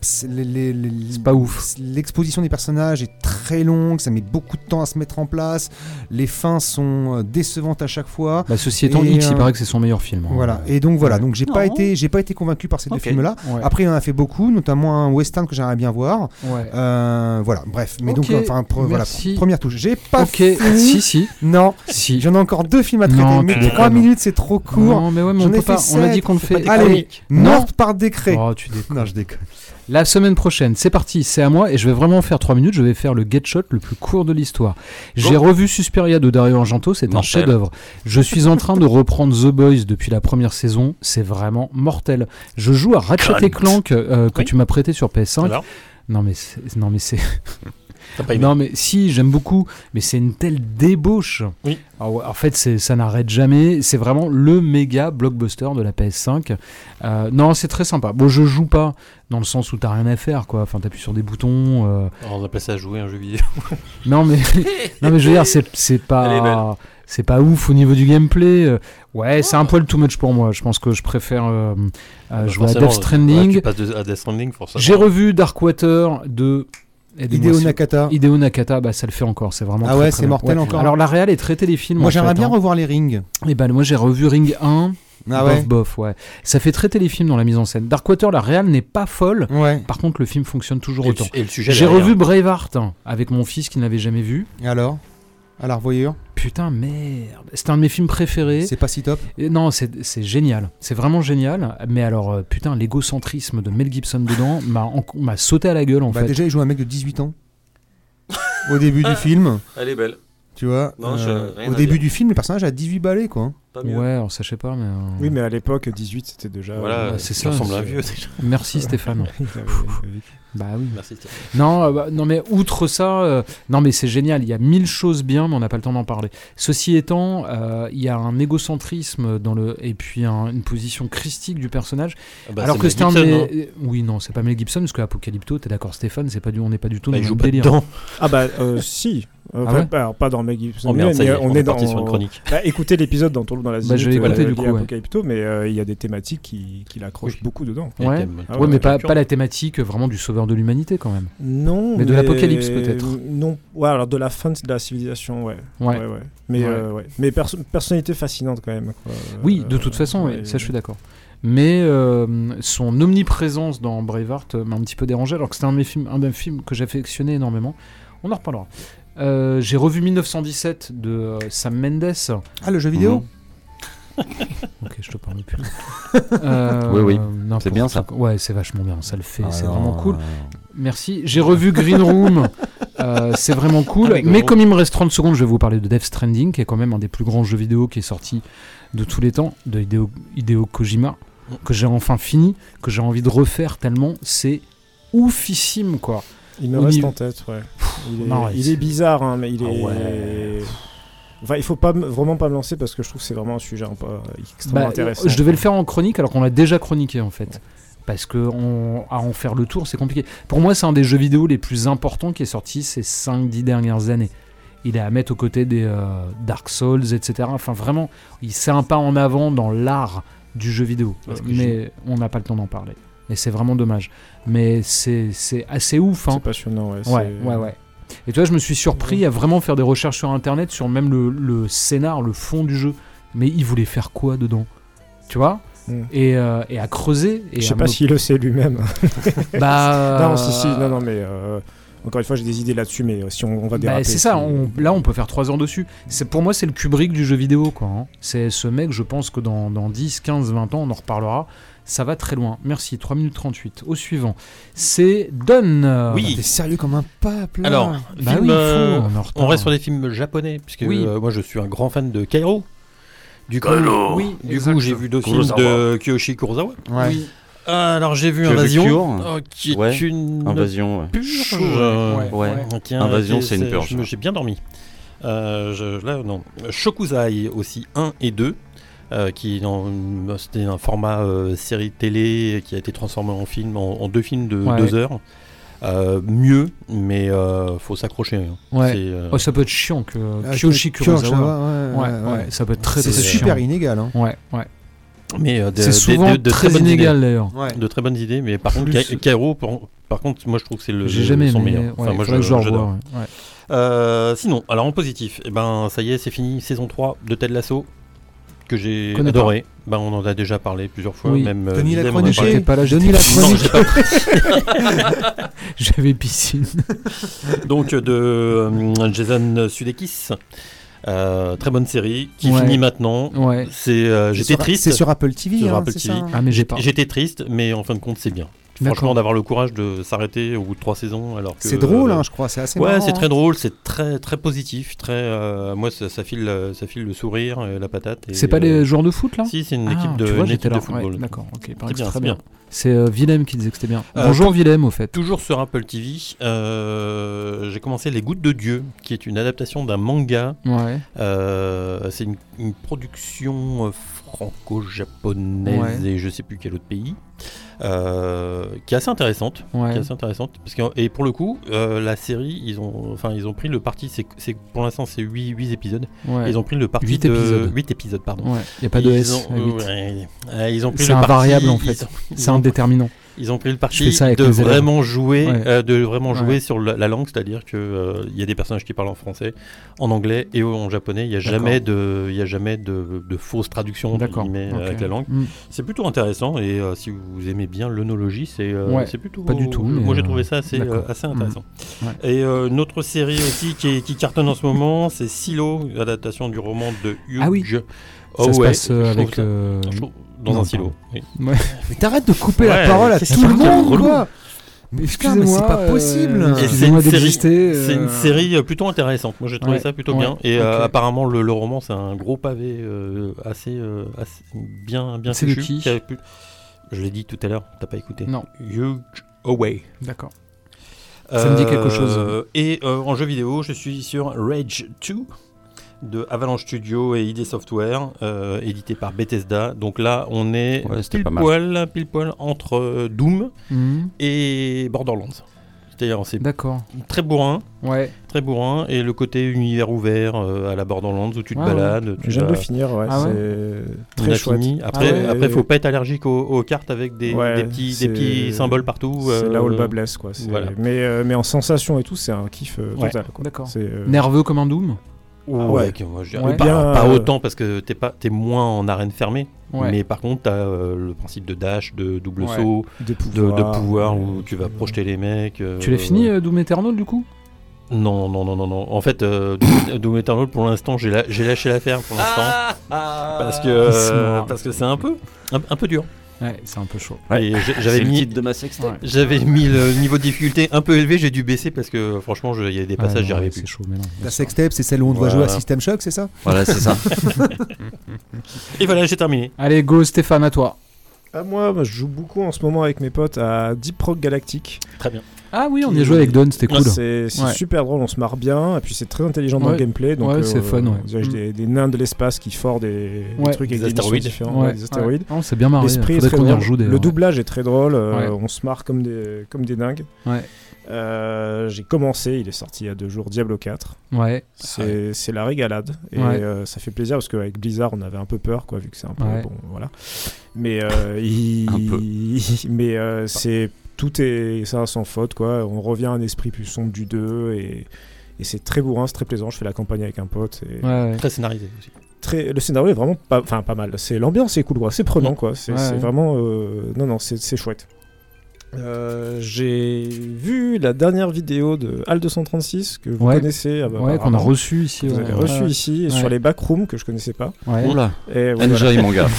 Speaker 3: c'est, les, les, les,
Speaker 2: C'est pas ouf.
Speaker 3: L'exposition des personnages est très longue, ça met beaucoup de temps à se mettre en place. Les fins sont euh, décevantes à chaque fois.
Speaker 2: Bah, ceci étant,
Speaker 3: Et,
Speaker 2: X, il
Speaker 3: euh,
Speaker 2: paraît que c'est son meilleur film. hein.
Speaker 3: Voilà. Et donc voilà. Donc j'ai
Speaker 4: Non.
Speaker 3: pas été, j'ai pas été convaincu par ces deux
Speaker 4: Ok.
Speaker 3: films-là.
Speaker 2: Ouais.
Speaker 3: Après, il en a fait beaucoup, notamment un western que j'aimerais bien voir.
Speaker 2: Ouais.
Speaker 3: Euh, voilà. Bref. Mais donc,
Speaker 2: Ok,
Speaker 3: enfin, pre- voilà.
Speaker 2: merci.
Speaker 3: Première touche. J'ai pas
Speaker 2: Ok,
Speaker 3: fini.
Speaker 2: si, si.
Speaker 3: Non.
Speaker 2: Si.
Speaker 3: J'en ai encore deux films à traiter.
Speaker 2: Non,
Speaker 3: mais
Speaker 2: tu
Speaker 3: trois
Speaker 2: déconnes.
Speaker 3: minutes, c'est trop court.
Speaker 2: Non, mais ouais, mais
Speaker 3: J'en
Speaker 2: on
Speaker 3: ai
Speaker 2: peut
Speaker 3: fait
Speaker 2: pas. On a
Speaker 3: sept.
Speaker 2: dit qu'on le fait.
Speaker 3: Allez,
Speaker 2: Non.
Speaker 3: morte par décret.
Speaker 2: Oh, tu déconnes.
Speaker 3: Non, je déconne.
Speaker 2: La semaine prochaine, c'est parti, c'est à moi et je vais vraiment faire trois minutes. Je vais faire le get shot le plus court de l'histoire. J'ai revu Suspiria de Dario Argento, c'est un
Speaker 4: Mortel.
Speaker 2: chef-d'œuvre. Je suis en train de reprendre The Boys depuis la première saison, c'est vraiment mortel. Je joue à Ratchet et Clank euh, que
Speaker 5: Oui.
Speaker 2: tu m'as prêté sur P S cinq.
Speaker 5: Alors,
Speaker 2: Non mais c'est, non mais c'est,
Speaker 5: t'as pas aimé.
Speaker 2: non mais si j'aime beaucoup, mais c'est une telle débauche.
Speaker 5: Oui.
Speaker 2: Alors, ouais, en fait, c'est, ça n'arrête jamais. C'est vraiment le méga blockbuster de la P S cinq. Euh, non, c'est très sympa. Bon, je joue pas dans le sens où t'as rien à faire, quoi. Enfin, t'appuies sur des boutons. euh,
Speaker 5: Alors, on appelle ça jouer à un jeu vidéo.
Speaker 2: Non mais, non mais je veux dire, c'est, c'est
Speaker 4: Elle est
Speaker 2: pas, c'est pas ouf au niveau du gameplay. Euh, Ouais, c'est un poil too much pour moi. Je pense que je préfère euh, euh, jouer à
Speaker 5: Forcément,
Speaker 2: Death Stranding.
Speaker 5: ouais, tu passes de- à Death Stranding, forcément.
Speaker 2: J'ai revu Darkwater de aidez-moi
Speaker 3: Hideo
Speaker 2: si-
Speaker 3: Nakata.
Speaker 2: Hideo Nakata, bah ça le fait encore, c'est vraiment
Speaker 3: Ah
Speaker 2: très,
Speaker 3: ouais,
Speaker 2: très
Speaker 3: c'est
Speaker 2: bien.
Speaker 3: mortel encore.
Speaker 2: Alors la réal est traitée les films.
Speaker 3: Moi,
Speaker 2: en
Speaker 3: j'aimerais
Speaker 2: fait,
Speaker 3: bien
Speaker 2: hein.
Speaker 3: revoir les rings.
Speaker 2: Et ben moi j'ai revu Ring un.
Speaker 3: Ah
Speaker 2: bof
Speaker 3: ouais.
Speaker 2: bof, ouais. Ça fait traiter les films dans la mise en scène. Darkwater, la réal n'est pas folle.
Speaker 3: Ouais.
Speaker 2: Par contre, le film fonctionne toujours
Speaker 5: Et le,
Speaker 2: autant.
Speaker 5: et le sujet
Speaker 2: J'ai
Speaker 5: derrière.
Speaker 2: revu Braveheart hein, avec mon fils qui n'avait jamais vu.
Speaker 3: Et alors à la revoyure,
Speaker 2: Putain, merde. C'était un de mes films préférés.
Speaker 3: c'est pas si top.
Speaker 2: Et non, c'est, c'est génial. C'est vraiment génial. Mais alors, euh, putain, l'égocentrisme de Mel Gibson dedans m'a, en- m'a sauté à la gueule, en
Speaker 3: Bah
Speaker 2: fait.
Speaker 3: déjà, il joue un mec de dixhuit ans au début du film,
Speaker 4: Elle est belle.
Speaker 3: tu vois.
Speaker 4: Non, je- rien
Speaker 3: au
Speaker 4: à
Speaker 3: début
Speaker 4: dire.
Speaker 3: du film, le personnage a dix-huit balais, quoi.
Speaker 4: Pas mieux.
Speaker 2: Ouais, alors ça, je sais pas, mais... euh,
Speaker 6: Oui, mais à l'époque, dix-huit, c'était déjà.
Speaker 5: Voilà,
Speaker 2: Ouais, c'est
Speaker 5: tu
Speaker 2: ça,
Speaker 5: ressembles à un
Speaker 2: c'est-
Speaker 5: vieux déjà.
Speaker 2: Merci, Stéphane.
Speaker 6: Il avait- il avait-
Speaker 2: Bah oui.
Speaker 5: Merci Stéphane.
Speaker 2: Non, euh, bah, non, mais outre ça, euh, non, mais c'est génial. Il y a mille choses bien, mais on n'a pas le temps d'en parler. Ceci étant, euh, il y a un égocentrisme dans le, et puis un- une position christique du personnage.
Speaker 5: Ah bah,
Speaker 2: alors
Speaker 5: c'est
Speaker 2: que
Speaker 5: Mel
Speaker 2: c'était un
Speaker 5: Gibson,
Speaker 2: de
Speaker 5: hein.
Speaker 2: mes... Oui, non, c'est pas Mel Gibson, parce que Apocalypto, t'es d'accord, Stéphane, c'est pas du... on n'est pas du tout
Speaker 5: Bah,
Speaker 2: dans
Speaker 5: il
Speaker 2: le
Speaker 5: joue
Speaker 2: même
Speaker 5: pas
Speaker 2: délire.
Speaker 5: dedans.
Speaker 6: Ah bah euh, si. Euh,
Speaker 2: Ah
Speaker 6: enfin,
Speaker 2: ouais
Speaker 6: bah, alors, pas dans Meg Gibson.
Speaker 5: Oh merde, ça y est,
Speaker 6: mais
Speaker 5: on est parti
Speaker 6: dans-
Speaker 5: sur une chronique.
Speaker 6: Bah, écoutez l'épisode dans Tourne dans la
Speaker 2: Bah, je vais
Speaker 6: Zénith,
Speaker 2: écouter,
Speaker 6: euh,
Speaker 2: du
Speaker 6: lié
Speaker 2: coup,
Speaker 6: à
Speaker 2: ouais.
Speaker 6: Apocalypto, mais euh, il y a des thématiques qui, qui l'accrochent
Speaker 5: Oui.
Speaker 6: beaucoup dedans.
Speaker 5: Et
Speaker 2: Ouais.
Speaker 5: thème-
Speaker 6: Ah
Speaker 2: Ouais,
Speaker 6: ouais,
Speaker 2: mais pas,
Speaker 5: culture.
Speaker 2: pas la thématique vraiment du sauveur de l'humanité, quand même.
Speaker 6: Non,
Speaker 2: Mais de l'apocalypse, peut-être.
Speaker 6: Non, ouais, alors de la fin de la civilisation, ouais.
Speaker 2: Ouais.
Speaker 6: ouais, ouais. Mais,
Speaker 2: Ouais.
Speaker 6: euh, ouais. mais perso- personnalité fascinante quand même. quoi.
Speaker 2: Oui, de
Speaker 6: Euh,
Speaker 2: toute façon,
Speaker 6: ouais,
Speaker 2: ouais, ça je suis d'accord. Mais euh, son omniprésence dans Braveheart m'a un petit peu dérangé, alors que c'était un de mes films, un des films que j'affectionnais énormément. On en reparlera. Euh, j'ai revu mille neuf cent dix-sept de euh, Sam Mendes.
Speaker 3: Ah, le jeu vidéo.
Speaker 4: Mhm.
Speaker 2: Ok, je te parle plus. Euh,
Speaker 4: Oui, oui.
Speaker 2: n'importe
Speaker 4: C'est bien, ça.
Speaker 2: quoi. Ouais, c'est vachement bien. Ça le fait. c'est
Speaker 3: Alors,
Speaker 2: vraiment cool.
Speaker 3: euh,
Speaker 2: Merci. J'ai revu Green Room. Euh, c'est vraiment cool.
Speaker 5: Avec
Speaker 2: Mais
Speaker 5: Green
Speaker 2: comme il me reste trente secondes, je vais vous parler de Death Stranding, qui est quand même un des plus grands jeux vidéo qui est sorti de tous les temps, de Hideo, Hideo Kojima, que j'ai enfin fini, que j'ai envie de refaire tellement c'est oufissime, quoi.
Speaker 6: Il me
Speaker 2: Au
Speaker 6: reste
Speaker 2: niveau-
Speaker 6: en tête, ouais. Il est,
Speaker 2: non, ouais,
Speaker 6: il
Speaker 2: c'est-
Speaker 6: est bizarre, hein, mais il
Speaker 2: Ah
Speaker 6: est.
Speaker 2: ouais.
Speaker 6: Enfin, il faut pas me- vraiment pas me lancer parce que je trouve que c'est vraiment un sujet un peu extrêmement
Speaker 2: Bah,
Speaker 6: intéressant.
Speaker 2: je devais le faire en chronique alors qu'on l'a déjà chroniqué en fait. Parce que on, à en faire le tour, c'est compliqué. Pour moi, c'est un des jeux vidéo les plus importants qui est sorti ces cinq dix dernières années. Il est à mettre aux côtés des euh, Dark Souls, et cetera. Enfin, vraiment, il c'est un pas en avant dans l'art du jeu vidéo.
Speaker 5: Parce que
Speaker 2: Mais on n'a pas le temps d'en parler. Et c'est vraiment dommage. Mais c'est, c'est assez ouf. Hein.
Speaker 6: C'est passionnant, ouais.
Speaker 2: Ouais,
Speaker 6: c'est-
Speaker 2: ouais, ouais. Et tu vois, je me suis surpris à vraiment faire des recherches sur Internet sur même le, le scénar, le fond du jeu. Mais il voulait faire quoi dedans? Tu vois?
Speaker 6: Mm.
Speaker 2: et, euh, et à creuser. Et
Speaker 6: Je sais
Speaker 2: à
Speaker 6: pas
Speaker 2: me-
Speaker 6: s'il le sait lui-même.
Speaker 2: Bah.
Speaker 6: Non, si, si, non, non, mais euh, encore une fois, j'ai des idées là-dessus, mais euh, si on, on va déraper.
Speaker 2: Bah, c'est ça,
Speaker 6: si-
Speaker 2: on- là on peut faire trois heures dessus. C'est, pour moi, c'est le Kubrick du jeu vidéo, quoi. Hein. C'est ce mec, je pense que dans, dans dix, quinze, vingt ans, on en reparlera. Ça va très loin. Merci, trois minutes trente-huit. Au suivant, c'est Don.
Speaker 5: Oui.
Speaker 3: T'es sérieux comme un pape là.
Speaker 5: Alors,
Speaker 2: Bah
Speaker 5: film,
Speaker 2: oui, il faut,
Speaker 5: euh,
Speaker 2: on est en retard.
Speaker 5: on reste sur des films japonais, puisque
Speaker 2: Oui.
Speaker 5: euh, moi je suis un grand fan de Kairo. Du coup,
Speaker 7: Kairo.
Speaker 5: oui, du
Speaker 2: exact.
Speaker 5: coup j'ai vu deux films
Speaker 7: Kurosawa.
Speaker 5: de Kiyoshi Kurosawa.
Speaker 3: Ouais.
Speaker 2: Oui.
Speaker 5: Euh, alors j'ai vu
Speaker 4: Tu as vu
Speaker 5: Invasion,
Speaker 4: Cure
Speaker 5: euh, qui est
Speaker 4: Ouais.
Speaker 5: une
Speaker 4: Invasion, ouais.
Speaker 5: purge.
Speaker 2: Chaud,
Speaker 5: euh,
Speaker 2: ouais,
Speaker 4: ouais.
Speaker 2: ouais.
Speaker 5: qui a-
Speaker 4: Invasion,
Speaker 5: qui-
Speaker 4: c'est une purge.
Speaker 5: je me- J'ai bien dormi. Euh, je- là, non. Shokuzai aussi un et deux. Euh, qui est dans une- c'était un format euh, série télé qui a été transformé en film, en, en deux films de
Speaker 2: Ouais.
Speaker 5: deux heures. Euh, mieux, mais euh, faut s'accrocher. hein.
Speaker 2: Ouais.
Speaker 5: C'est, euh,
Speaker 2: Oh, ça peut être chiant que
Speaker 3: Ah,
Speaker 2: Kiyoshi
Speaker 3: Kurosawa,
Speaker 2: Kurosawa.
Speaker 3: ouais,
Speaker 2: Ouais,
Speaker 3: ouais,
Speaker 2: ouais,
Speaker 3: ouais.
Speaker 2: ça peut être très
Speaker 3: C'est
Speaker 2: très
Speaker 3: super
Speaker 2: chiant.
Speaker 3: inégal. Hein.
Speaker 2: Ouais, ouais.
Speaker 5: Mais euh, de,
Speaker 2: C'est
Speaker 5: de-
Speaker 2: souvent
Speaker 5: de- de
Speaker 2: très
Speaker 5: bonnes
Speaker 2: inégal
Speaker 5: idées.
Speaker 2: d'ailleurs.
Speaker 3: Ouais.
Speaker 5: De très bonnes idées, mais par contre,
Speaker 2: Plus-
Speaker 5: Ka- Kairo, par, par contre, moi je trouve que c'est le,
Speaker 2: J'ai
Speaker 5: le
Speaker 2: jamais
Speaker 5: son
Speaker 2: aimé.
Speaker 5: meilleur.
Speaker 2: Ouais,
Speaker 5: moi
Speaker 2: faudrait que je le
Speaker 5: j'adore.
Speaker 2: revoie, ouais. Ouais.
Speaker 5: Euh, sinon, alors en positif, eh ben, ça y est, c'est fini, saison trois de Ted Lasso, que j'ai
Speaker 2: Connais
Speaker 5: adoré. Ben, on en a déjà parlé plusieurs fois.
Speaker 2: Oui.
Speaker 5: Même, euh,
Speaker 3: Denis l'a
Speaker 5: Willem en a
Speaker 3: chroniqué.
Speaker 5: parlé.
Speaker 2: J'étais pas là,
Speaker 3: Denis
Speaker 2: j'étais-
Speaker 3: l'a
Speaker 5: Non,
Speaker 3: chronique.
Speaker 5: j'ai pas
Speaker 2: J'avais piscine.
Speaker 5: Donc de euh, Jason Sudeikis. Euh, très bonne série qui
Speaker 2: Ouais.
Speaker 5: finit maintenant.
Speaker 2: Ouais.
Speaker 5: C'est, euh, j'étais
Speaker 3: Sur-
Speaker 5: triste.
Speaker 3: C'est sur Apple T V.
Speaker 5: Sur
Speaker 3: hein,
Speaker 5: Apple
Speaker 3: c'est
Speaker 5: T V.
Speaker 3: ça, hein.
Speaker 2: Ah mais j'ai pas.
Speaker 5: J'étais triste, mais en fin de compte, c'est bien.
Speaker 2: D'accord.
Speaker 5: Franchement, d'avoir le courage de s'arrêter au bout de trois saisons, alors que
Speaker 3: C'est drôle,
Speaker 5: euh,
Speaker 3: hein, je crois. C'est assez
Speaker 5: Ouais,
Speaker 3: marrant,
Speaker 5: c'est
Speaker 3: hein.
Speaker 5: très drôle, c'est très très positif, très. euh, moi, ça, ça file, euh, ça file le sourire, et la patate. et,
Speaker 2: C'est pas
Speaker 5: euh,
Speaker 2: les joueurs de foot là
Speaker 5: Si, c'est une
Speaker 2: Ah,
Speaker 5: équipe de,
Speaker 2: tu vois,
Speaker 5: une
Speaker 2: j'étais
Speaker 5: équipe
Speaker 2: là.
Speaker 5: de football.
Speaker 2: Ouais, d'accord, ok. il paraît
Speaker 5: C'est
Speaker 2: que
Speaker 5: bien,
Speaker 2: très
Speaker 5: c'est
Speaker 2: bien.
Speaker 5: bien.
Speaker 2: C'est euh, Willem qui disait que c'était bien.
Speaker 5: Euh,
Speaker 2: Bonjour Willem au fait.
Speaker 5: Toujours sur Apple T V, euh, j'ai commencé Les Gouttes de Dieu, qui est une adaptation d'un manga.
Speaker 2: Ouais.
Speaker 5: Euh, c'est une, une production euh, franco-japonaise
Speaker 2: Ouais.
Speaker 5: et je sais plus quel autre pays, euh, qui est assez intéressante. Qui
Speaker 2: Ouais.
Speaker 5: est assez intéressante parce que, et pour le coup, euh, la série, ils ont, enfin, ils ont pris le parti. C'est, c'est pour l'instant, c'est huit épisodes.
Speaker 2: Ouais.
Speaker 5: Ils ont pris le parti
Speaker 2: Huit
Speaker 5: de
Speaker 2: épisodes.
Speaker 5: huit épisodes, pardon.
Speaker 2: Ouais. Il y a pas de
Speaker 5: Ils
Speaker 2: S.
Speaker 5: ont,
Speaker 2: à huit.
Speaker 5: ouais, euh, ils ont pris
Speaker 2: C'est
Speaker 5: le
Speaker 2: un
Speaker 5: parti,
Speaker 2: variable, en
Speaker 5: ils
Speaker 2: fait.
Speaker 5: ont- ils
Speaker 2: C'est
Speaker 5: ont-
Speaker 2: un déterminant.
Speaker 5: Ils ont pris le
Speaker 2: Je
Speaker 5: parti
Speaker 2: fais ça avec
Speaker 5: de
Speaker 2: les élèves.
Speaker 5: vraiment jouer,
Speaker 2: Ouais.
Speaker 5: euh, de vraiment jouer
Speaker 2: Ouais.
Speaker 5: sur la, la langue, c'est-à-dire que euh, il y a des personnages qui parlent en français, en anglais et en japonais. Il y a
Speaker 2: D'accord.
Speaker 5: jamais de, il y a jamais de, de fausses traductions entre
Speaker 2: D'accord.
Speaker 5: guillemets,
Speaker 2: ok.
Speaker 5: avec la langue.
Speaker 2: Mm.
Speaker 5: C'est plutôt intéressant et euh, si vous aimez bien l'œnologie, c'est euh,
Speaker 2: Ouais,
Speaker 5: c'est plutôt
Speaker 2: pas du tout, mais,
Speaker 5: Moi j'ai
Speaker 2: euh,
Speaker 5: trouvé ça assez,
Speaker 2: d'accord.
Speaker 5: euh, assez intéressant.
Speaker 2: Mm. Ouais.
Speaker 5: Et euh, une autre série aussi qui, est- qui cartonne en ce moment, c'est Silo, adaptation du roman de Hugh.
Speaker 2: Ah oui.
Speaker 5: Oh
Speaker 2: Ça se
Speaker 5: ouais,
Speaker 2: passe euh,
Speaker 5: je trouve
Speaker 2: avec.
Speaker 5: ça-
Speaker 2: euh,
Speaker 5: je trouve- dans
Speaker 2: non,
Speaker 5: un silo.
Speaker 2: pardon.
Speaker 5: oui.
Speaker 2: Ouais.
Speaker 3: Mais t'arrêtes de couper
Speaker 5: Ouais,
Speaker 3: la parole à
Speaker 5: qu'est-ce
Speaker 3: tout
Speaker 5: que
Speaker 3: le
Speaker 5: c'est
Speaker 3: monde,
Speaker 5: relou.
Speaker 3: quoi. Mais putain, mais c'est
Speaker 2: Excusez-moi,
Speaker 3: pas possible.
Speaker 2: euh,
Speaker 5: Et c'est
Speaker 2: Excusez-moi
Speaker 5: une série-
Speaker 2: d'exister.
Speaker 5: C'est une
Speaker 2: euh,
Speaker 5: série euh, plutôt intéressante. Moi, j'ai trouvé
Speaker 2: Ouais,
Speaker 5: ça plutôt
Speaker 2: ouais,
Speaker 5: bien. Et euh,
Speaker 2: ok.
Speaker 5: apparemment, le, le roman, c'est un gros pavé euh, assez, euh, assez bien, bien
Speaker 2: C'est de
Speaker 5: fichu,
Speaker 2: qui
Speaker 5: a pu- Je l'ai dit tout à l'heure. T'as pas écouté.
Speaker 2: Non.
Speaker 5: Huge Away.
Speaker 2: D'accord. Ça me dit quelque chose.
Speaker 5: Et euh, en jeu vidéo, je suis sur Rage deux de Avalanche Studio et I D Software, euh, édité par Bethesda. Donc là, on est
Speaker 4: Ouais, c'était
Speaker 5: pile
Speaker 4: pas mal.
Speaker 5: poil, pile poil entre euh, Doom
Speaker 2: Mhm.
Speaker 5: et Borderlands. C'est-à-dire, c'est
Speaker 2: D'accord.
Speaker 5: très bourrin.
Speaker 2: Ouais.
Speaker 5: Très bourrin, et le côté univers ouvert euh, à la Borderlands où tu te
Speaker 2: Ah ouais.
Speaker 5: balades. Tu
Speaker 6: Je viens de
Speaker 5: vas-
Speaker 6: le finir, ouais,
Speaker 2: Ah ouais
Speaker 6: c'est
Speaker 5: on
Speaker 6: très
Speaker 5: a
Speaker 6: chouette.
Speaker 5: fini. Après,
Speaker 2: Ah ouais.
Speaker 5: après, faut pas être allergique aux, aux cartes avec des,
Speaker 6: Ouais,
Speaker 5: des petits, des
Speaker 6: c'est-
Speaker 5: petits symboles partout.
Speaker 6: C'est
Speaker 5: euh,
Speaker 6: là où le bas blesse, quoi. C'est-
Speaker 5: voilà.
Speaker 6: Mais, euh, mais en sensation et tout, c'est un kiff euh,
Speaker 5: Ouais.
Speaker 6: total. quoi.
Speaker 2: D'accord.
Speaker 6: C'est, euh,
Speaker 2: Nerveux comme un Doom.
Speaker 5: Ouais,
Speaker 6: ouais.
Speaker 5: que moi, je dirais
Speaker 2: Ouais.
Speaker 5: pas,
Speaker 6: Bien,
Speaker 5: pas
Speaker 6: euh,
Speaker 5: autant parce que t'es pas, t'es moins en arène fermée.
Speaker 2: Ouais.
Speaker 5: Mais par contre, t'as euh, le principe de dash, de double
Speaker 2: Ouais.
Speaker 5: saut,
Speaker 6: des
Speaker 5: de,
Speaker 6: pouvoirs,
Speaker 5: de pouvoir
Speaker 6: euh,
Speaker 5: où tu vas projeter les mecs. euh,
Speaker 2: Tu l'as fini euh, Doom Eternal du coup
Speaker 5: Non, non, non, non, non. En fait, euh, Doom, Doom Eternal, pour l'instant, j'ai, la- j'ai lâché l'affaire pour l'instant. parce que
Speaker 2: Il se
Speaker 5: euh,
Speaker 2: marre.
Speaker 5: parce que c'est un peu, un, un peu dur.
Speaker 2: Ouais, c'est un peu chaud.
Speaker 5: Et j'ai-
Speaker 4: C'est
Speaker 5: j'avais
Speaker 4: le
Speaker 5: mis,
Speaker 4: titre de ma sextape.
Speaker 2: Ouais.
Speaker 5: j'avais mis le niveau de difficulté un peu élevé, j'ai dû baisser parce que franchement, je- il y a des passages,
Speaker 2: Ouais,
Speaker 5: j'y
Speaker 2: non,
Speaker 5: arrivais
Speaker 2: C'est
Speaker 5: plus.
Speaker 2: chaud, mais non.
Speaker 3: La sextape, c'est celle où on doit
Speaker 5: Voilà.
Speaker 3: jouer à System Shock, c'est ça?
Speaker 4: Voilà, c'est ça.
Speaker 5: Et voilà, j'ai terminé.
Speaker 2: Allez, go Stéphane, à toi.
Speaker 6: Ah, moi, bah, je joue beaucoup en ce moment avec mes potes à Deep Rock Galactic.
Speaker 5: Très bien.
Speaker 2: Ah oui, on y a joué avec Don, c'était cool.
Speaker 6: C'est c'est
Speaker 2: Ouais.
Speaker 6: super drôle, on se marre bien, et puis c'est très intelligent dans
Speaker 2: Ouais.
Speaker 6: le gameplay. Donc,
Speaker 2: Ouais, c'est fun, ouais.
Speaker 6: on dirait
Speaker 2: Mm.
Speaker 6: des, des nains de l'espace qui forent des, des
Speaker 2: Ouais.
Speaker 6: trucs
Speaker 5: Des
Speaker 6: avec des missions
Speaker 5: astéroïdes.
Speaker 6: différents, ouais, des astéroïdes.
Speaker 2: Ouais. Non, c'est bien marré.
Speaker 6: L'esprit est
Speaker 2: Faudrait
Speaker 6: très
Speaker 2: qu'on y
Speaker 6: drôle.
Speaker 2: rejoue d'ailleurs.
Speaker 6: Le doublage est très drôle, euh,
Speaker 2: Ouais.
Speaker 6: on se marre comme des, comme des dingues.
Speaker 2: Ouais.
Speaker 6: Euh, j'ai commencé, il est sorti il y a deux jours, Diablo quatre.
Speaker 2: Ouais.
Speaker 6: C'est c'est la régalade. Et
Speaker 2: Ouais.
Speaker 6: euh, ça fait plaisir parce qu'avec Blizzard, on avait un peu peur, quoi, vu que c'est un peu.
Speaker 2: Ouais.
Speaker 6: Bon, voilà. Mais, euh, il-
Speaker 4: Un peu.
Speaker 6: mais euh, c'est. Tout est ça sans faute, quoi. On revient à un esprit plus sombre du deux et, et c'est très bourrin, c'est très plaisant. Je fais la campagne avec un pote. Et
Speaker 2: Ouais, ouais.
Speaker 5: Très scénarisé aussi.
Speaker 6: très, le scénario est vraiment pas, enfin pas mal. C'est l'ambiance est cool, quoi. C'est prenant, quoi. C'est
Speaker 2: Ouais,
Speaker 6: c'est
Speaker 2: ouais.
Speaker 6: vraiment, euh, non, non, c'est c'est chouette. Euh, j'ai vu la dernière vidéo de Al deux cent trente-six que vous
Speaker 2: Ouais.
Speaker 6: connaissez, ah bah,
Speaker 2: Ouais, qu'on a
Speaker 6: apparemment,
Speaker 2: reçu ici.
Speaker 6: que vous
Speaker 2: ouais.
Speaker 6: avez reçu
Speaker 2: Ouais.
Speaker 6: ici
Speaker 2: Ouais.
Speaker 6: sur les backrooms que je connaissais pas.
Speaker 2: Ouais.
Speaker 4: Oula,
Speaker 6: Et voilà.
Speaker 4: enjoy mon gars.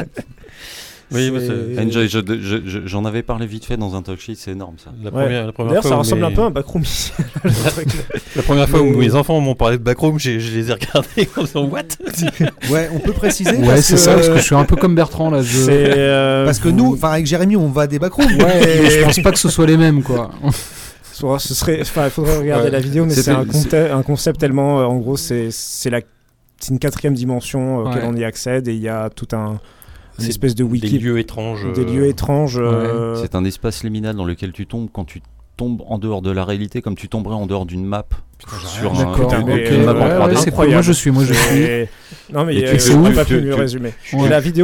Speaker 5: Oui,
Speaker 6: C'est-
Speaker 5: bah, c'est-
Speaker 4: Enjoy, je- je- je- j'en avais parlé vite fait dans un talk sheet, c'est énorme ça.
Speaker 5: La
Speaker 6: Ouais.
Speaker 5: première, la première
Speaker 6: D'ailleurs,
Speaker 5: fois
Speaker 6: ça
Speaker 5: où
Speaker 6: ressemble
Speaker 5: mes-
Speaker 6: un peu à un backroom ici.
Speaker 5: La première fois
Speaker 6: Mais-
Speaker 5: où mes enfants m'ont parlé de Backroom, j'ai- je les ai regardés en disant What?
Speaker 3: Ouais, on peut préciser.
Speaker 2: Ouais,
Speaker 3: parce
Speaker 2: c'est
Speaker 3: que,
Speaker 2: ça, parce que
Speaker 3: euh,
Speaker 2: je suis un peu comme Bertrand là. Je...
Speaker 6: C'est, euh,
Speaker 3: Parce que nous, enfin avec Jérémy, on va à des backrooms.
Speaker 2: Ouais, mais je pense pas que ce soit les mêmes quoi.
Speaker 6: Soit ce serait, enfin, il faudrait regarder
Speaker 4: Ouais.
Speaker 6: la vidéo, mais c'est
Speaker 4: C'était-
Speaker 6: un, conte- un concept tellement, euh, en gros, c'est c'est la, c'est une quatrième dimension euh, auquel
Speaker 2: Ouais.
Speaker 6: on y accède et il y a tout un, une
Speaker 5: C'est
Speaker 6: espèce de
Speaker 5: Des
Speaker 6: wiki,
Speaker 5: lieux étranges.
Speaker 6: des
Speaker 5: euh,
Speaker 6: lieux étranges. euh,
Speaker 4: C'est un espace liminal dans lequel tu tombes quand tu tombes en dehors de la réalité, comme tu tomberais en dehors d'une map. Sur un,
Speaker 2: D'accord,
Speaker 4: une-
Speaker 6: ok,
Speaker 4: une map en
Speaker 6: ouais,
Speaker 4: trois D.
Speaker 2: ouais, c'est cool. Moi je suis, moi je suis.
Speaker 6: c'est- Non mais
Speaker 4: Et
Speaker 6: euh,
Speaker 4: tu-
Speaker 2: c'est
Speaker 6: on
Speaker 2: où
Speaker 6: n'a pas
Speaker 4: tu-
Speaker 6: pu mieux
Speaker 4: tu-
Speaker 6: résumer.
Speaker 2: Ouais.
Speaker 6: Et la vidéo est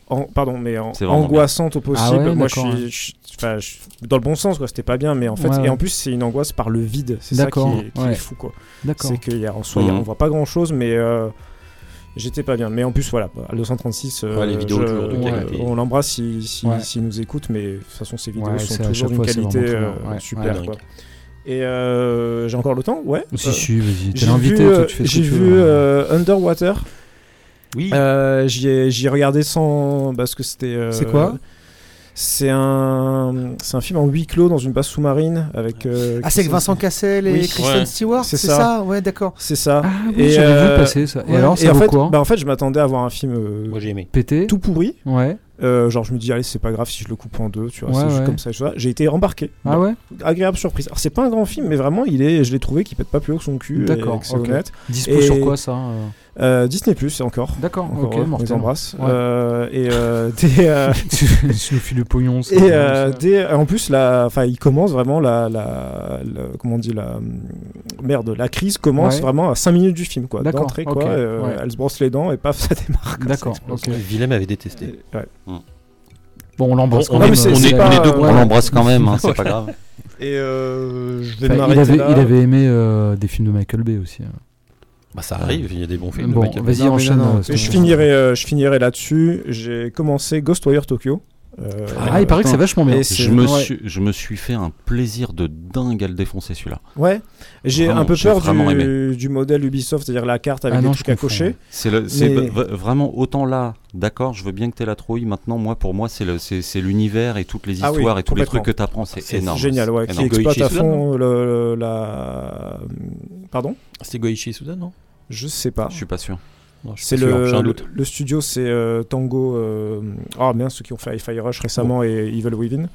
Speaker 6: en, pardon, mais en,
Speaker 4: C'est vraiment
Speaker 6: angoissante au possible.
Speaker 2: Ah ouais,
Speaker 6: Moi, je
Speaker 2: d'accord,
Speaker 6: suis, je suis- enfin, je suis dans le bon sens, quoi. C'était pas bien, mais en fait,
Speaker 2: Ouais,
Speaker 6: et
Speaker 2: ouais.
Speaker 6: en plus, c'est une angoisse par le vide. C'est ça qui,
Speaker 2: D'accord,
Speaker 6: est, qui
Speaker 2: ouais.
Speaker 6: est fou, quoi.
Speaker 2: D'accord.
Speaker 6: C'est qu'il y a en soi, il y a-
Speaker 4: Mhm.
Speaker 6: on voit pas grand chose, mais euh, j'étais pas bien. Mais en plus, voilà, à deux cent trente-six, euh,
Speaker 5: Ouais, les vidéos
Speaker 6: je-
Speaker 5: toujours de
Speaker 6: ouais,
Speaker 5: qualité.
Speaker 6: on l'embrasse s'il si,
Speaker 2: Ouais.
Speaker 6: s'il nous écoute, mais de toute façon, ces vidéos
Speaker 2: Ouais,
Speaker 6: sont
Speaker 2: c'est à
Speaker 6: toujours
Speaker 2: chaque
Speaker 6: d'une
Speaker 2: fois, c'est
Speaker 6: qualité
Speaker 2: vraiment très
Speaker 6: euh,
Speaker 2: bien. Ouais,
Speaker 6: super,
Speaker 5: ouais,
Speaker 6: quoi. Et euh, j'ai encore le temps, ouais.
Speaker 2: Si,
Speaker 6: Euh,
Speaker 2: si, vas-y. T'es
Speaker 6: j'ai
Speaker 2: l'invité,
Speaker 6: vu,
Speaker 2: toi,
Speaker 6: euh,
Speaker 2: tu fais ce
Speaker 6: j'ai
Speaker 2: que tu
Speaker 6: vu
Speaker 2: veux.
Speaker 6: euh, Underwater.
Speaker 5: Oui.
Speaker 6: Euh, j'y ai, j'y ai regardé sans parce que c'était. euh,
Speaker 3: C'est quoi
Speaker 6: C'est un, c'est un film en huis clos dans une base sous-marine avec. euh,
Speaker 3: Ah, c'est avec
Speaker 6: Kristen-
Speaker 3: Vincent Cassel et
Speaker 6: Oui.
Speaker 3: Kristen
Speaker 5: Ouais.
Speaker 3: Stewart,
Speaker 6: C'est
Speaker 3: c'est
Speaker 6: ça.
Speaker 3: ça. Ouais, d'accord.
Speaker 6: C'est ça.
Speaker 2: Ah oui,
Speaker 6: Et,
Speaker 2: j'avais vu
Speaker 6: euh,
Speaker 2: le passer ça. Et
Speaker 3: ouais.
Speaker 2: alors, ça
Speaker 6: et en
Speaker 2: vaut
Speaker 6: fait,
Speaker 2: quoi
Speaker 6: bah en fait, je m'attendais à voir un film euh,
Speaker 5: Moi j'ai aimé.
Speaker 2: Pété
Speaker 6: tout pourri.
Speaker 2: Ouais.
Speaker 6: Euh, genre, je me dis, allez, c'est pas grave si je le coupe en deux, tu vois.
Speaker 2: Ouais,
Speaker 6: c'est juste
Speaker 2: ouais.
Speaker 6: comme ça, tu vois. J'ai été embarqué.
Speaker 2: Ah
Speaker 6: Bon,
Speaker 2: ouais
Speaker 6: agréable surprise. Alors, c'est pas un grand film, mais vraiment, il est, je l'ai trouvé qu'il pète pas plus haut que son cul.
Speaker 2: D'accord,
Speaker 6: et que C'est
Speaker 2: ok.
Speaker 6: honnête.
Speaker 2: Dispo
Speaker 6: Et-
Speaker 2: sur quoi ça euh
Speaker 6: Euh, Disney Plus, c'est encore.
Speaker 2: D'accord,
Speaker 6: Encore
Speaker 2: ok,
Speaker 6: eux, on les
Speaker 2: mortel.
Speaker 6: embrasse.
Speaker 2: Ouais.
Speaker 6: Euh, et euh, des, euh,
Speaker 2: Tu nous files le pognon. ça,
Speaker 6: Et
Speaker 2: ça,
Speaker 6: euh,
Speaker 2: ça.
Speaker 6: dès- en plus, la, enfin, il commence vraiment la, la, la- comment on dit la merde, la crise commence
Speaker 2: Ouais.
Speaker 6: vraiment à cinq minutes du film, quoi.
Speaker 2: D'accord,
Speaker 6: D'entrée, quoi.
Speaker 2: ok,
Speaker 6: euh,
Speaker 2: ouais.
Speaker 6: Elle se brosse les dents et paf, ça démarre. quoi,
Speaker 2: D'accord,
Speaker 6: ça explose.
Speaker 2: ok.
Speaker 5: Willem avait détesté.
Speaker 6: Et- ouais.
Speaker 2: Bon, on l'embrasse
Speaker 5: On-
Speaker 2: quand
Speaker 5: on
Speaker 2: même.
Speaker 6: est- c'est-
Speaker 2: euh,
Speaker 6: c'est
Speaker 2: c'est-
Speaker 6: pas-
Speaker 5: on est deux
Speaker 6: ouais.
Speaker 5: pour
Speaker 4: On l'embrasse quand même, hein, c'est pas grave.
Speaker 6: Et euh, je vais
Speaker 2: Enfin, il,
Speaker 6: m'arrêter
Speaker 2: avait,
Speaker 6: là.
Speaker 2: il avait aimé euh, des films de Michael Bay aussi. hein.
Speaker 5: Bah ça arrive, il y a des bons films.
Speaker 2: Bon,
Speaker 5: de Michael Bay.
Speaker 2: vas-y,
Speaker 3: Non, mais
Speaker 2: enchaîne.
Speaker 3: non, non,
Speaker 2: euh,
Speaker 6: Et
Speaker 2: Stéphane.
Speaker 6: je finirai, euh, je finirai là-dessus. J'ai commencé Ghostwire Tokyo. Euh,
Speaker 2: Ah, il paraît que c'est vachement bien.
Speaker 6: Et c'est-
Speaker 4: Je me,
Speaker 6: ouais.
Speaker 4: suis, je me suis fait un plaisir de dingue à le défoncer celui-là.
Speaker 6: Ouais. J'ai
Speaker 4: Vraiment,
Speaker 6: un peu
Speaker 4: j'ai
Speaker 6: peur
Speaker 4: vraiment
Speaker 6: du, du modèle Ubisoft, c'est-à-dire la carte avec
Speaker 2: Ah
Speaker 6: des
Speaker 2: non,
Speaker 6: trucs
Speaker 2: je
Speaker 6: à
Speaker 2: confonds,
Speaker 6: cocher.
Speaker 2: ouais.
Speaker 4: C'est le- c'est
Speaker 6: Mais-
Speaker 4: v- vraiment autant là, d'accord, je veux bien que tu aies la trouille. Maintenant, moi, pour moi, c'est le- c'est c'est l'univers et toutes les
Speaker 6: Ah oui,
Speaker 4: histoires et tous les
Speaker 6: complètement.
Speaker 4: trucs que tu apprends. C'est
Speaker 5: C'est
Speaker 4: énorme.
Speaker 6: Génial, ouais.
Speaker 4: C'est
Speaker 6: Qui
Speaker 4: énorme.
Speaker 6: exploite à
Speaker 5: Goichi
Speaker 6: fond le, la. Pardon
Speaker 5: C'était Goichi Suda, non
Speaker 6: Je sais pas.
Speaker 4: Je suis pas sûr.
Speaker 5: Non, je suis
Speaker 6: C'est
Speaker 5: pas sûr,
Speaker 6: le,
Speaker 5: j'ai un
Speaker 6: le,
Speaker 5: doute.
Speaker 6: le studio, c'est euh, Tango. euh, Ah, bien, ceux qui ont fait Hi-Fi Rush récemment et Evil Within.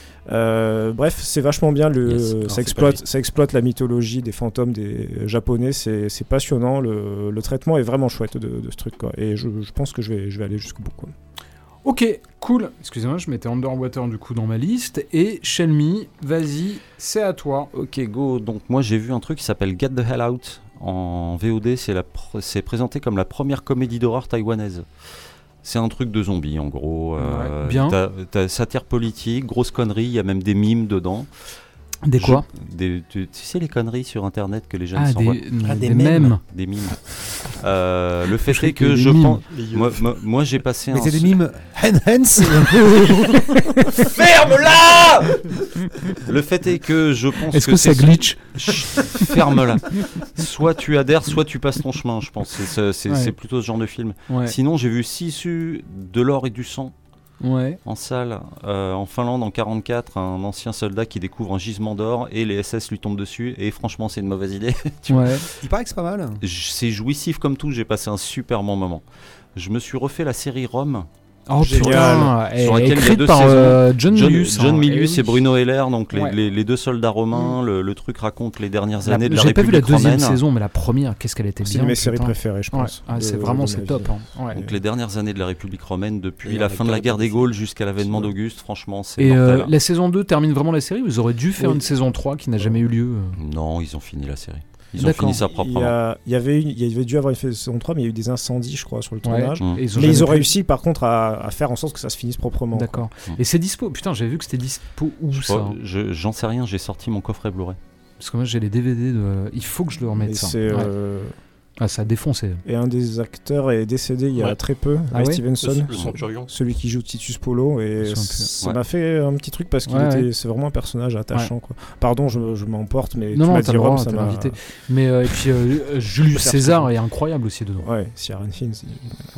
Speaker 6: Euh, bref, c'est vachement bien. Le,
Speaker 5: Yes. Non,
Speaker 6: ça,
Speaker 5: c'est
Speaker 6: exploite,
Speaker 5: pas
Speaker 6: ça exploite la mythologie des fantômes des japonais. C'est c'est passionnant. Le, le traitement est vraiment chouette de, de ce truc, quoi. Et je, je pense que je vais, je vais aller jusqu'au bout, quoi.
Speaker 2: Ok, cool. Excusez-moi, je mettais Underwater du coup dans ma liste. Et Shelmy, vas-y, c'est à toi.
Speaker 4: Ok, go. Donc, moi, j'ai vu un truc qui s'appelle Get the Hell Out. En V O D, c'est la pr- c'est présenté comme la première comédie d'horreur taïwanaise. C'est un truc de zombie, en gros. Euh,
Speaker 2: Ouais, bien.
Speaker 4: t'as- t'as satire politique, grosse connerie, il y a même des mimes dedans.
Speaker 2: Des quoi
Speaker 4: Je- des, tu, tu sais les conneries sur Internet que les jeunes
Speaker 2: Ah,
Speaker 4: s'envoient
Speaker 2: des,
Speaker 5: Ah,
Speaker 2: des
Speaker 5: des
Speaker 2: mèmes.
Speaker 5: mèmes.
Speaker 4: Des mimes. Euh, le fait
Speaker 2: Je croyais
Speaker 4: est
Speaker 2: que
Speaker 4: que
Speaker 2: des
Speaker 4: je
Speaker 2: mimes.
Speaker 4: pense... Moi, moi, moi, j'ai passé
Speaker 3: Mais
Speaker 4: un...
Speaker 3: c'est des mimes hand hands.
Speaker 4: Ferme-la. Le fait est que je pense
Speaker 2: Est-ce que, ça
Speaker 4: c'est-
Speaker 2: glitch
Speaker 4: Chut, ferme-la. Soit tu adhères, soit tu passes ton chemin, je pense. C'est- C'est c'est-
Speaker 2: Ouais.
Speaker 4: c'est plutôt ce genre de film.
Speaker 2: Ouais.
Speaker 4: Sinon, j'ai vu Sisu, de l'or et du sang
Speaker 2: Ouais.
Speaker 4: en salle euh, en Finlande en quarante-quatre, un ancien soldat qui découvre un gisement d'or et les S S lui tombent dessus. Et franchement, c'est une mauvaise idée.
Speaker 2: Ouais.
Speaker 3: Il paraît que c'est pas mal.
Speaker 4: J- C'est jouissif comme tout, j'ai passé un super bon moment. Je me suis refait la série Rome.
Speaker 2: Oh
Speaker 6: Génial.
Speaker 2: putain, elle
Speaker 4: Sur
Speaker 2: est
Speaker 4: laquelle il y a
Speaker 2: écrite
Speaker 4: deux
Speaker 2: par
Speaker 4: saisons.
Speaker 2: euh, John
Speaker 4: John,
Speaker 2: Milius.
Speaker 4: John
Speaker 2: hein.
Speaker 4: Milius
Speaker 2: Eh
Speaker 4: et
Speaker 2: oui.
Speaker 4: Bruno Heller, donc les,
Speaker 2: Ouais.
Speaker 4: les- les deux soldats romains. Le, le truc raconte les dernières
Speaker 2: La-
Speaker 4: années de la
Speaker 2: J'ai pas vu la
Speaker 4: République
Speaker 2: deuxième
Speaker 4: romaine.
Speaker 2: saison, mais la première, qu'est-ce qu'elle était
Speaker 6: C'est
Speaker 2: bien.
Speaker 6: une de mes séries
Speaker 2: putain.
Speaker 6: préférées, je
Speaker 2: Ouais.
Speaker 6: pense.
Speaker 2: Ah, c'est
Speaker 6: de-
Speaker 2: vraiment
Speaker 6: de
Speaker 2: c'est
Speaker 6: ma
Speaker 2: top.
Speaker 6: vie.
Speaker 2: hein. Ouais.
Speaker 4: Donc les dernières années de la République romaine, depuis
Speaker 5: Et
Speaker 4: la
Speaker 5: avec
Speaker 4: fin de la
Speaker 5: Carlo
Speaker 4: guerre des
Speaker 5: Pazzi.
Speaker 4: Gaules jusqu'à l'avènement
Speaker 6: Ouais.
Speaker 4: d'Auguste, franchement, c'est
Speaker 2: Et euh,
Speaker 4: mortel.
Speaker 2: la saison deux termine vraiment la série ou ils auraient dû faire
Speaker 6: Oui.
Speaker 2: une saison trois qui n'a jamais eu lieu euh.
Speaker 4: Non, ils ont fini la série. Ils ont
Speaker 2: D'accord.
Speaker 4: fini ça
Speaker 6: Il y,
Speaker 4: proprement.
Speaker 6: a- il y avait une- il y avait dû avoir une saison trois, mais il y a eu des incendies, je crois, sur le
Speaker 2: Ouais.
Speaker 6: tournage.
Speaker 4: Mm.
Speaker 2: Et ils ont
Speaker 6: Mais
Speaker 2: jamais
Speaker 6: ils ont
Speaker 2: pu-
Speaker 6: réussi, par contre, à, à faire en sorte que ça se finisse proprement. quoi.
Speaker 2: D'accord.
Speaker 4: Mm.
Speaker 2: Et c'est dispo. Putain, j'avais vu que c'était dispo où
Speaker 4: Je sais
Speaker 2: ça
Speaker 4: pas, je- J'en sais rien, j'ai sorti mon coffret Blu-ray.
Speaker 2: Parce que moi j'ai les D V D de. Il faut que je le
Speaker 6: Et,
Speaker 2: remette ça.
Speaker 6: c'est,
Speaker 2: Ouais.
Speaker 6: euh,
Speaker 2: Ah, ça a défoncé.
Speaker 6: et un des acteurs est décédé il y a
Speaker 5: Ouais.
Speaker 6: très peu,
Speaker 2: Ah
Speaker 6: Ray
Speaker 2: ouais
Speaker 6: Stevenson,
Speaker 5: Le Centurion.
Speaker 6: celui qui joue Titus Polo. Et
Speaker 2: Je me souviens
Speaker 6: c-
Speaker 2: plus.
Speaker 6: ça
Speaker 4: Ouais.
Speaker 6: m'a fait un petit truc parce qu'il
Speaker 2: Ouais,
Speaker 6: était,
Speaker 2: ouais.
Speaker 6: c'est vraiment un personnage attachant. Quoi. Pardon, je, je m'emporte, mais
Speaker 2: Non,
Speaker 6: tu
Speaker 2: non,
Speaker 6: m'as
Speaker 2: t'as
Speaker 6: dit
Speaker 2: le
Speaker 6: Rome,
Speaker 2: droit,
Speaker 6: ça
Speaker 2: t'es
Speaker 6: m'a...
Speaker 2: l'invité. Mais euh, et puis euh, Julius
Speaker 6: faire
Speaker 2: César
Speaker 6: ça.
Speaker 2: est incroyable aussi dedans.
Speaker 6: Ouais, Ciaran Hinds. il-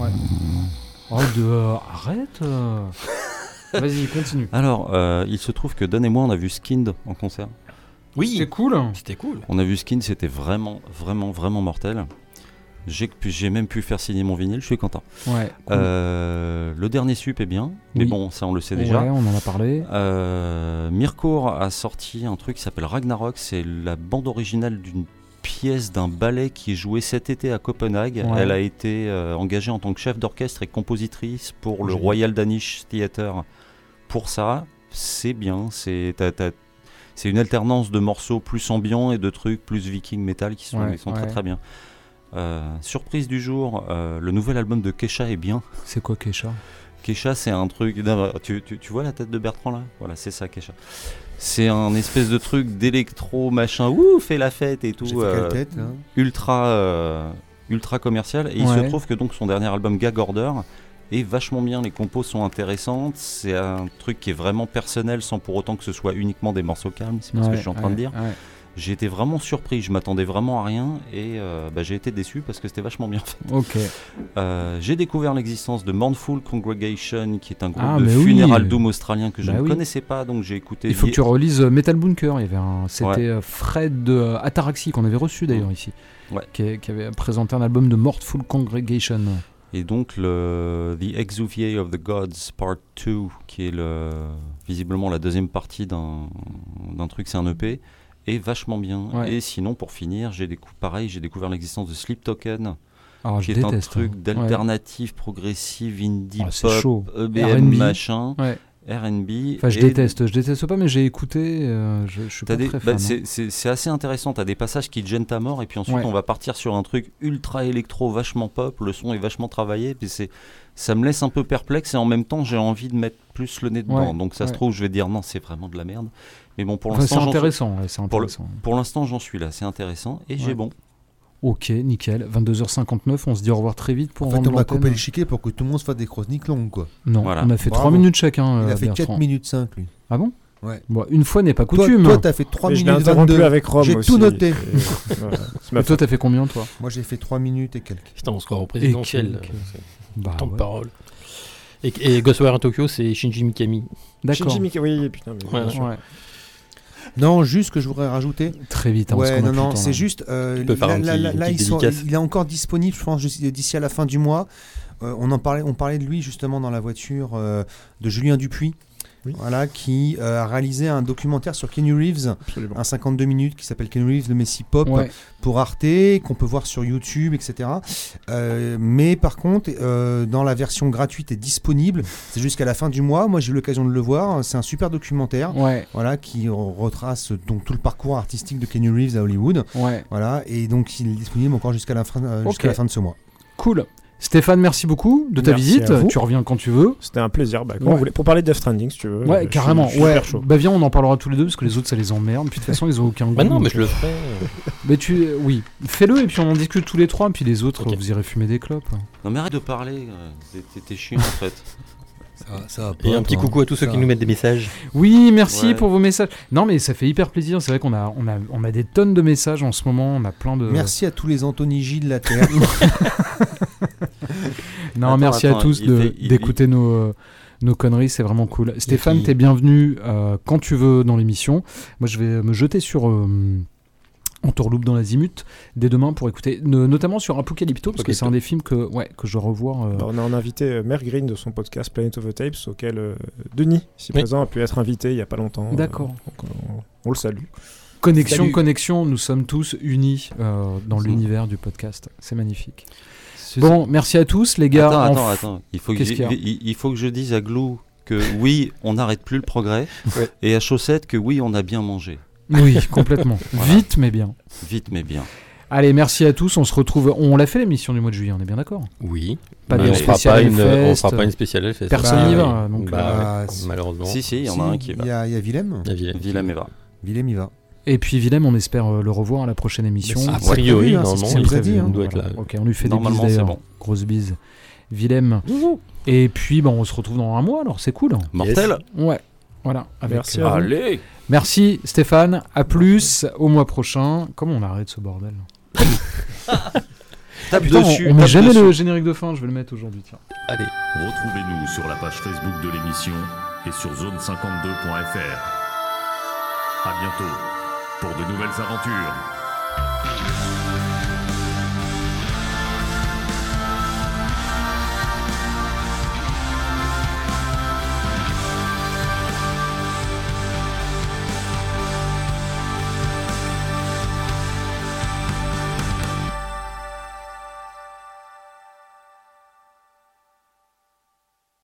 Speaker 2: Oh, de. euh, arrête euh. Vas-y, continue.
Speaker 4: Alors, euh, il se trouve que Don et moi, on a vu Skinned en concert.
Speaker 5: Oui,
Speaker 2: C'est cool.
Speaker 5: c'était cool.
Speaker 4: On a vu Skinned, c'était vraiment, vraiment, vraiment mortel. J'ai pu- j'ai même pu faire signer mon vinyle, je suis content.
Speaker 2: Ouais. cool.
Speaker 4: Euh, le dernier sup est bien, mais
Speaker 2: Oui.
Speaker 4: bon, ça on le sait déjà.
Speaker 2: Ouais, on en a parlé.
Speaker 4: Euh, Mirkour a sorti un truc qui s'appelle Ragnarok, c'est la bande originale d'une pièce d'un ballet qui est joué cet été à Copenhague.
Speaker 2: Ouais.
Speaker 4: Elle a été euh, engagée en tant que chef d'orchestre et compositrice pour le
Speaker 5: Génial.
Speaker 4: Royal Danish Theatre. Pour ça, c'est bien, c'est t'as- t'as- c'est une alternance de morceaux plus ambiants et de trucs plus viking metal qui sont,
Speaker 2: Ouais,
Speaker 4: qui sont
Speaker 2: ouais.
Speaker 4: très très bien. Euh, surprise du jour, euh, le nouvel album de Kesha est bien.
Speaker 2: C'est quoi Kesha
Speaker 4: Kesha, c'est un truc. Non, tu, tu, tu vois la tête de Bertrand là ? Voilà, c'est ça, Kesha. C'est un espèce de truc d'électro machin, ouh, fait la fête et tout.
Speaker 3: J'ai fait
Speaker 4: euh,
Speaker 3: quelle tête, là
Speaker 4: ultra, euh, ultra commercial. Et il
Speaker 2: Ouais.
Speaker 4: se trouve que donc son dernier album, Gag Order, est vachement bien. Les compos sont intéressantes. C'est un truc qui est vraiment personnel sans pour autant que ce soit uniquement des morceaux calmes. C'est ce que
Speaker 2: Ouais,
Speaker 4: je suis en train
Speaker 2: ouais,
Speaker 4: de dire.
Speaker 2: ouais.
Speaker 4: J'ai été vraiment surpris. Je m'attendais vraiment à rien et euh, bah, j'ai été déçu parce que c'était vachement bien fait.
Speaker 2: Ok.
Speaker 4: Euh, j'ai découvert l'existence de Mournful Congregation, qui est un groupe
Speaker 2: Ah,
Speaker 4: de
Speaker 2: mais oui.
Speaker 4: funeral doom australien que je
Speaker 2: Bah
Speaker 4: ne
Speaker 2: oui.
Speaker 4: connaissais pas, donc j'ai écouté.
Speaker 2: Il faut que tu relises euh, Metal Bunker. Il y avait un, c'était
Speaker 4: Ouais.
Speaker 2: euh, Fred de euh, Ataraxie qu'on avait reçu d'ailleurs ici,
Speaker 4: Ouais.
Speaker 2: qui, qui avait présenté un album de Mournful Congregation.
Speaker 4: Et donc le The Exuviae of the Gods Part deux, qui est le, visiblement la deuxième partie d'un, d'un truc, c'est un E P, est vachement bien.
Speaker 2: Ouais.
Speaker 4: Et sinon, pour finir, j'ai décou- pareil, j'ai découvert l'existence de Sleep Token,
Speaker 2: Alors
Speaker 4: qui
Speaker 2: je
Speaker 4: est un
Speaker 2: déteste.
Speaker 4: truc
Speaker 2: hein.
Speaker 4: d'alternative, progressive, indie,
Speaker 2: Ah, c'est
Speaker 4: pop,
Speaker 2: chaud.
Speaker 4: E B
Speaker 2: R
Speaker 4: M,
Speaker 2: and B.
Speaker 4: machin,
Speaker 2: Ouais.
Speaker 4: R and B.
Speaker 2: Enfin, je
Speaker 4: et
Speaker 2: déteste. Je déteste pas, mais j'ai écouté. euh, je, je suis
Speaker 4: t'as
Speaker 2: pas
Speaker 4: des-
Speaker 2: très
Speaker 4: bah,
Speaker 2: fan.
Speaker 4: c'est,
Speaker 2: hein.
Speaker 4: c'est- c'est assez intéressant, tu as des passages qui te gênent ta mort, et puis ensuite
Speaker 2: Ouais.
Speaker 4: on va partir sur un truc ultra électro, vachement pop, le son est vachement travaillé, puis c'est, ça me laisse un peu perplexe, et en même temps j'ai envie de mettre plus le nez dedans.
Speaker 2: Ouais,
Speaker 4: Donc ça
Speaker 2: ouais.
Speaker 4: se trouve, je vais dire non, c'est vraiment de la merde. Mais bon, pour
Speaker 2: Enfin, c'est
Speaker 4: l'instant, j'en suis,
Speaker 2: intéressant. ouais, c'est
Speaker 4: pour le-
Speaker 2: intéressant.
Speaker 4: pour l'instant, j'en suis là, c'est intéressant, et j'ai
Speaker 2: Ouais.
Speaker 4: bon.
Speaker 2: Ok, nickel. vingt-deux heures cinquante-neuf. On se dit au revoir très vite pour
Speaker 3: En fait,
Speaker 2: rendre
Speaker 3: on va
Speaker 2: l'antenne.
Speaker 3: couper les chiquets pour que tout le monde se fasse des chroniques longues, quoi.
Speaker 2: Non,
Speaker 4: Voilà.
Speaker 2: on a fait
Speaker 3: Bravo.
Speaker 2: trois minutes chacun.
Speaker 3: Il
Speaker 2: euh,
Speaker 3: a fait
Speaker 2: Bertrand.
Speaker 3: quatre minutes cinq, lui.
Speaker 2: Ah bon
Speaker 3: Ouais.
Speaker 2: Bon, une fois n'est pas
Speaker 3: Toi,
Speaker 2: coutume.
Speaker 3: toi, t'as fait trois
Speaker 6: Mais je l'ai
Speaker 3: minutes
Speaker 6: interrompu
Speaker 3: vingt-deux.
Speaker 6: avec Rome
Speaker 3: J'ai
Speaker 6: aussi.
Speaker 3: tout noté.
Speaker 6: Et, voilà, c'est ma
Speaker 2: Et toi, t'as fait combien, toi
Speaker 3: Moi, j'ai fait trois minutes et quelques.
Speaker 5: Putain, on se croit au présidentiel.
Speaker 2: quelques.
Speaker 5: euh, c'est
Speaker 2: Bah,
Speaker 5: Temps de
Speaker 2: ouais.
Speaker 5: parole. Et, et Ghostwire Tokyo, c'est Shinji Mikami.
Speaker 2: D'accord.
Speaker 6: Shinji Mika- oui, putain, mais
Speaker 5: Ouais,
Speaker 6: bien sûr.
Speaker 2: Ouais.
Speaker 3: Non, juste que je voudrais rajouter.
Speaker 2: Très vite. hein, parce
Speaker 3: Ouais,
Speaker 2: qu'on a
Speaker 3: non,
Speaker 2: plus le
Speaker 3: non,
Speaker 2: temps,
Speaker 3: c'est
Speaker 2: là.
Speaker 3: juste. euh,
Speaker 5: Tu peux faire
Speaker 3: là,
Speaker 5: un
Speaker 3: là,
Speaker 5: petit-
Speaker 3: là,
Speaker 5: une
Speaker 3: là,
Speaker 5: petite
Speaker 3: ils sont-
Speaker 5: dédicace.
Speaker 3: il est encore disponible, je pense, d'ici d'ici à la fin du mois. Euh, on en parlait, on parlait de lui justement dans la voiture euh, de Julien Dupuis,
Speaker 6: Oui.
Speaker 3: voilà, qui euh, a réalisé un documentaire sur Keanu Reeves,
Speaker 6: Absolument.
Speaker 3: un cinquante-deux minutes qui s'appelle Keanu Reeves, le Messi Pop,
Speaker 2: Ouais.
Speaker 3: pour Arte, qu'on peut voir sur YouTube, et cetera. Euh, mais par contre, euh, dans la version gratuite et disponible, c'est jusqu'à la fin du mois. Moi, j'ai eu l'occasion de le voir. C'est un super documentaire.
Speaker 2: Ouais.
Speaker 3: Voilà, qui retrace donc tout le parcours artistique de Keanu Reeves à Hollywood.
Speaker 2: Ouais.
Speaker 3: Voilà, et donc il est disponible encore jusqu'à la fin, euh,
Speaker 2: Ok.
Speaker 3: jusqu'à la fin de ce mois.
Speaker 2: Cool. Stéphane, merci beaucoup de ta
Speaker 6: Merci
Speaker 2: visite.
Speaker 6: à vous.
Speaker 2: Tu reviens quand tu veux.
Speaker 6: C'était un plaisir. Bah, quand
Speaker 2: Ouais.
Speaker 6: vous voulez- pour parler de Death Stranding, si tu veux.
Speaker 2: Ouais,
Speaker 6: je suis-
Speaker 2: carrément.
Speaker 6: je suis
Speaker 2: Ouais.
Speaker 6: super chaud.
Speaker 2: Bah viens, on en parlera tous les deux parce que les autres ça les emmerde. Puis de toute façon, ils ont aucun goût.
Speaker 5: Bah non, mais
Speaker 2: donc,
Speaker 5: je le
Speaker 2: euh,
Speaker 5: ferai.
Speaker 2: Mais tu, oui, fais-le et puis on en discute tous les trois. Puis les autres,
Speaker 5: Ok.
Speaker 2: vous irez fumer des clopes.
Speaker 4: Non mais arrête de parler, euh, t'es- t'es, t'es chiant en fait.
Speaker 3: Ça,
Speaker 5: Et un petit coucou à tous ceux qui nous mettent des messages.
Speaker 2: Oui, merci
Speaker 4: Ouais.
Speaker 2: pour vos messages. Non, mais ça fait hyper plaisir. C'est vrai qu'on a, on a, on a des tonnes de messages en ce moment. On a plein de.
Speaker 3: Merci à tous les Anthony J de la Terre.
Speaker 2: Non,
Speaker 4: Attends,
Speaker 2: merci
Speaker 4: attends,
Speaker 2: à tous
Speaker 4: il
Speaker 2: de-
Speaker 4: fait- il-
Speaker 2: d'écouter nos, euh, nos conneries, c'est vraiment cool. Stéphane,
Speaker 3: qui-
Speaker 2: t'es bienvenu euh, quand tu veux dans l'émission. Moi, je vais me jeter sur euh, Entourloupe dans l'Azimut dès demain pour écouter, no- notamment sur Apocalypto, parce que c'est un des films que, ouais, que je dois revoir. euh,
Speaker 6: Bah, on a un invité, euh, Mère Green, de son podcast Planet of the Tapes, auquel euh, Denis, ici
Speaker 5: Oui.
Speaker 6: présent, a pu être invité il n'y a pas longtemps.
Speaker 2: D'accord.
Speaker 6: Euh, donc, on, on le salue.
Speaker 2: Connexion,
Speaker 5: Salut.
Speaker 2: connexion, nous sommes tous unis euh, dans
Speaker 4: Mm.
Speaker 2: l'univers du podcast. C'est magnifique. Bon, merci à tous, les gars.
Speaker 4: Attends,
Speaker 2: En
Speaker 4: attends,
Speaker 2: f-
Speaker 4: attends. Il faut, que
Speaker 2: Qu'est-ce
Speaker 4: j'ai-
Speaker 2: qu'il y a
Speaker 4: il, il faut que je dise à Glou que oui, on n'arrête plus le progrès.
Speaker 5: Ouais.
Speaker 4: Et à Chaussette que oui, on a bien mangé.
Speaker 2: Oui, complètement.
Speaker 4: Voilà.
Speaker 2: Vite, mais bien.
Speaker 4: Vite mais bien.
Speaker 2: Allez, merci à tous. On se retrouve. On l'a fait l'émission du mois de juillet, on est bien d'accord.
Speaker 5: Oui.
Speaker 2: Pas
Speaker 5: Mais
Speaker 2: de
Speaker 5: on fera
Speaker 2: spécial
Speaker 5: pas une, on
Speaker 2: Hellfest.
Speaker 5: fera pas une spéciale Hellfest.
Speaker 2: Personne
Speaker 3: n'y
Speaker 5: Bah,
Speaker 2: va,
Speaker 5: oui.
Speaker 2: donc,
Speaker 5: Bah,
Speaker 3: euh,
Speaker 5: ouais,
Speaker 3: si-
Speaker 5: malheureusement.
Speaker 4: Si, si, il y en
Speaker 3: Si,
Speaker 4: a un qui
Speaker 3: Il
Speaker 4: va.
Speaker 3: y a, il y a Willem.
Speaker 5: La vie-
Speaker 4: Willem et va.
Speaker 3: Willem, il va.
Speaker 2: Et puis Willem, on espère euh, le revoir à la prochaine émission.
Speaker 3: Mais
Speaker 5: A
Speaker 3: c'est
Speaker 5: priori,
Speaker 3: prévu, hein,
Speaker 5: normalement,
Speaker 3: c'est ce qu'il
Speaker 2: C'est
Speaker 3: nous a dit,
Speaker 2: prévu,
Speaker 3: hein.
Speaker 5: on doit être
Speaker 2: voilà.
Speaker 5: là.
Speaker 2: Ok, on lui fait des
Speaker 4: Normalement,
Speaker 2: bises
Speaker 4: c'est
Speaker 2: d'ailleurs.
Speaker 4: bon.
Speaker 2: Grosse bise. Willem. Et puis, bon, on se retrouve dans un mois, alors c'est cool.
Speaker 4: Mortel.
Speaker 2: Ouais. Voilà. Avec,
Speaker 6: Merci
Speaker 2: euh,
Speaker 6: à vous.
Speaker 4: Allez.
Speaker 2: Merci Stéphane. À plus au mois prochain. Comment on arrête ce bordel?
Speaker 4: Tape
Speaker 2: Putain, on-
Speaker 4: dessus.
Speaker 2: on met
Speaker 4: tape
Speaker 2: jamais
Speaker 4: dessus.
Speaker 2: le générique de fin. Je vais le mettre aujourd'hui. Tiens.
Speaker 5: Allez.
Speaker 1: Retrouvez-nous sur la page Facebook de l'émission et sur zone cinquante-deux point f r. À bientôt pour de nouvelles aventures.